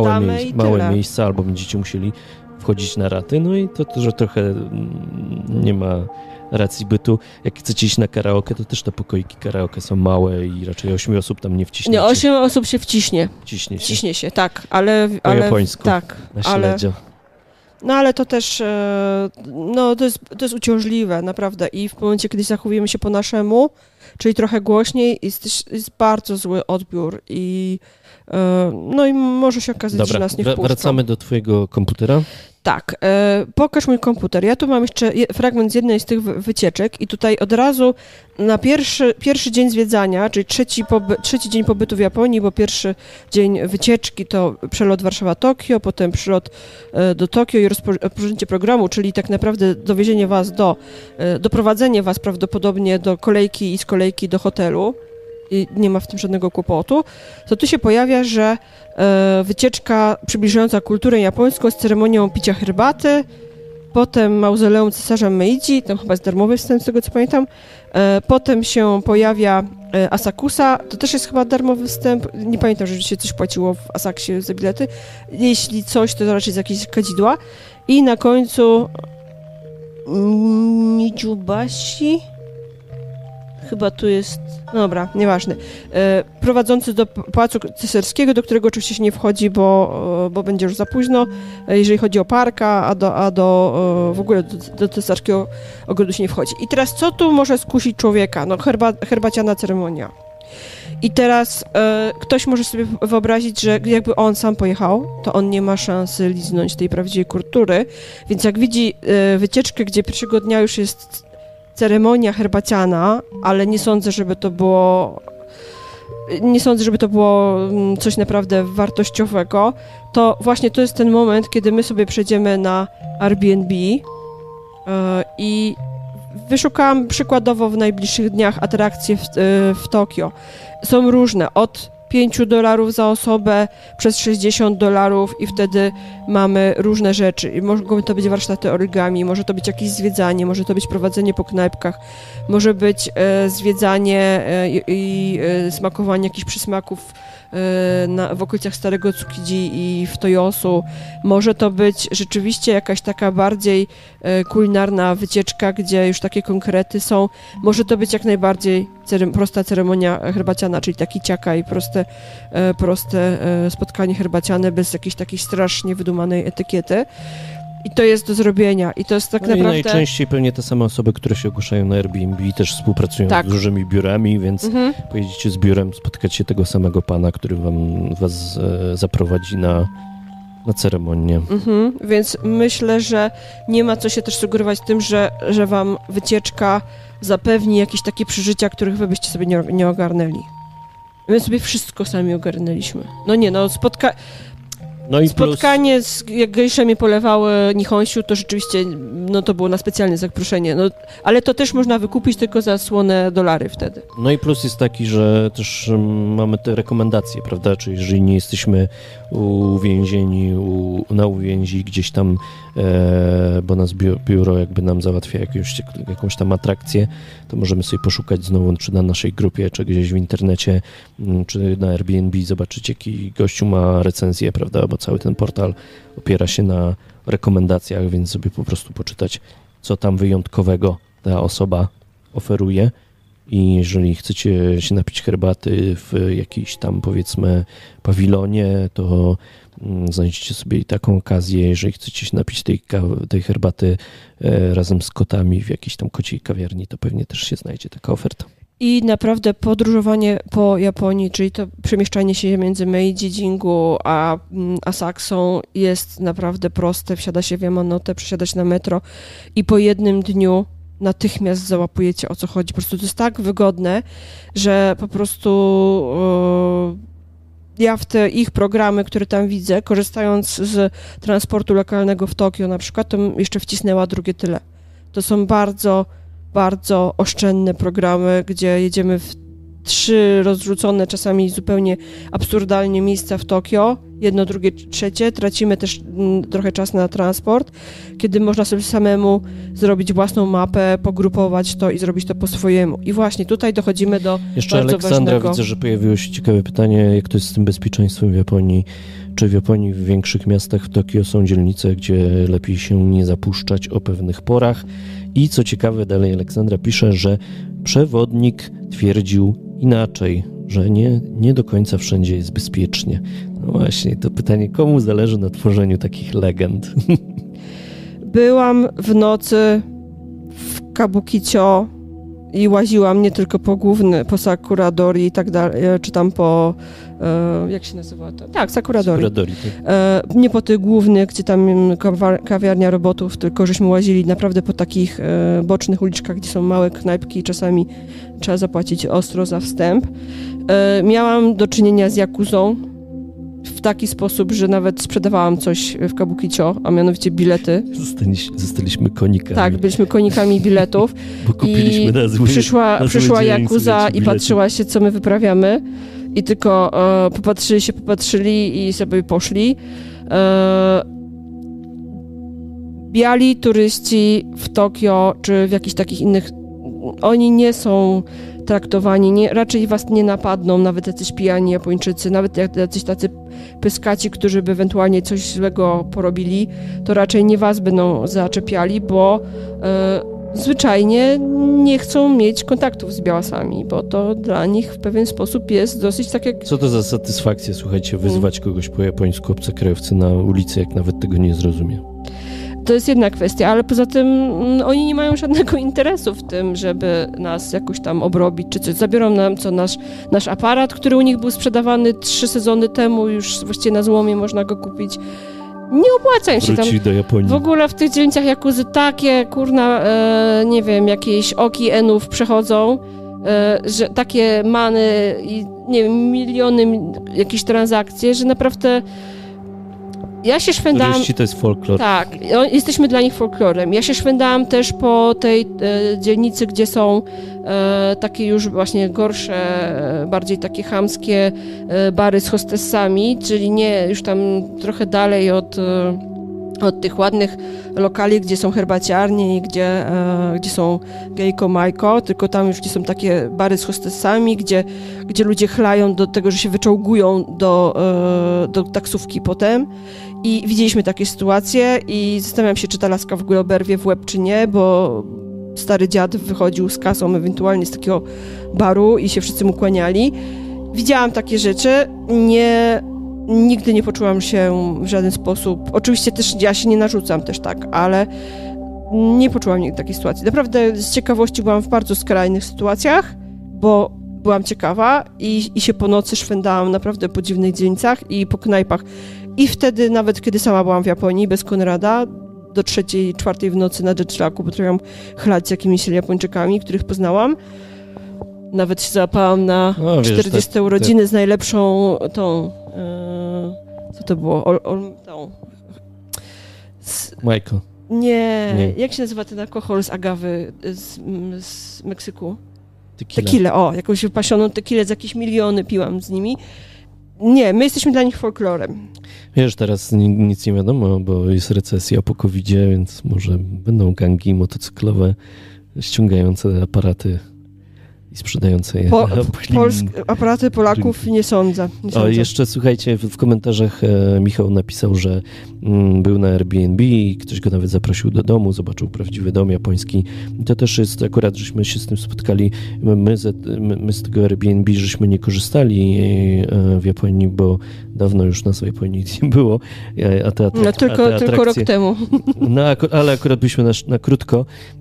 miejsca, albo będziecie musieli wchodzić na raty, no i to że trochę nie ma racji bytu. Jak chcecie iść na karaoke, to też te pokoiki karaoke są małe i raczej 8 osób tam nie wciśniecie. Nie, 8 osób się wciśnie. Ciśnie się, tak, ale... Po japońsku, tak, na śledzio. No ale to też, no to jest uciążliwe, naprawdę. I w momencie, kiedy zachowujemy się po naszemu, czyli trochę głośniej, jest bardzo zły odbiór i no i może się okazać, że nas nie wpuszczą. Wracamy do twojego komputera. Tak, pokaż mój komputer. Ja tu mam jeszcze fragment z jednej z tych wycieczek i tutaj od razu na pierwszy dzień zwiedzania, czyli trzeci dzień pobytu w Japonii, bo pierwszy dzień wycieczki to przelot Warszawa-Tokio, potem przylot do Tokio i rozpoczęcie programu, czyli tak naprawdę dowiezienie was doprowadzenie was prawdopodobnie do kolejki i z kolejki do hotelu. I nie ma w tym żadnego kłopotu, to tu się pojawia, że wycieczka przybliżająca kulturę japońską z ceremonią picia herbaty, potem mauzoleum cesarza Meiji, tam chyba jest darmowy wstęp z tego co pamiętam, potem się pojawia Asakusa, to też jest chyba darmowy wstęp, nie pamiętam, że się coś płaciło w Asaksie za bilety, jeśli coś, to raczej z jakieś kadzidła i na końcu Nijubashi. Chyba tu jest... Dobra, nieważne. Prowadzący do Pałacu Cesarskiego, do którego oczywiście się nie wchodzi, bo będzie już za późno, jeżeli chodzi o park, w ogóle do Cesarskiego Ogrodu się nie wchodzi. I teraz co tu może skusić człowieka? No herbaciana ceremonia. I teraz ktoś może sobie wyobrazić, że jakby on sam pojechał, to on nie ma szansy liznąć tej prawdziwej kultury, więc jak widzi wycieczkę, gdzie pierwszego dnia już jest ceremonia herbaciana, ale nie sądzę, żeby to było coś naprawdę wartościowego, to właśnie to jest ten moment, kiedy my sobie przejdziemy na Airbnb i wyszukałam przykładowo w najbliższych dniach atrakcje w Tokio. Są różne, od $5 za osobę przez $60 i wtedy mamy różne rzeczy. I mogą to być warsztaty origami, może to być jakieś zwiedzanie, może to być prowadzenie po knajpkach, może być zwiedzanie i smakowanie jakichś przysmaków w okolicach Starego Tsukiji i w Toyosu. Może to być rzeczywiście jakaś taka bardziej kulinarna wycieczka, gdzie już takie konkrety są. Może to być jak najbardziej prosta ceremonia herbaciana, czyli taki ciaka i proste spotkanie herbaciane bez jakiejś takiej strasznie wydumanej etykiety. I to jest do zrobienia. I to jest tak naprawdę... I najczęściej pewnie te same osoby, które się ogłaszają na Airbnb, też współpracują z dużymi biurami, więc pojedziecie z biurem, spotkacie tego samego pana, który was zaprowadzi na ceremonię. Więc myślę, że nie ma co się też sugerować tym, że wam wycieczka zapewni jakieś takie przeżycia, których wy byście sobie nie ogarnęli. My sobie wszystko sami ogarnęliśmy. Spotkanie jak gejsze mnie polewały Nihonshu, to rzeczywiście, to było na specjalne zaproszenie, ale to też można wykupić tylko za słone $. Wtedy. No i plus jest taki, że też mamy te rekomendacje, prawda, czyli jeżeli nie jesteśmy uwięzieni na uwięzi gdzieś tam, bo nas biuro jakby nam załatwia jakąś tam atrakcję, to możemy sobie poszukać znowu czy na naszej grupie, czy gdzieś w internecie, czy na Airbnb, zobaczyć jaki gościu ma recenzję, prawda, bo cały ten portal opiera się na rekomendacjach, więc sobie po prostu poczytać, co tam wyjątkowego ta osoba oferuje. I jeżeli chcecie się napić herbaty w jakiejś tam, powiedzmy, pawilonie, to znajdziecie sobie taką okazję. Jeżeli chcecie się napić tej herbaty razem z kotami w jakiejś tam kociej kawiarni, to pewnie też się znajdzie taka oferta. I naprawdę podróżowanie po Japonii, czyli to przemieszczanie się między Meiji Jingu a Asaksą jest naprawdę proste. Wsiada się w Yamanotę, przesiada się na metro i po jednym dniu natychmiast załapujecie, o co chodzi. Po prostu to jest tak wygodne, że po prostu ja w te ich programy, które tam widzę, korzystając z transportu lokalnego w Tokio na przykład, to jeszcze wcisnęła drugie tyle. To są bardzo, bardzo oszczędne programy, gdzie jedziemy w 3 rozrzucone, czasami zupełnie absurdalnie miejsca w Tokio, jedno, drugie, trzecie, tracimy też trochę czasu na transport, kiedy można sobie samemu zrobić własną mapę, pogrupować to i zrobić to po swojemu. I właśnie tutaj dochodzimy do jeszcze bardzo Aleksandra, ważnego... widzę, że pojawiło się ciekawe pytanie, jak to jest z tym bezpieczeństwem w Japonii. Czy w Japonii w większych miastach w Tokio są dzielnice, gdzie lepiej się nie zapuszczać o pewnych porach? I co ciekawe, dalej Aleksandra pisze, że przewodnik twierdził inaczej, że nie do końca wszędzie jest bezpiecznie. No właśnie, to pytanie, komu zależy na tworzeniu takich legend? Byłam w nocy w Kabukicho i łaziłam nie tylko po Sakura Dori i tak dalej, czy tam po, jak się nazywa to? Tak, Sakura Dori. Nie po tych głównych, gdzie tam kawiarnia robotów, tylko żeśmy łazili naprawdę po takich bocznych uliczkach, gdzie są małe knajpki i czasami trzeba zapłacić ostro za wstęp. Miałam do czynienia z jakuzą w taki sposób, że nawet sprzedawałam coś w Kabukicho, a mianowicie bilety. Zostaliśmy konikami. Tak, byliśmy konikami biletów. Bo kupiliśmy na zły przyszła jakuza i patrzyła się, co my wyprawiamy. I tylko popatrzyli i sobie poszli. Biali turyści w Tokio, czy w jakichś takich innych, oni nie są traktowani, raczej was nie napadną, nawet jacyś pijani Japończycy, nawet jacyś tacy pyskaci, którzy by ewentualnie coś złego porobili, to raczej nie was będą zaczepiali, bo zwyczajnie nie chcą mieć kontaktów z białasami, bo to dla nich w pewien sposób jest dosyć tak jak... Co to za satysfakcja, słuchajcie, wyzywać kogoś po japońsku, obcokrajowcy na ulicy, jak nawet tego nie zrozumie. To jest jedna kwestia, ale poza tym oni nie mają żadnego interesu w tym, żeby nas jakoś tam obrobić, czy coś. Zabiorą nam nasz aparat, który u nich był sprzedawany 3 sezony temu, już właściwie na złomie można go kupić. Nie opłacają się tam. Do Japonii. W ogóle w tych dzielnicach Jakuzy takie, nie wiem, jakieś oki enów przechodzą, że takie many i nie wiem, miliony jakieś transakcje, że naprawdę... Ja się szwendałam... Turyści to jest folklor. Tak, jesteśmy dla nich folklorem. Ja się szwendałam też po tej dzielnicy, gdzie są takie już właśnie gorsze, bardziej takie chamskie bary z hostessami, czyli nie już tam trochę dalej od tych ładnych lokali, gdzie są herbaciarnie i gdzie są gejko, majko, tylko tam już gdzie są takie bary z hostessami, gdzie ludzie chlają do tego, że się wyczołgują do taksówki potem. I widzieliśmy takie sytuacje i zastanawiam się, czy ta laska w ogóle oberwie w łeb, czy nie, bo stary dziad wychodził z kasą ewentualnie z takiego baru i się wszyscy mu kłaniali. Widziałam takie rzeczy, nigdy nie poczułam się w żaden sposób, oczywiście też ja się nie narzucam też tak, ale nie poczułam nigdy takiej sytuacji. Naprawdę z ciekawości byłam w bardzo skrajnych sytuacjach, bo byłam ciekawa i się po nocy szwendałam naprawdę po dziwnych dzielnicach i po knajpach. I wtedy, nawet kiedy sama byłam w Japonii, bez Konrada, do 3-4 w nocy na jetlagu potrafiłam chlać z jakimiś Japończykami, których poznałam. Nawet się załapałam na 40 urodziny z najlepszą tą... co to było? Majko. Nie. Jak się nazywa ten alkohol z agawy z Meksyku? Tequila. Jakąś wypasioną tequilę z jakieś miliony piłam z nimi. Nie, my jesteśmy dla nich folklorem. Wiesz, teraz nic nie wiadomo, bo jest recesja po COVID-zie, więc może będą gangi motocyklowe ściągające aparaty i sprzedające je. Aparaty Polaków nie sądzę. Jeszcze słuchajcie, w komentarzach Michał napisał, że był na Airbnb i ktoś go nawet zaprosił do domu, zobaczył prawdziwy dom japoński. I to też jest, akurat żeśmy się z tym spotkali, my z tego Airbnb żeśmy nie korzystali w Japonii, bo dawno już nas w Japonii nie było. Tylko rok temu. Ale akurat byliśmy na krótko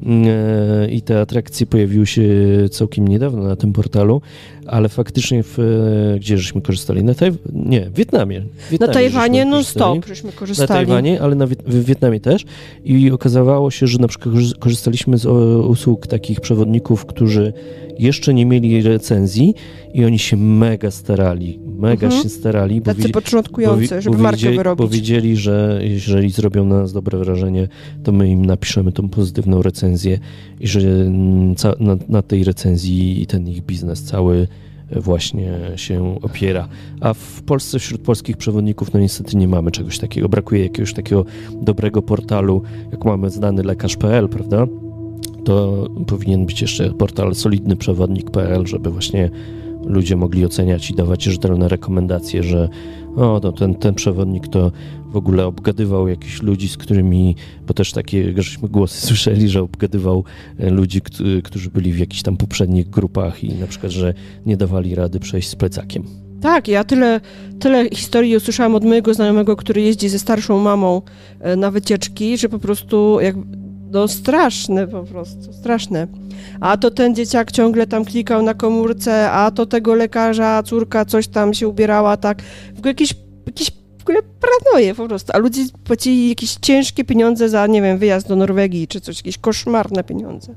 i te atrakcje pojawiły się całkiem niedawno na tym portalu, ale faktycznie gdzie żeśmy korzystali? W Wietnamie. Na Tajwanie non-stop żeśmy korzystali. Na Tajwanie, ale w Wietnamie też. I okazało się, że na przykład korzystaliśmy z usług takich przewodników, którzy jeszcze nie mieli recenzji i oni się mega starali. Się starali. Tacy początkujący, żeby markę wyrobić. Bo wiedzieli, że jeżeli zrobią na nas dobre wrażenie, to my im napiszemy tą pozytywną recenzję i że na tej recenzji ten ich biznes cały właśnie się opiera. A w Polsce wśród polskich przewodników niestety nie mamy czegoś takiego. Brakuje jakiegoś takiego dobrego portalu, jak mamy znany lekarz.pl, prawda? To powinien być jeszcze portal solidnyprzewodnik.pl, żeby właśnie ludzie mogli oceniać i dawać rzetelne rekomendacje, że ten przewodnik to w ogóle obgadywał jakichś ludzi, z którymi, bo też takie żeśmy głosy słyszeli, że obgadywał ludzi, którzy byli w jakichś tam poprzednich grupach i na przykład, że nie dawali rady przejść z plecakiem. Tak, ja tyle historii usłyszałam od mojego znajomego, który jeździ ze starszą mamą na wycieczki, że po prostu jak No straszne po prostu, straszne. A to ten dzieciak ciągle tam klikał na komórce, a to tego lekarza, córka coś tam się ubierała, tak. W ogóle jakieś w ogóle paranoje po prostu. A ludzie płacili jakieś ciężkie pieniądze za, nie wiem, wyjazd do Norwegii, czy coś, jakieś koszmarne pieniądze.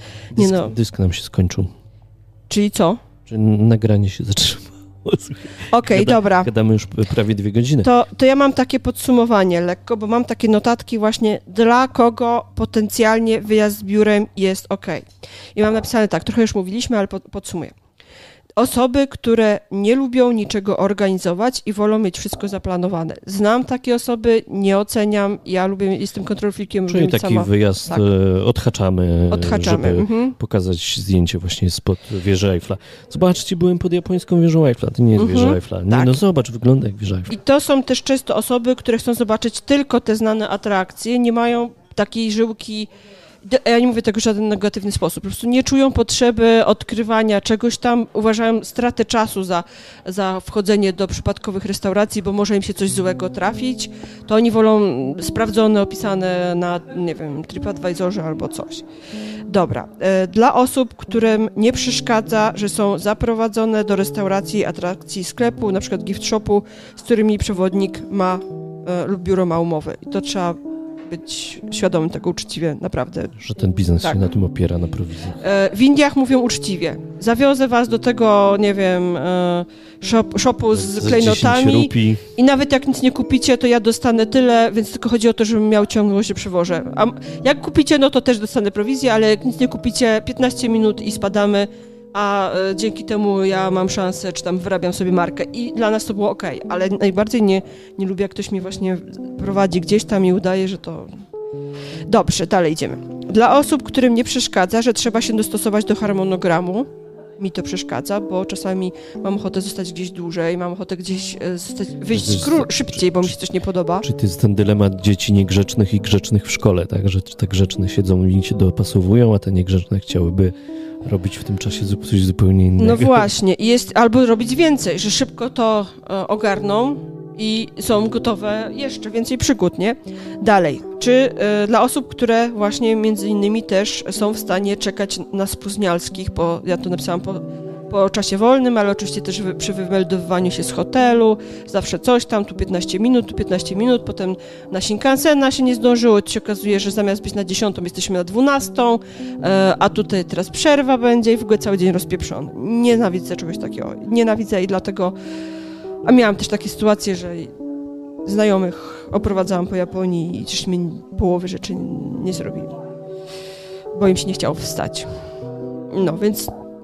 Dysk nam się skończył. Czyli co? Czyli nagranie się zatrzymało. Okej, dobra. Gadamy już prawie 2 godziny. To ja mam takie podsumowanie lekko, bo mam takie notatki właśnie, dla kogo potencjalnie wyjazd z biurem jest okej. I mam napisane tak, trochę już mówiliśmy, ale podsumuję. Osoby, które nie lubią niczego organizować i wolą mieć wszystko zaplanowane. Znam takie osoby, nie oceniam, ja jestem kontrolfreakiem. Czyli taki sama wyjazd tak. odhaczamy, żeby pokazać zdjęcie właśnie spod wieży Eiffla. Zobaczcie, byłem pod japońską wieżą Eiffla, to nie jest wieża Eiffla. Nie, tak. No zobacz, wygląda jak wieża Eiffla. I to są też często osoby, które chcą zobaczyć tylko te znane atrakcje, nie mają takiej żyłki. Ja nie mówię tego w żaden negatywny sposób, po prostu nie czują potrzeby odkrywania czegoś tam, uważają stratę czasu za wchodzenie do przypadkowych restauracji, bo może im się coś złego trafić, to oni wolą sprawdzone, opisane na, nie wiem, TripAdvisorze albo coś. Dobra, dla osób, którym nie przeszkadza, że są zaprowadzone do restauracji, atrakcji sklepu, na przykład gift shopu, z którymi przewodnik ma lub biuro ma umowę i to trzeba być świadomym tego uczciwie, naprawdę. Że ten biznes się na tym opiera, na prowizji. W Indiach mówią uczciwie. Zawiozę was do tego, nie wiem, shopu z klejnotami i nawet jak nic nie kupicie, to ja dostanę tyle, więc tylko chodzi o to, żebym miał ciągłość, że przewożę. A jak kupicie, no to też dostanę prowizję, ale jak nic nie kupicie, 15 minut i spadamy, a dzięki temu ja mam szansę, czy tam wyrabiam sobie markę i dla nas to było okej, ale najbardziej nie lubię, jak ktoś mnie właśnie prowadzi gdzieś tam i udaje, że to... Dobrze, dalej idziemy. Dla osób, którym nie przeszkadza, że trzeba się dostosować do harmonogramu, mi to przeszkadza, bo czasami mam ochotę zostać gdzieś dłużej, mam ochotę gdzieś wyjść szybciej, bo mi się coś nie podoba. Czy to jest ten dylemat dzieci niegrzecznych i grzecznych w szkole, tak? Że te grzeczne siedzą i się dopasowują, a te niegrzeczne chciałyby robić w tym czasie coś zupełnie innego. No właśnie, albo robić więcej, że szybko to ogarną i są gotowe jeszcze więcej przygód, nie? Dalej, czy dla osób, które właśnie między innymi też są w stanie czekać na spóźnialskich, bo ja to napisałam po czasie wolnym, ale oczywiście też przy wymeldowywaniu się z hotelu, zawsze coś tam, tu 15 minut, potem na Shinkansena się nie zdążyło, to się okazuje, że zamiast być na 10 jesteśmy na 12, a tutaj teraz przerwa będzie i w ogóle cały dzień rozpieprzony. Nienawidzę czegoś takiego, nienawidzę i dlatego, a miałam też takie sytuacje, że znajomych oprowadzałam po Japonii i też mi połowy rzeczy nie zrobili, bo im się nie chciało wstać. No, więc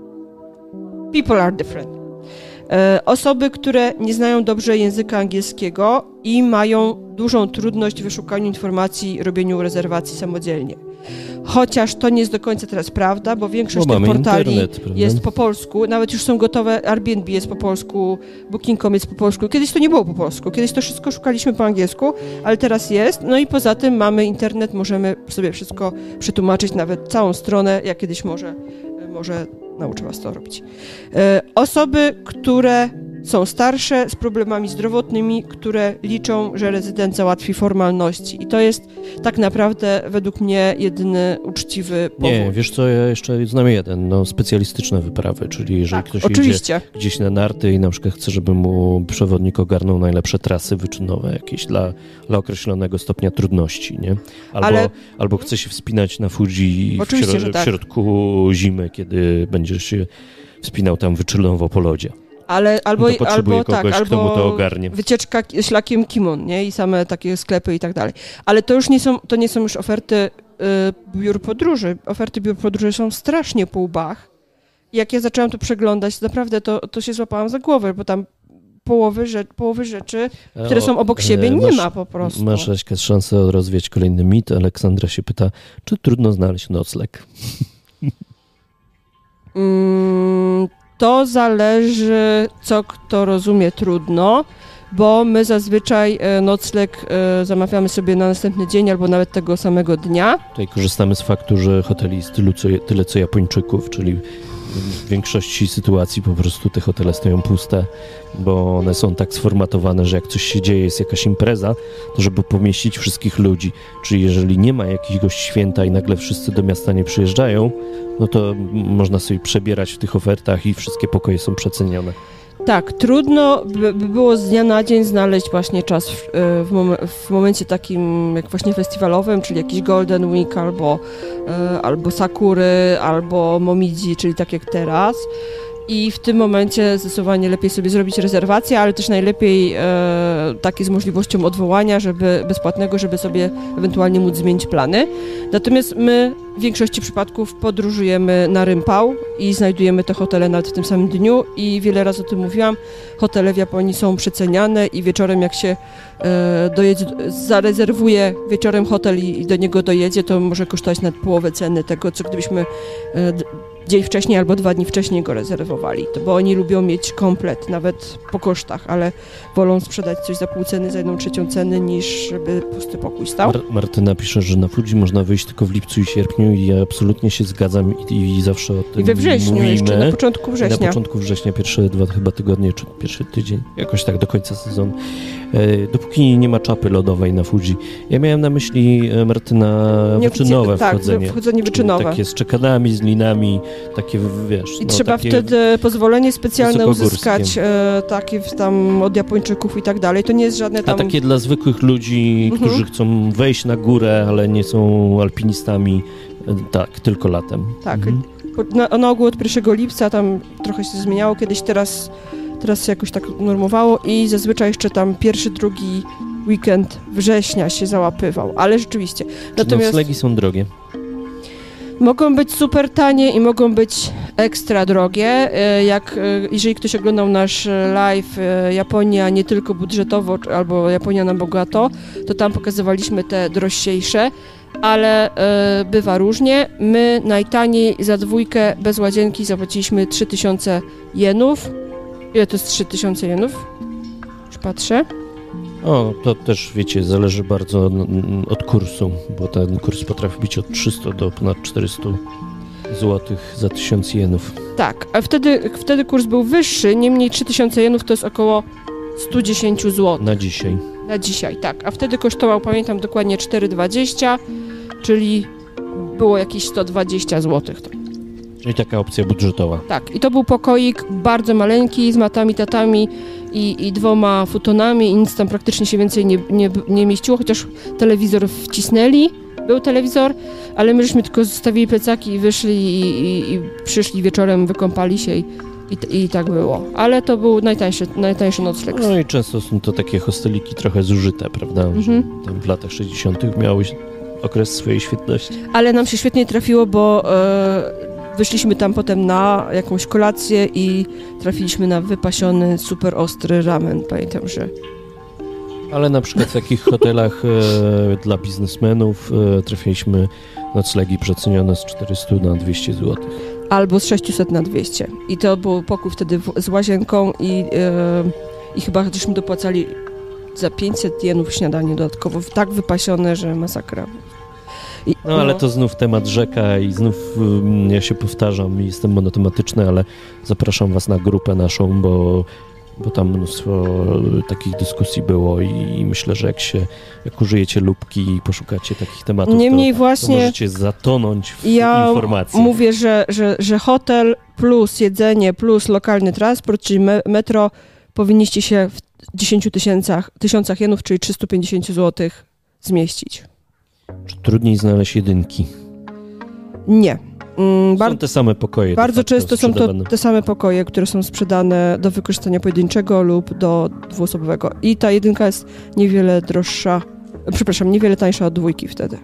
people are different. Osoby, które nie znają dobrze języka angielskiego i mają dużą trudność w wyszukaniu informacji, robieniu rezerwacji samodzielnie. Chociaż to nie jest do końca teraz prawda, bo większość tych portali jest po polsku, nawet już są gotowe, Airbnb jest po polsku, Booking.com jest po polsku. Kiedyś to nie było po polsku, kiedyś to wszystko szukaliśmy po angielsku, ale teraz jest. No i poza tym mamy internet, możemy sobie wszystko przetłumaczyć, nawet całą stronę, jak kiedyś może nauczę was to robić. Osoby, które są starsze, z problemami zdrowotnymi, które liczą, że rezydent załatwi formalności. I to jest tak naprawdę według mnie jedyny uczciwy powód. Nie, wiesz co, ja jeszcze znam jeden, specjalistyczne wyprawy, czyli jeżeli ktoś idzie gdzieś na narty i na przykład chce, żeby mu przewodnik ogarnął najlepsze trasy wyczynowe jakieś dla określonego stopnia trudności, nie? Albo chce się wspinać na Fuji w środku zimy, kiedy będziesz się wspinał tam wyczynowo po lodzie. Albo kto mu to ogarnie. Wycieczka szlakiem Kimon, nie? I same takie sklepy i tak dalej. Ale to już nie są już oferty biur podróży. Oferty biur podróży są strasznie po łbach. Jak ja zaczęłam to przeglądać, naprawdę to się złapałam za głowę, bo tam połowy rzeczy, które są obok siebie, nie ma po prostu. Masz szansę rozwiać kolejny mit. Aleksandra się pyta, czy trudno znaleźć nocleg? To zależy, co kto rozumie trudno, bo my zazwyczaj nocleg zamawiamy sobie na następny dzień albo nawet tego samego dnia. Tutaj korzystamy z faktu, że hoteli jest tyle co Japończyków, czyli w większości sytuacji po prostu te hotele stoją puste, bo one są tak sformatowane, że jak coś się dzieje, jest jakaś impreza, to żeby pomieścić wszystkich ludzi, czyli jeżeli nie ma jakiegoś święta i nagle wszyscy do miasta nie przyjeżdżają, no to można sobie przebierać w tych ofertach i wszystkie pokoje są przecenione. Tak, trudno by było z dnia na dzień znaleźć właśnie czas w momencie takim jak właśnie festiwalowym, czyli jakiś Golden Week albo Sakury, albo Momidzi, czyli tak jak teraz. I w tym momencie zdecydowanie lepiej sobie zrobić rezerwację, ale też najlepiej takie z możliwością odwołania, bezpłatnego, żeby sobie ewentualnie móc zmienić plany. Natomiast my w większości przypadków podróżujemy na rympał i znajdujemy te hotele nawet w tym samym dniu i wiele razy o tym mówiłam, hotele w Japonii są przeceniane i wieczorem jak się zarezerwuje wieczorem hotel i do niego dojedzie, to może kosztować nawet połowę ceny tego, co gdybyśmy dzień wcześniej albo 2 dni wcześniej go rezerwowali, bo oni lubią mieć komplet, nawet po kosztach, ale wolą sprzedać coś za pół ceny, za 1/3 ceny, niż żeby pusty pokój stał. Martyna pisze, że na Fuji można wyjść tylko w lipcu i sierpniu i ja absolutnie się zgadzam i zawsze o tym I we wrześniu mówimy. jeszcze, na początku września. Na początku września, pierwsze 2 chyba tygodnie, czy pierwszy tydzień, jakoś tak do końca sezonu. Dopóki nie ma czapy lodowej na Fuji. Ja miałem na myśli, Martyna, wyczynowe wchodzenie. Tak, wchodzenie wyczynowe. Takie z czekanami, z linami, takie, wiesz... I trzeba wtedy pozwolenie specjalne uzyskać, takie tam od Japończyków i tak dalej. To nie jest żadne tam... A takie dla zwykłych ludzi, którzy chcą wejść na górę, ale nie są alpinistami, tak, tylko latem. Tak, na ogół od 1 lipca tam trochę się zmieniało, kiedyś teraz się jakoś tak normowało i zazwyczaj jeszcze tam 1, 2 weekend września się załapywał, ale rzeczywiście. Natomiast noclegi są drogie. Mogą być super tanie i mogą być ekstra drogie. Jeżeli ktoś oglądał nasz live Japonia nie tylko budżetowo albo Japonia na bogato, to tam pokazywaliśmy te droższe, ale bywa różnie. My najtaniej za 2 bez łazienki zapłaciliśmy 3000 jenów. Ile to jest 3000 jenów? Już patrzę. O, to też, wiecie, zależy bardzo od kursu, bo ten kurs potrafi być od 300 do ponad 400 zł za 1000 jenów. Tak, a wtedy kurs był wyższy, niemniej 3000 jenów to jest około 110 zł. Na dzisiaj. Na dzisiaj, tak. A wtedy kosztował, pamiętam dokładnie, 4,20, czyli było jakieś 120 zł. Czyli taka opcja budżetowa. Tak, i to był pokoik bardzo maleńki, z matami, tatami i 2 futonami i nic tam praktycznie się więcej nie mieściło, chociaż telewizor wcisnęli, był telewizor, ale my żeśmy tylko zostawili plecaki i wyszli i przyszli wieczorem, wykąpali się i tak było. Ale to był najtańszy nocleg. No i często są to takie hosteliki trochę zużyte, prawda? Tam w latach 60. miały okres swojej świetności. Ale nam się świetnie trafiło, bo wyszliśmy tam potem na jakąś kolację i trafiliśmy na wypasiony, super ostry ramen. Pamiętam, że... Ale na przykład w takich hotelach dla biznesmenów trafiliśmy noclegi przecenione z 400 na 200 zł. Albo z 600 na 200. I to był pokój wtedy z łazienką i chyba żeśmy dopłacali za 500 jenów śniadanie dodatkowo. Tak wypasione, że masakra. Ale to znów temat rzeka i znów ja się powtarzam i jestem monotematyczny, ale zapraszam was na grupę naszą, bo tam mnóstwo takich dyskusji było i myślę, że jak użyjecie lupki i poszukacie takich tematów, niemniej to możecie zatonąć w informacji. Mówię, że hotel plus jedzenie plus lokalny transport, czyli metro, powinniście się w 10 tysiącach jenów, czyli 350 zł zmieścić. Czy trudniej znaleźć jedynki? Nie. Są te same pokoje. Bardzo często są to te same pokoje, które są sprzedane do wykorzystania pojedynczego lub do dwuosobowego. I ta jedynka jest niewiele tańsza od 2 wtedy.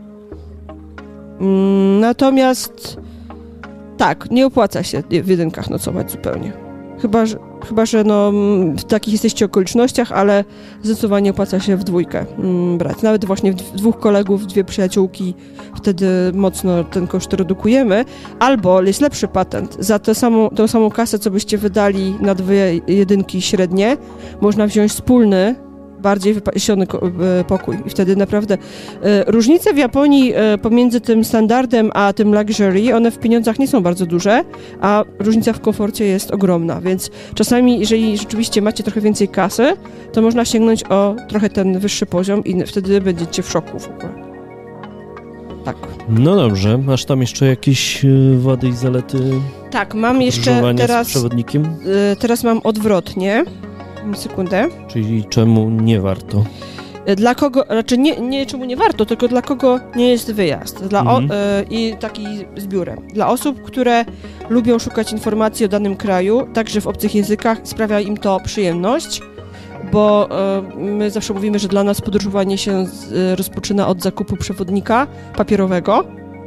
Natomiast tak, nie opłaca się w jedynkach nocować zupełnie. Chyba, że w takich jesteście okolicznościach, ale zdecydowanie opłaca się w 2 brać. Nawet właśnie 2 kolegów, 2 przyjaciółki, wtedy mocno ten koszt redukujemy. Albo jest lepszy patent. Za tę samą kasę, co byście wydali na 2 jedynki średnie, można wziąć wspólny bardziej wypasiony pokój. I wtedy naprawdę różnice w Japonii pomiędzy tym standardem a tym luxury, one w pieniądzach nie są bardzo duże, a różnica w komforcie jest ogromna, więc czasami, jeżeli rzeczywiście macie trochę więcej kasy, to można sięgnąć o trochę ten wyższy poziom i wtedy będziecie w szoku w ogóle. Tak. No dobrze, masz tam jeszcze jakieś wady i zalety? Tak, mam jeszcze teraz... z przewodnikiem? Teraz mam odwrotnie. Sekundę. Czyli czemu nie warto? Dla kogo, znaczy nie czemu nie warto, tylko dla kogo nie jest wyjazd. I taki z biurem. Dla osób, które lubią szukać informacji o danym kraju, także w obcych językach, sprawia im to przyjemność, bo my zawsze mówimy, że dla nas podróżowanie się rozpoczyna od zakupu przewodnika papierowego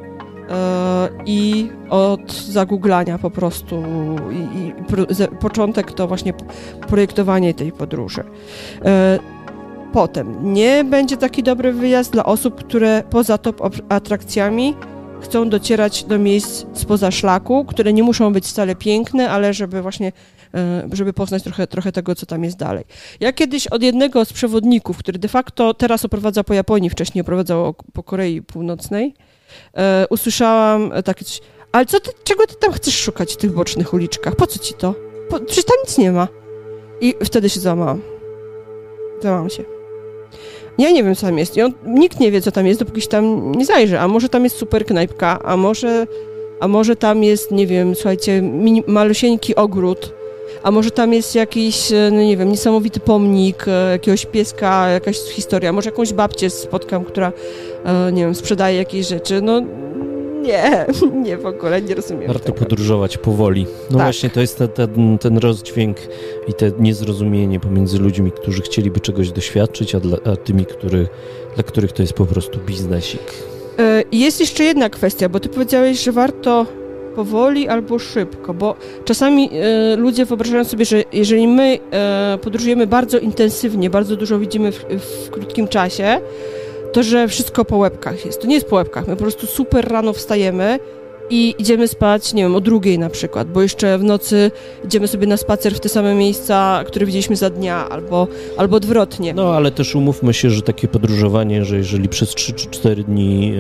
i od zagooglania po prostu. Początek to właśnie projektowanie tej podróży. Potem nie będzie taki dobry wyjazd dla osób, które poza top atrakcjami chcą docierać do miejsc spoza szlaku, które nie muszą być wcale piękne, ale żeby poznać trochę tego, co tam jest dalej. Ja kiedyś od jednego z przewodników, który de facto teraz oprowadza po Japonii, wcześniej oprowadzał po Korei Północnej, usłyszałam takie coś, ale czego ty tam chcesz szukać w tych bocznych uliczkach? Po co ci to? Przecież tam nic nie ma. I wtedy się załamałam. Załamałam się. Ja nie wiem, co tam jest. Nikt nie wie, co tam jest, dopóki się tam nie zajrzy. A może tam jest super knajpka, a może tam jest, nie wiem, słuchajcie, malusieńki ogród, a może tam jest jakiś, no nie wiem, niesamowity pomnik, jakiegoś pieska, jakaś historia, może jakąś babcię spotkam, która, nie wiem, sprzedaje jakieś rzeczy. No nie, w ogóle nie rozumiem Warto tego. podróżować powoli. No tak. Właśnie to jest ten rozdźwięk i te niezrozumienie pomiędzy ludźmi, którzy chcieliby czegoś doświadczyć, a tymi, dla których to jest po prostu biznesik. Jest jeszcze jedna kwestia, bo ty powiedziałeś, że warto powoli albo szybko, bo czasami ludzie wyobrażają sobie, że jeżeli my podróżujemy bardzo intensywnie, bardzo dużo widzimy w krótkim czasie, to, że wszystko po łebkach jest. To nie jest po łebkach. My po prostu super rano wstajemy i idziemy spać, nie wiem, o 2:00 na przykład, bo jeszcze w nocy idziemy sobie na spacer w te same miejsca, które widzieliśmy za dnia, albo odwrotnie. No, ale też umówmy się, że takie podróżowanie, że jeżeli przez 3 czy 4 dni,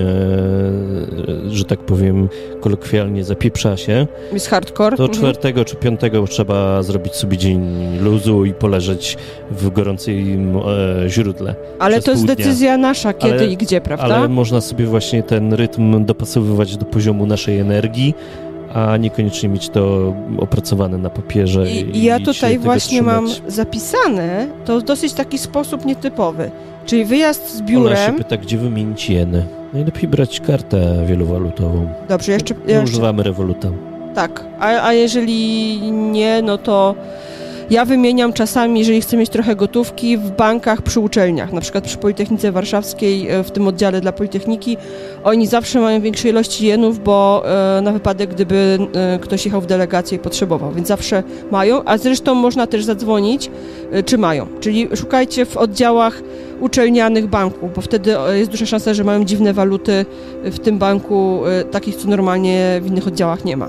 że tak powiem, kolokwialnie zapieprza się, jest hardcore. To 4 czy 5 trzeba zrobić sobie dzień luzu i poleżeć w gorącym źródle. Ale to jest decyzja nasza, kiedy i gdzie, prawda? Ale można sobie właśnie ten rytm dopasowywać do poziomu naszej energii, a niekoniecznie mieć to opracowane na papierze. I ja tutaj właśnie mam zapisane, to w dosyć taki sposób nietypowy. Czyli wyjazd z biurem... Ona się pyta, gdzie wymienić jeny. Najlepiej brać kartę wielowalutową. Dobrze, jeszcze... Używamy Revoluta. Tak, a jeżeli nie, no to ja wymieniam czasami, jeżeli chcę mieć trochę gotówki, w bankach przy uczelniach, na przykład przy Politechnice Warszawskiej, w tym oddziale dla Politechniki, oni zawsze mają większe ilości jenów, bo na wypadek, gdyby ktoś jechał w delegację i potrzebował, więc zawsze mają, a zresztą można też zadzwonić, czy mają. Czyli szukajcie w oddziałach uczelnianych banków, bo wtedy jest duża szansa, że mają dziwne waluty w tym banku, takich, co normalnie w innych oddziałach nie ma.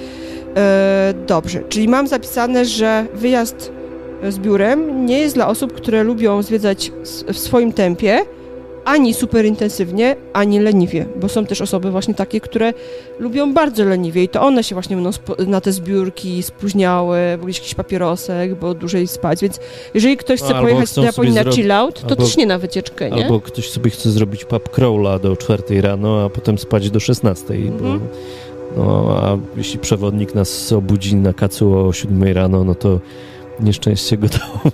Dobrze, czyli mam zapisane, że wyjazd z biurem nie jest dla osób, które lubią zwiedzać w swoim tempie, ani super intensywnie, ani leniwie, bo są też osoby właśnie takie, które lubią bardzo leniwie i to one się właśnie będą na te zbiórki spóźniały, bo jakiś papierosek, bo dłużej spać, więc jeżeli ktoś chce pojechać do Japonii na chill out, to też nie na wycieczkę, nie? Albo ktoś sobie chce zrobić pub crawla do 4 rano, a potem spać do 16, bo... No, a jeśli przewodnik nas obudzi na kacu o 7 rano, no to nieszczęście gotowe.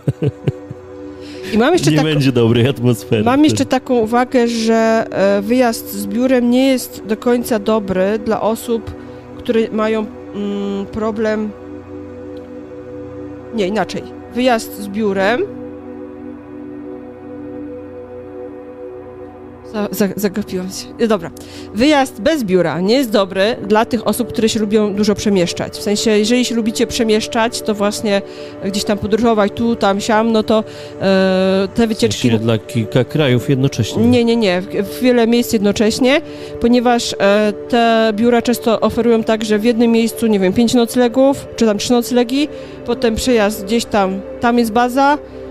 I mam jeszcze będzie dobrej atmosfery. Mam jeszcze taką uwagę, że wyjazd z biurem nie jest do końca dobry dla osób, które mają problem... Nie, inaczej. Wyjazd z biurem... Zagapiłam się. Dobra. Wyjazd bez biura nie jest dobry dla tych osób, które się lubią dużo przemieszczać. W sensie, jeżeli się lubicie przemieszczać, to właśnie gdzieś tam podróżować, tu, tam, siam, no to te wycieczki... Dla kilka krajów jednocześnie. Nie. W wiele miejsc jednocześnie, ponieważ te biura często oferują tak, że w jednym miejscu, nie wiem, 5 noclegów, czy tam 3 noclegi, potem przejazd gdzieś tam jest baza,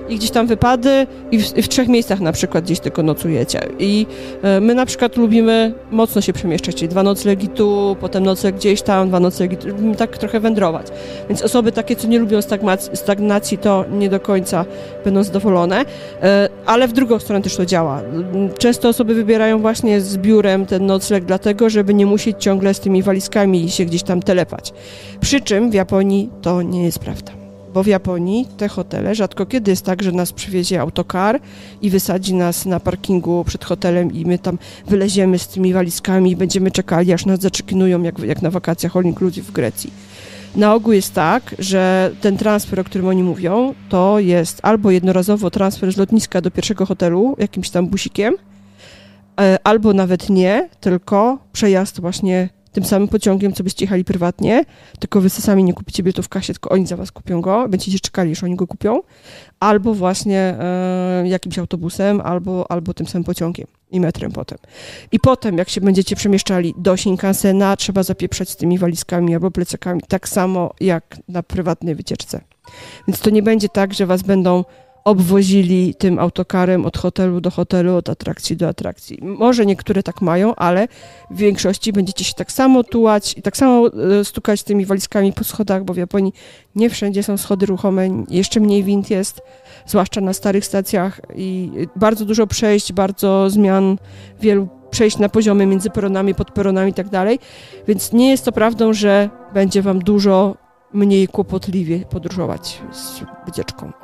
i gdzieś tam wypady i w 3 miejscach na przykład gdzieś tylko nocujecie. I my na przykład lubimy mocno się przemieszczać, czyli 2 noclegi tu, potem nocleg gdzieś tam, 2 noclegi tu, lubimy tak trochę wędrować. Więc osoby takie, co nie lubią stagnacji, to nie do końca będą zadowolone, ale w drugą stronę też to działa. Często osoby wybierają właśnie z biurem ten nocleg dlatego, żeby nie musieć ciągle z tymi walizkami się gdzieś tam telepać. Przy czym w Japonii to nie jest prawda. Bo w Japonii te hotele rzadko kiedy jest tak, że nas przywiezie autokar i wysadzi nas na parkingu przed hotelem i my tam wyleziemy z tymi walizkami i będziemy czekali, aż nas zaczekinują jak na wakacjach all inclusive w Grecji. Na ogół jest tak, że ten transfer, o którym oni mówią, to jest albo jednorazowo transfer z lotniska do pierwszego hotelu, jakimś tam busikiem, albo nawet nie, tylko przejazd właśnie tym samym pociągiem, co byście jechali prywatnie, tylko wy sami nie kupicie biletu w kasie, tylko oni za was kupią go, będziecie czekali, aż oni go kupią, albo właśnie jakimś autobusem, albo tym samym pociągiem i metrem potem. I potem, jak się będziecie przemieszczali do Shinkansena, trzeba zapieprzać z tymi walizkami albo plecakami, tak samo jak na prywatnej wycieczce. Więc to nie będzie tak, że was będą obwozili tym autokarem od hotelu do hotelu, od atrakcji do atrakcji. Może niektóre tak mają, ale w większości będziecie się tak samo tułać i tak samo stukać tymi walizkami po schodach, bo w Japonii nie wszędzie są schody ruchome, jeszcze mniej wind jest, zwłaszcza na starych stacjach i bardzo dużo przejść, bardzo zmian, wielu przejść na poziomy między peronami, pod peronami i tak dalej, więc nie jest to prawdą, że będzie wam dużo mniej kłopotliwie podróżować z wycieczką.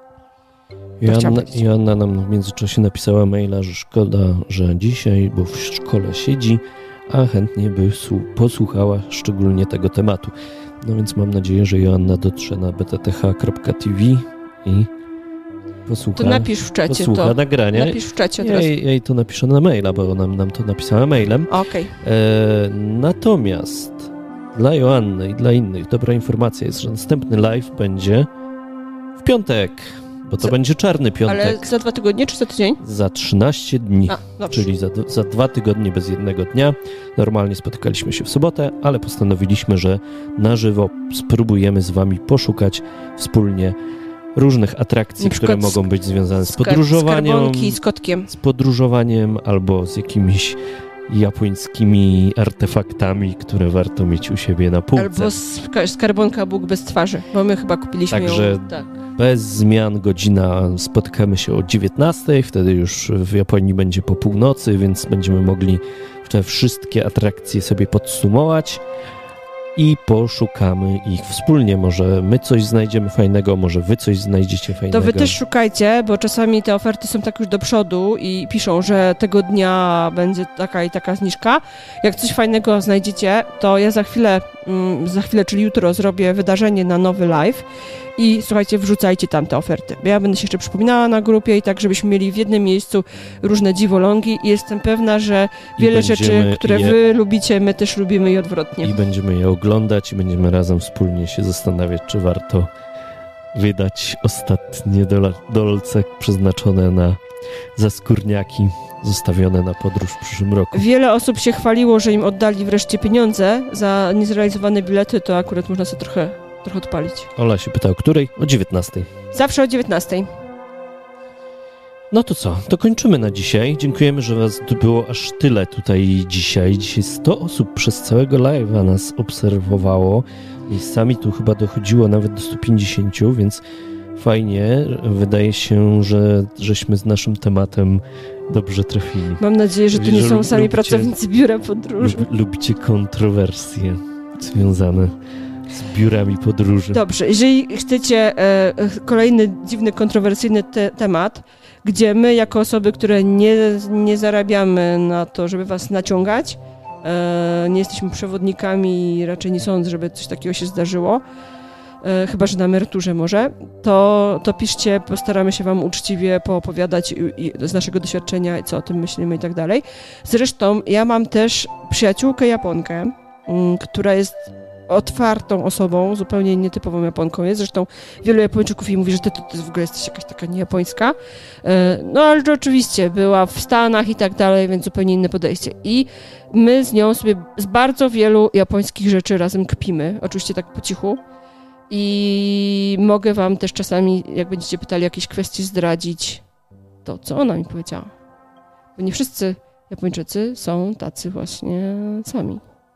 Joanna nam w międzyczasie napisała maila, że szkoda, że dzisiaj, bo w szkole siedzi, a chętnie by posłuchała szczególnie tego tematu. No więc mam nadzieję, że Joanna dotrze na btth.tv i posłucha. To napisz w czacie to. Nagrania. Napisz w czacie teraz. Ja jej to napiszę na maila, bo ona nam to napisała mailem. Okej. Natomiast dla Joanny i dla innych dobra informacja jest, że następny live będzie w piątek. Bo to będzie czarny piątek. Ale za 2 tygodnie czy za tydzień? Za 13 dni, czyli za 2 tygodnie bez jednego dnia. Normalnie spotykaliśmy się w sobotę, ale postanowiliśmy, że na żywo spróbujemy z wami poszukać wspólnie różnych atrakcji, które mogą być związane z podróżowaniem. Skarbonki z kotkiem. Z podróżowaniem albo z jakimiś japońskimi artefaktami, które warto mieć u siebie na półce. Albo skarbonka Bóg bez twarzy, bo my chyba kupiliśmy ją. Tak. Bez zmian godzina, spotykamy się o 19:00, wtedy już w Japonii będzie po północy, więc będziemy mogli te wszystkie atrakcje sobie podsumować i poszukamy ich wspólnie. Może my coś znajdziemy fajnego, może wy coś znajdziecie fajnego. To wy też szukajcie, bo czasami te oferty są tak już do przodu i piszą, że tego dnia będzie taka i taka zniżka. Jak coś fajnego znajdziecie, to ja za chwilę, czyli jutro zrobię wydarzenie na nowy live i słuchajcie, wrzucajcie tam te oferty. Ja będę się jeszcze przypominała na grupie i tak, żebyśmy mieli w jednym miejscu różne dziwolągi i jestem pewna, że wiele rzeczy, które wy lubicie, my też lubimy i odwrotnie. I będziemy je oglądać i będziemy razem wspólnie się zastanawiać, czy warto wydać ostatnie dolce przeznaczone na zaskórniaki zostawione na podróż w przyszłym roku. Wiele osób się chwaliło, że im oddali wreszcie pieniądze za niezrealizowane bilety, to akurat można sobie trochę odpalić. Ola się pyta, o której? O 19:00. Zawsze o 19:00. No to co? To kończymy na dzisiaj. Dziękujemy, że was było aż tyle tutaj dzisiaj. Dzisiaj 100 osób przez całego live'a nas obserwowało. Miejscami tu chyba dochodziło nawet do 150, więc fajnie. Wydaje się, że żeśmy z naszym tematem dobrze trafili. Mam nadzieję, że to nie są sami pracownicy biura podróży. Lubicie kontrowersje związane z biurami podróży. Dobrze, jeżeli chcecie kolejny dziwny, kontrowersyjny temat, gdzie my jako osoby, które nie zarabiamy na to, żeby was naciągać, nie jesteśmy przewodnikami i raczej nie sądzę, żeby coś takiego się zdarzyło, chyba że na emeryturze może, to piszcie, postaramy się wam uczciwie poopowiadać z naszego doświadczenia i co o tym myślimy i tak dalej. Zresztą ja mam też przyjaciółkę Japonkę, która jest otwartą osobą, zupełnie nietypową Japonką jest. Zresztą wielu Japończyków jej mówi, że ty w ogóle jesteś jakaś taka niejapońska. No ale oczywiście była w Stanach i tak dalej, więc zupełnie inne podejście. I my z nią sobie z bardzo wielu japońskich rzeczy razem kpimy. Oczywiście tak po cichu. I mogę wam też czasami, jak będziecie pytali jakieś kwestie, zdradzić to, co ona mi powiedziała. Bo nie wszyscy Japończycy są tacy właśnie sami.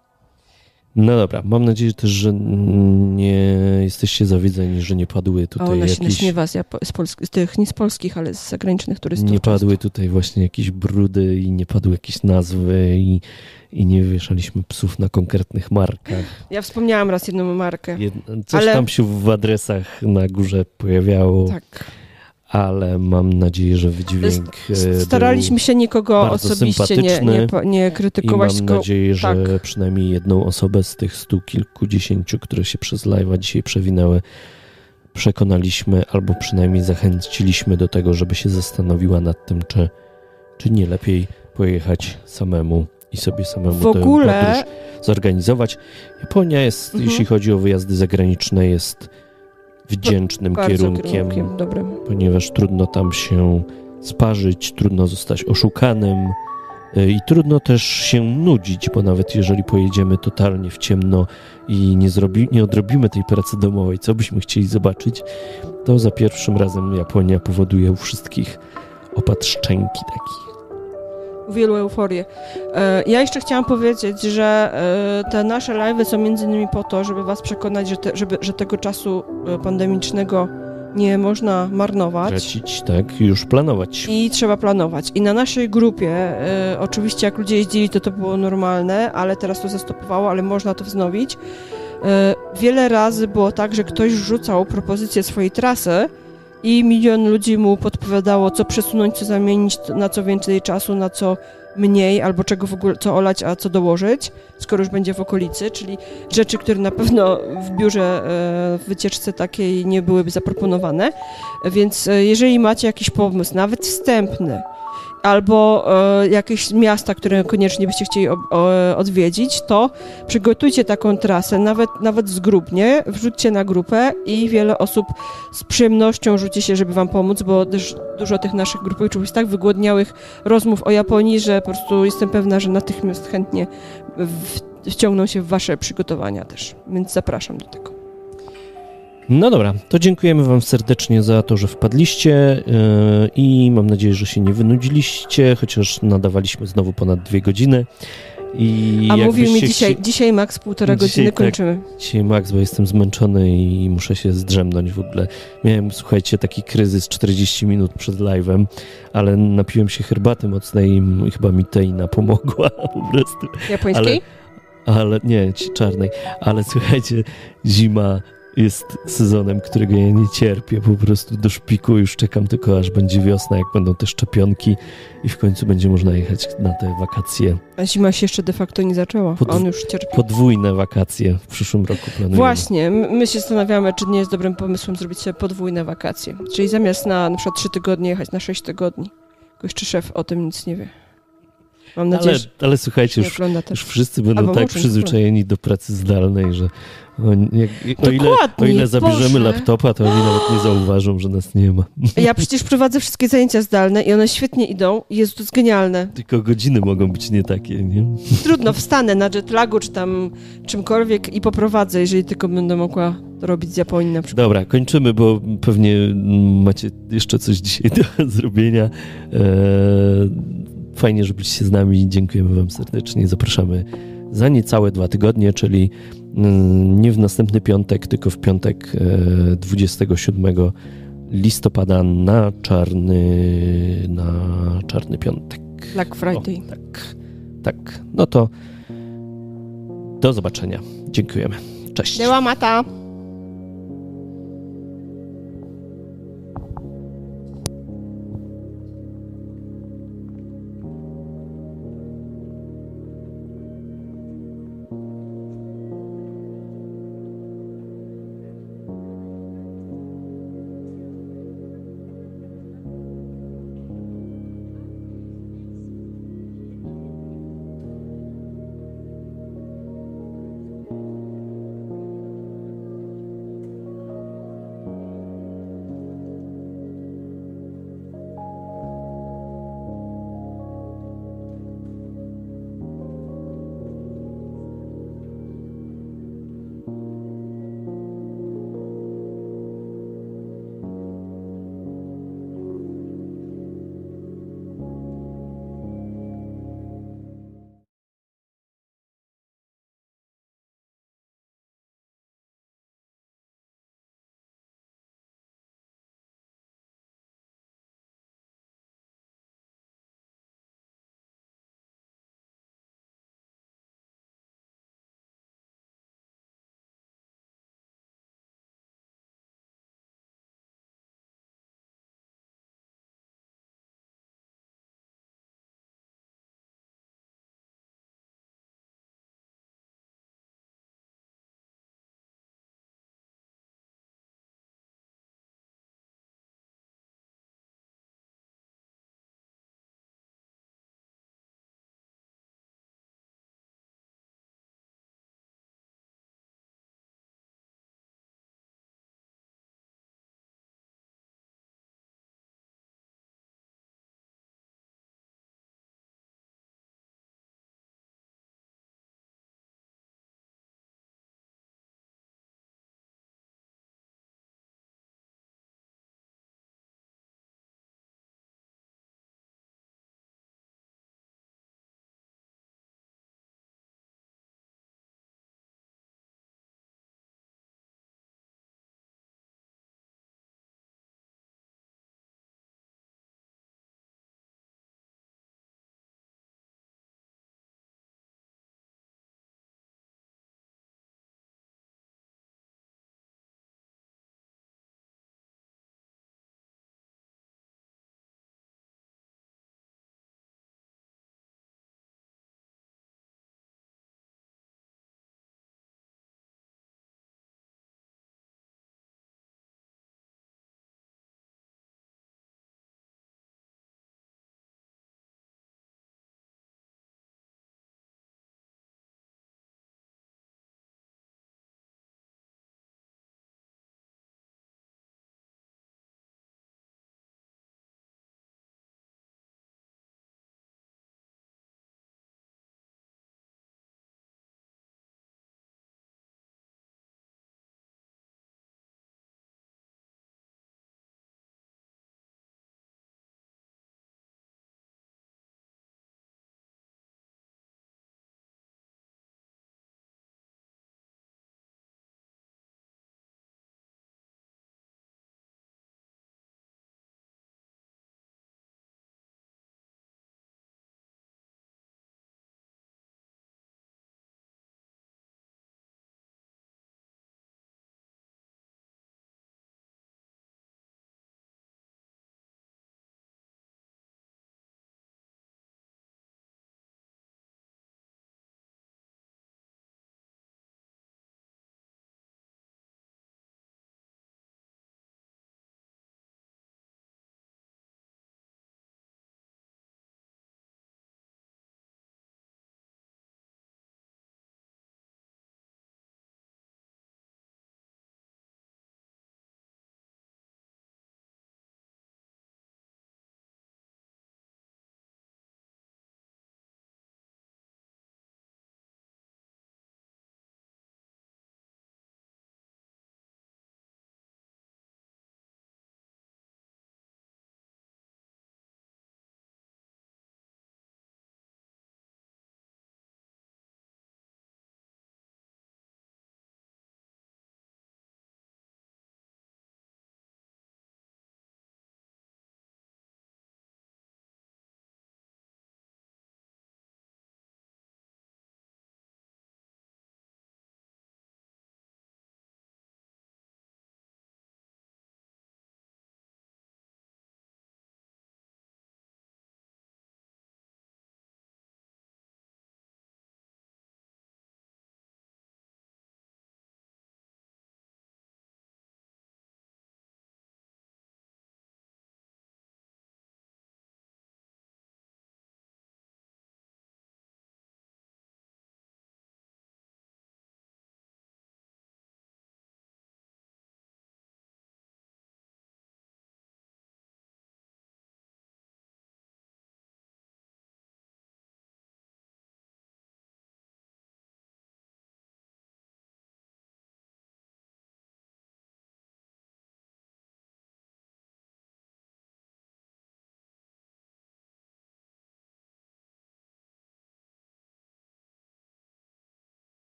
No dobra, mam nadzieję też, że nie jesteście zawiedzeni, że nie padły tutaj ona jakieś... się naśmiewa z tych, nie z polskich, ale z zagranicznych turystów. Nie padły tutaj właśnie jakieś brudy i nie padły jakieś nazwy i nie wieszaliśmy psów na konkretnych markach. Ja wspomniałam raz jedną markę. Coś tam się w adresach na górze pojawiało. Tak. Ale mam nadzieję, że wydźwięk staraliśmy się nikogo osobiście nie krytykować. I mam nadzieję, że przynajmniej jedną osobę z tych 100 kilkudziesięciu, które się przez live'a dzisiaj przewinęły, przekonaliśmy albo przynajmniej zachęciliśmy do tego, żeby się zastanowiła nad tym, czy nie lepiej pojechać samemu i sobie samemu tę podróż zorganizować. Japonia jest, jeśli chodzi o wyjazdy zagraniczne, jest wdzięcznym kierunkiem, ponieważ trudno tam się sparzyć, trudno zostać oszukanym i trudno też się nudzić, bo nawet jeżeli pojedziemy totalnie w ciemno i nie odrobimy tej pracy domowej, co byśmy chcieli zobaczyć, to za pierwszym razem Japonia powoduje u wszystkich opad szczęki taki. Wielu euforię. Ja jeszcze chciałam powiedzieć, że te nasze live'y są między innymi po to, żeby was przekonać, że tego czasu pandemicznego nie można marnować. Tracić, tak, już planować. I trzeba planować. I na naszej grupie, oczywiście jak ludzie jeździli, to było normalne, ale teraz to zastopowało, ale można to wznowić. Wiele razy było tak, że ktoś rzucał propozycję swojej trasy i milion ludzi mu podpowiadało, co przesunąć, co zamienić, na co więcej czasu, na co mniej, albo czego w ogóle, co olać, a co dołożyć, skoro już będzie w okolicy, czyli rzeczy, które na pewno w biurze, w wycieczce takiej nie byłyby zaproponowane. Więc jeżeli macie jakiś pomysł, nawet wstępny, albo jakieś miasta, które koniecznie byście chcieli odwiedzić, to przygotujcie taką trasę, nawet zgrubnie, wrzućcie na grupę i wiele osób z przyjemnością rzuci się, żeby wam pomóc, bo też dużo tych naszych grupowiczów jest tak wygłodniałych rozmów o Japonii, że po prostu jestem pewna, że natychmiast chętnie wciągną się w wasze przygotowania też, więc zapraszam do tego. No dobra, to dziękujemy wam serdecznie za to, że wpadliście i mam nadzieję, że się nie wynudziliście, chociaż nadawaliśmy znowu ponad 2 godziny. A mówił mi dzisiaj Max 1,5 godziny kończymy. Tak, dzisiaj Max, bo jestem zmęczony i muszę się zdrzemnąć w ogóle. Miałem, słuchajcie, taki kryzys 40 minut przed live'em, ale napiłem się herbaty mocnej i chyba mi teina pomogła po prostu. Japońskiej? Ale nie, czarnej. Ale słuchajcie, zima jest sezonem, którego ja nie cierpię. Po prostu do szpiku już czekam tylko, aż będzie wiosna, jak będą te szczepionki i w końcu będzie można jechać na te wakacje. A zima się jeszcze de facto nie zaczęła, on już cierpi. Podwójne wakacje w przyszłym roku planujemy. Właśnie, my się zastanawiamy, czy nie jest dobrym pomysłem zrobić sobie podwójne wakacje. Czyli zamiast na przykład 3 tygodnie jechać na 6 tygodni. Tylko jeszcze szef o tym nic nie wie. Mam nadzieję, ale słuchajcie, już wszyscy będą tak przyzwyczajeni do pracy zdalnej, że o ile zabierzemy laptopa, to oni nawet nie zauważą, że nas nie ma. Ja przecież prowadzę wszystkie zajęcia zdalne i one świetnie idą. Jezu, to jest genialne. Tylko godziny mogą być nie takie, nie? Trudno, wstanę na jetlagu czy tam czymkolwiek i poprowadzę, jeżeli tylko będę mogła to robić z Japonii na przykład. Dobra, kończymy, bo pewnie macie jeszcze coś dzisiaj do zrobienia. Fajnie, że byliście z nami. Dziękujemy wam serdecznie. Zapraszamy za niecałe 2 tygodnie, czyli nie w następny piątek, tylko w piątek 27 listopada na czarny piątek. Black Friday. O, tak. No to do zobaczenia. Dziękujemy. Cześć. Dewa mata.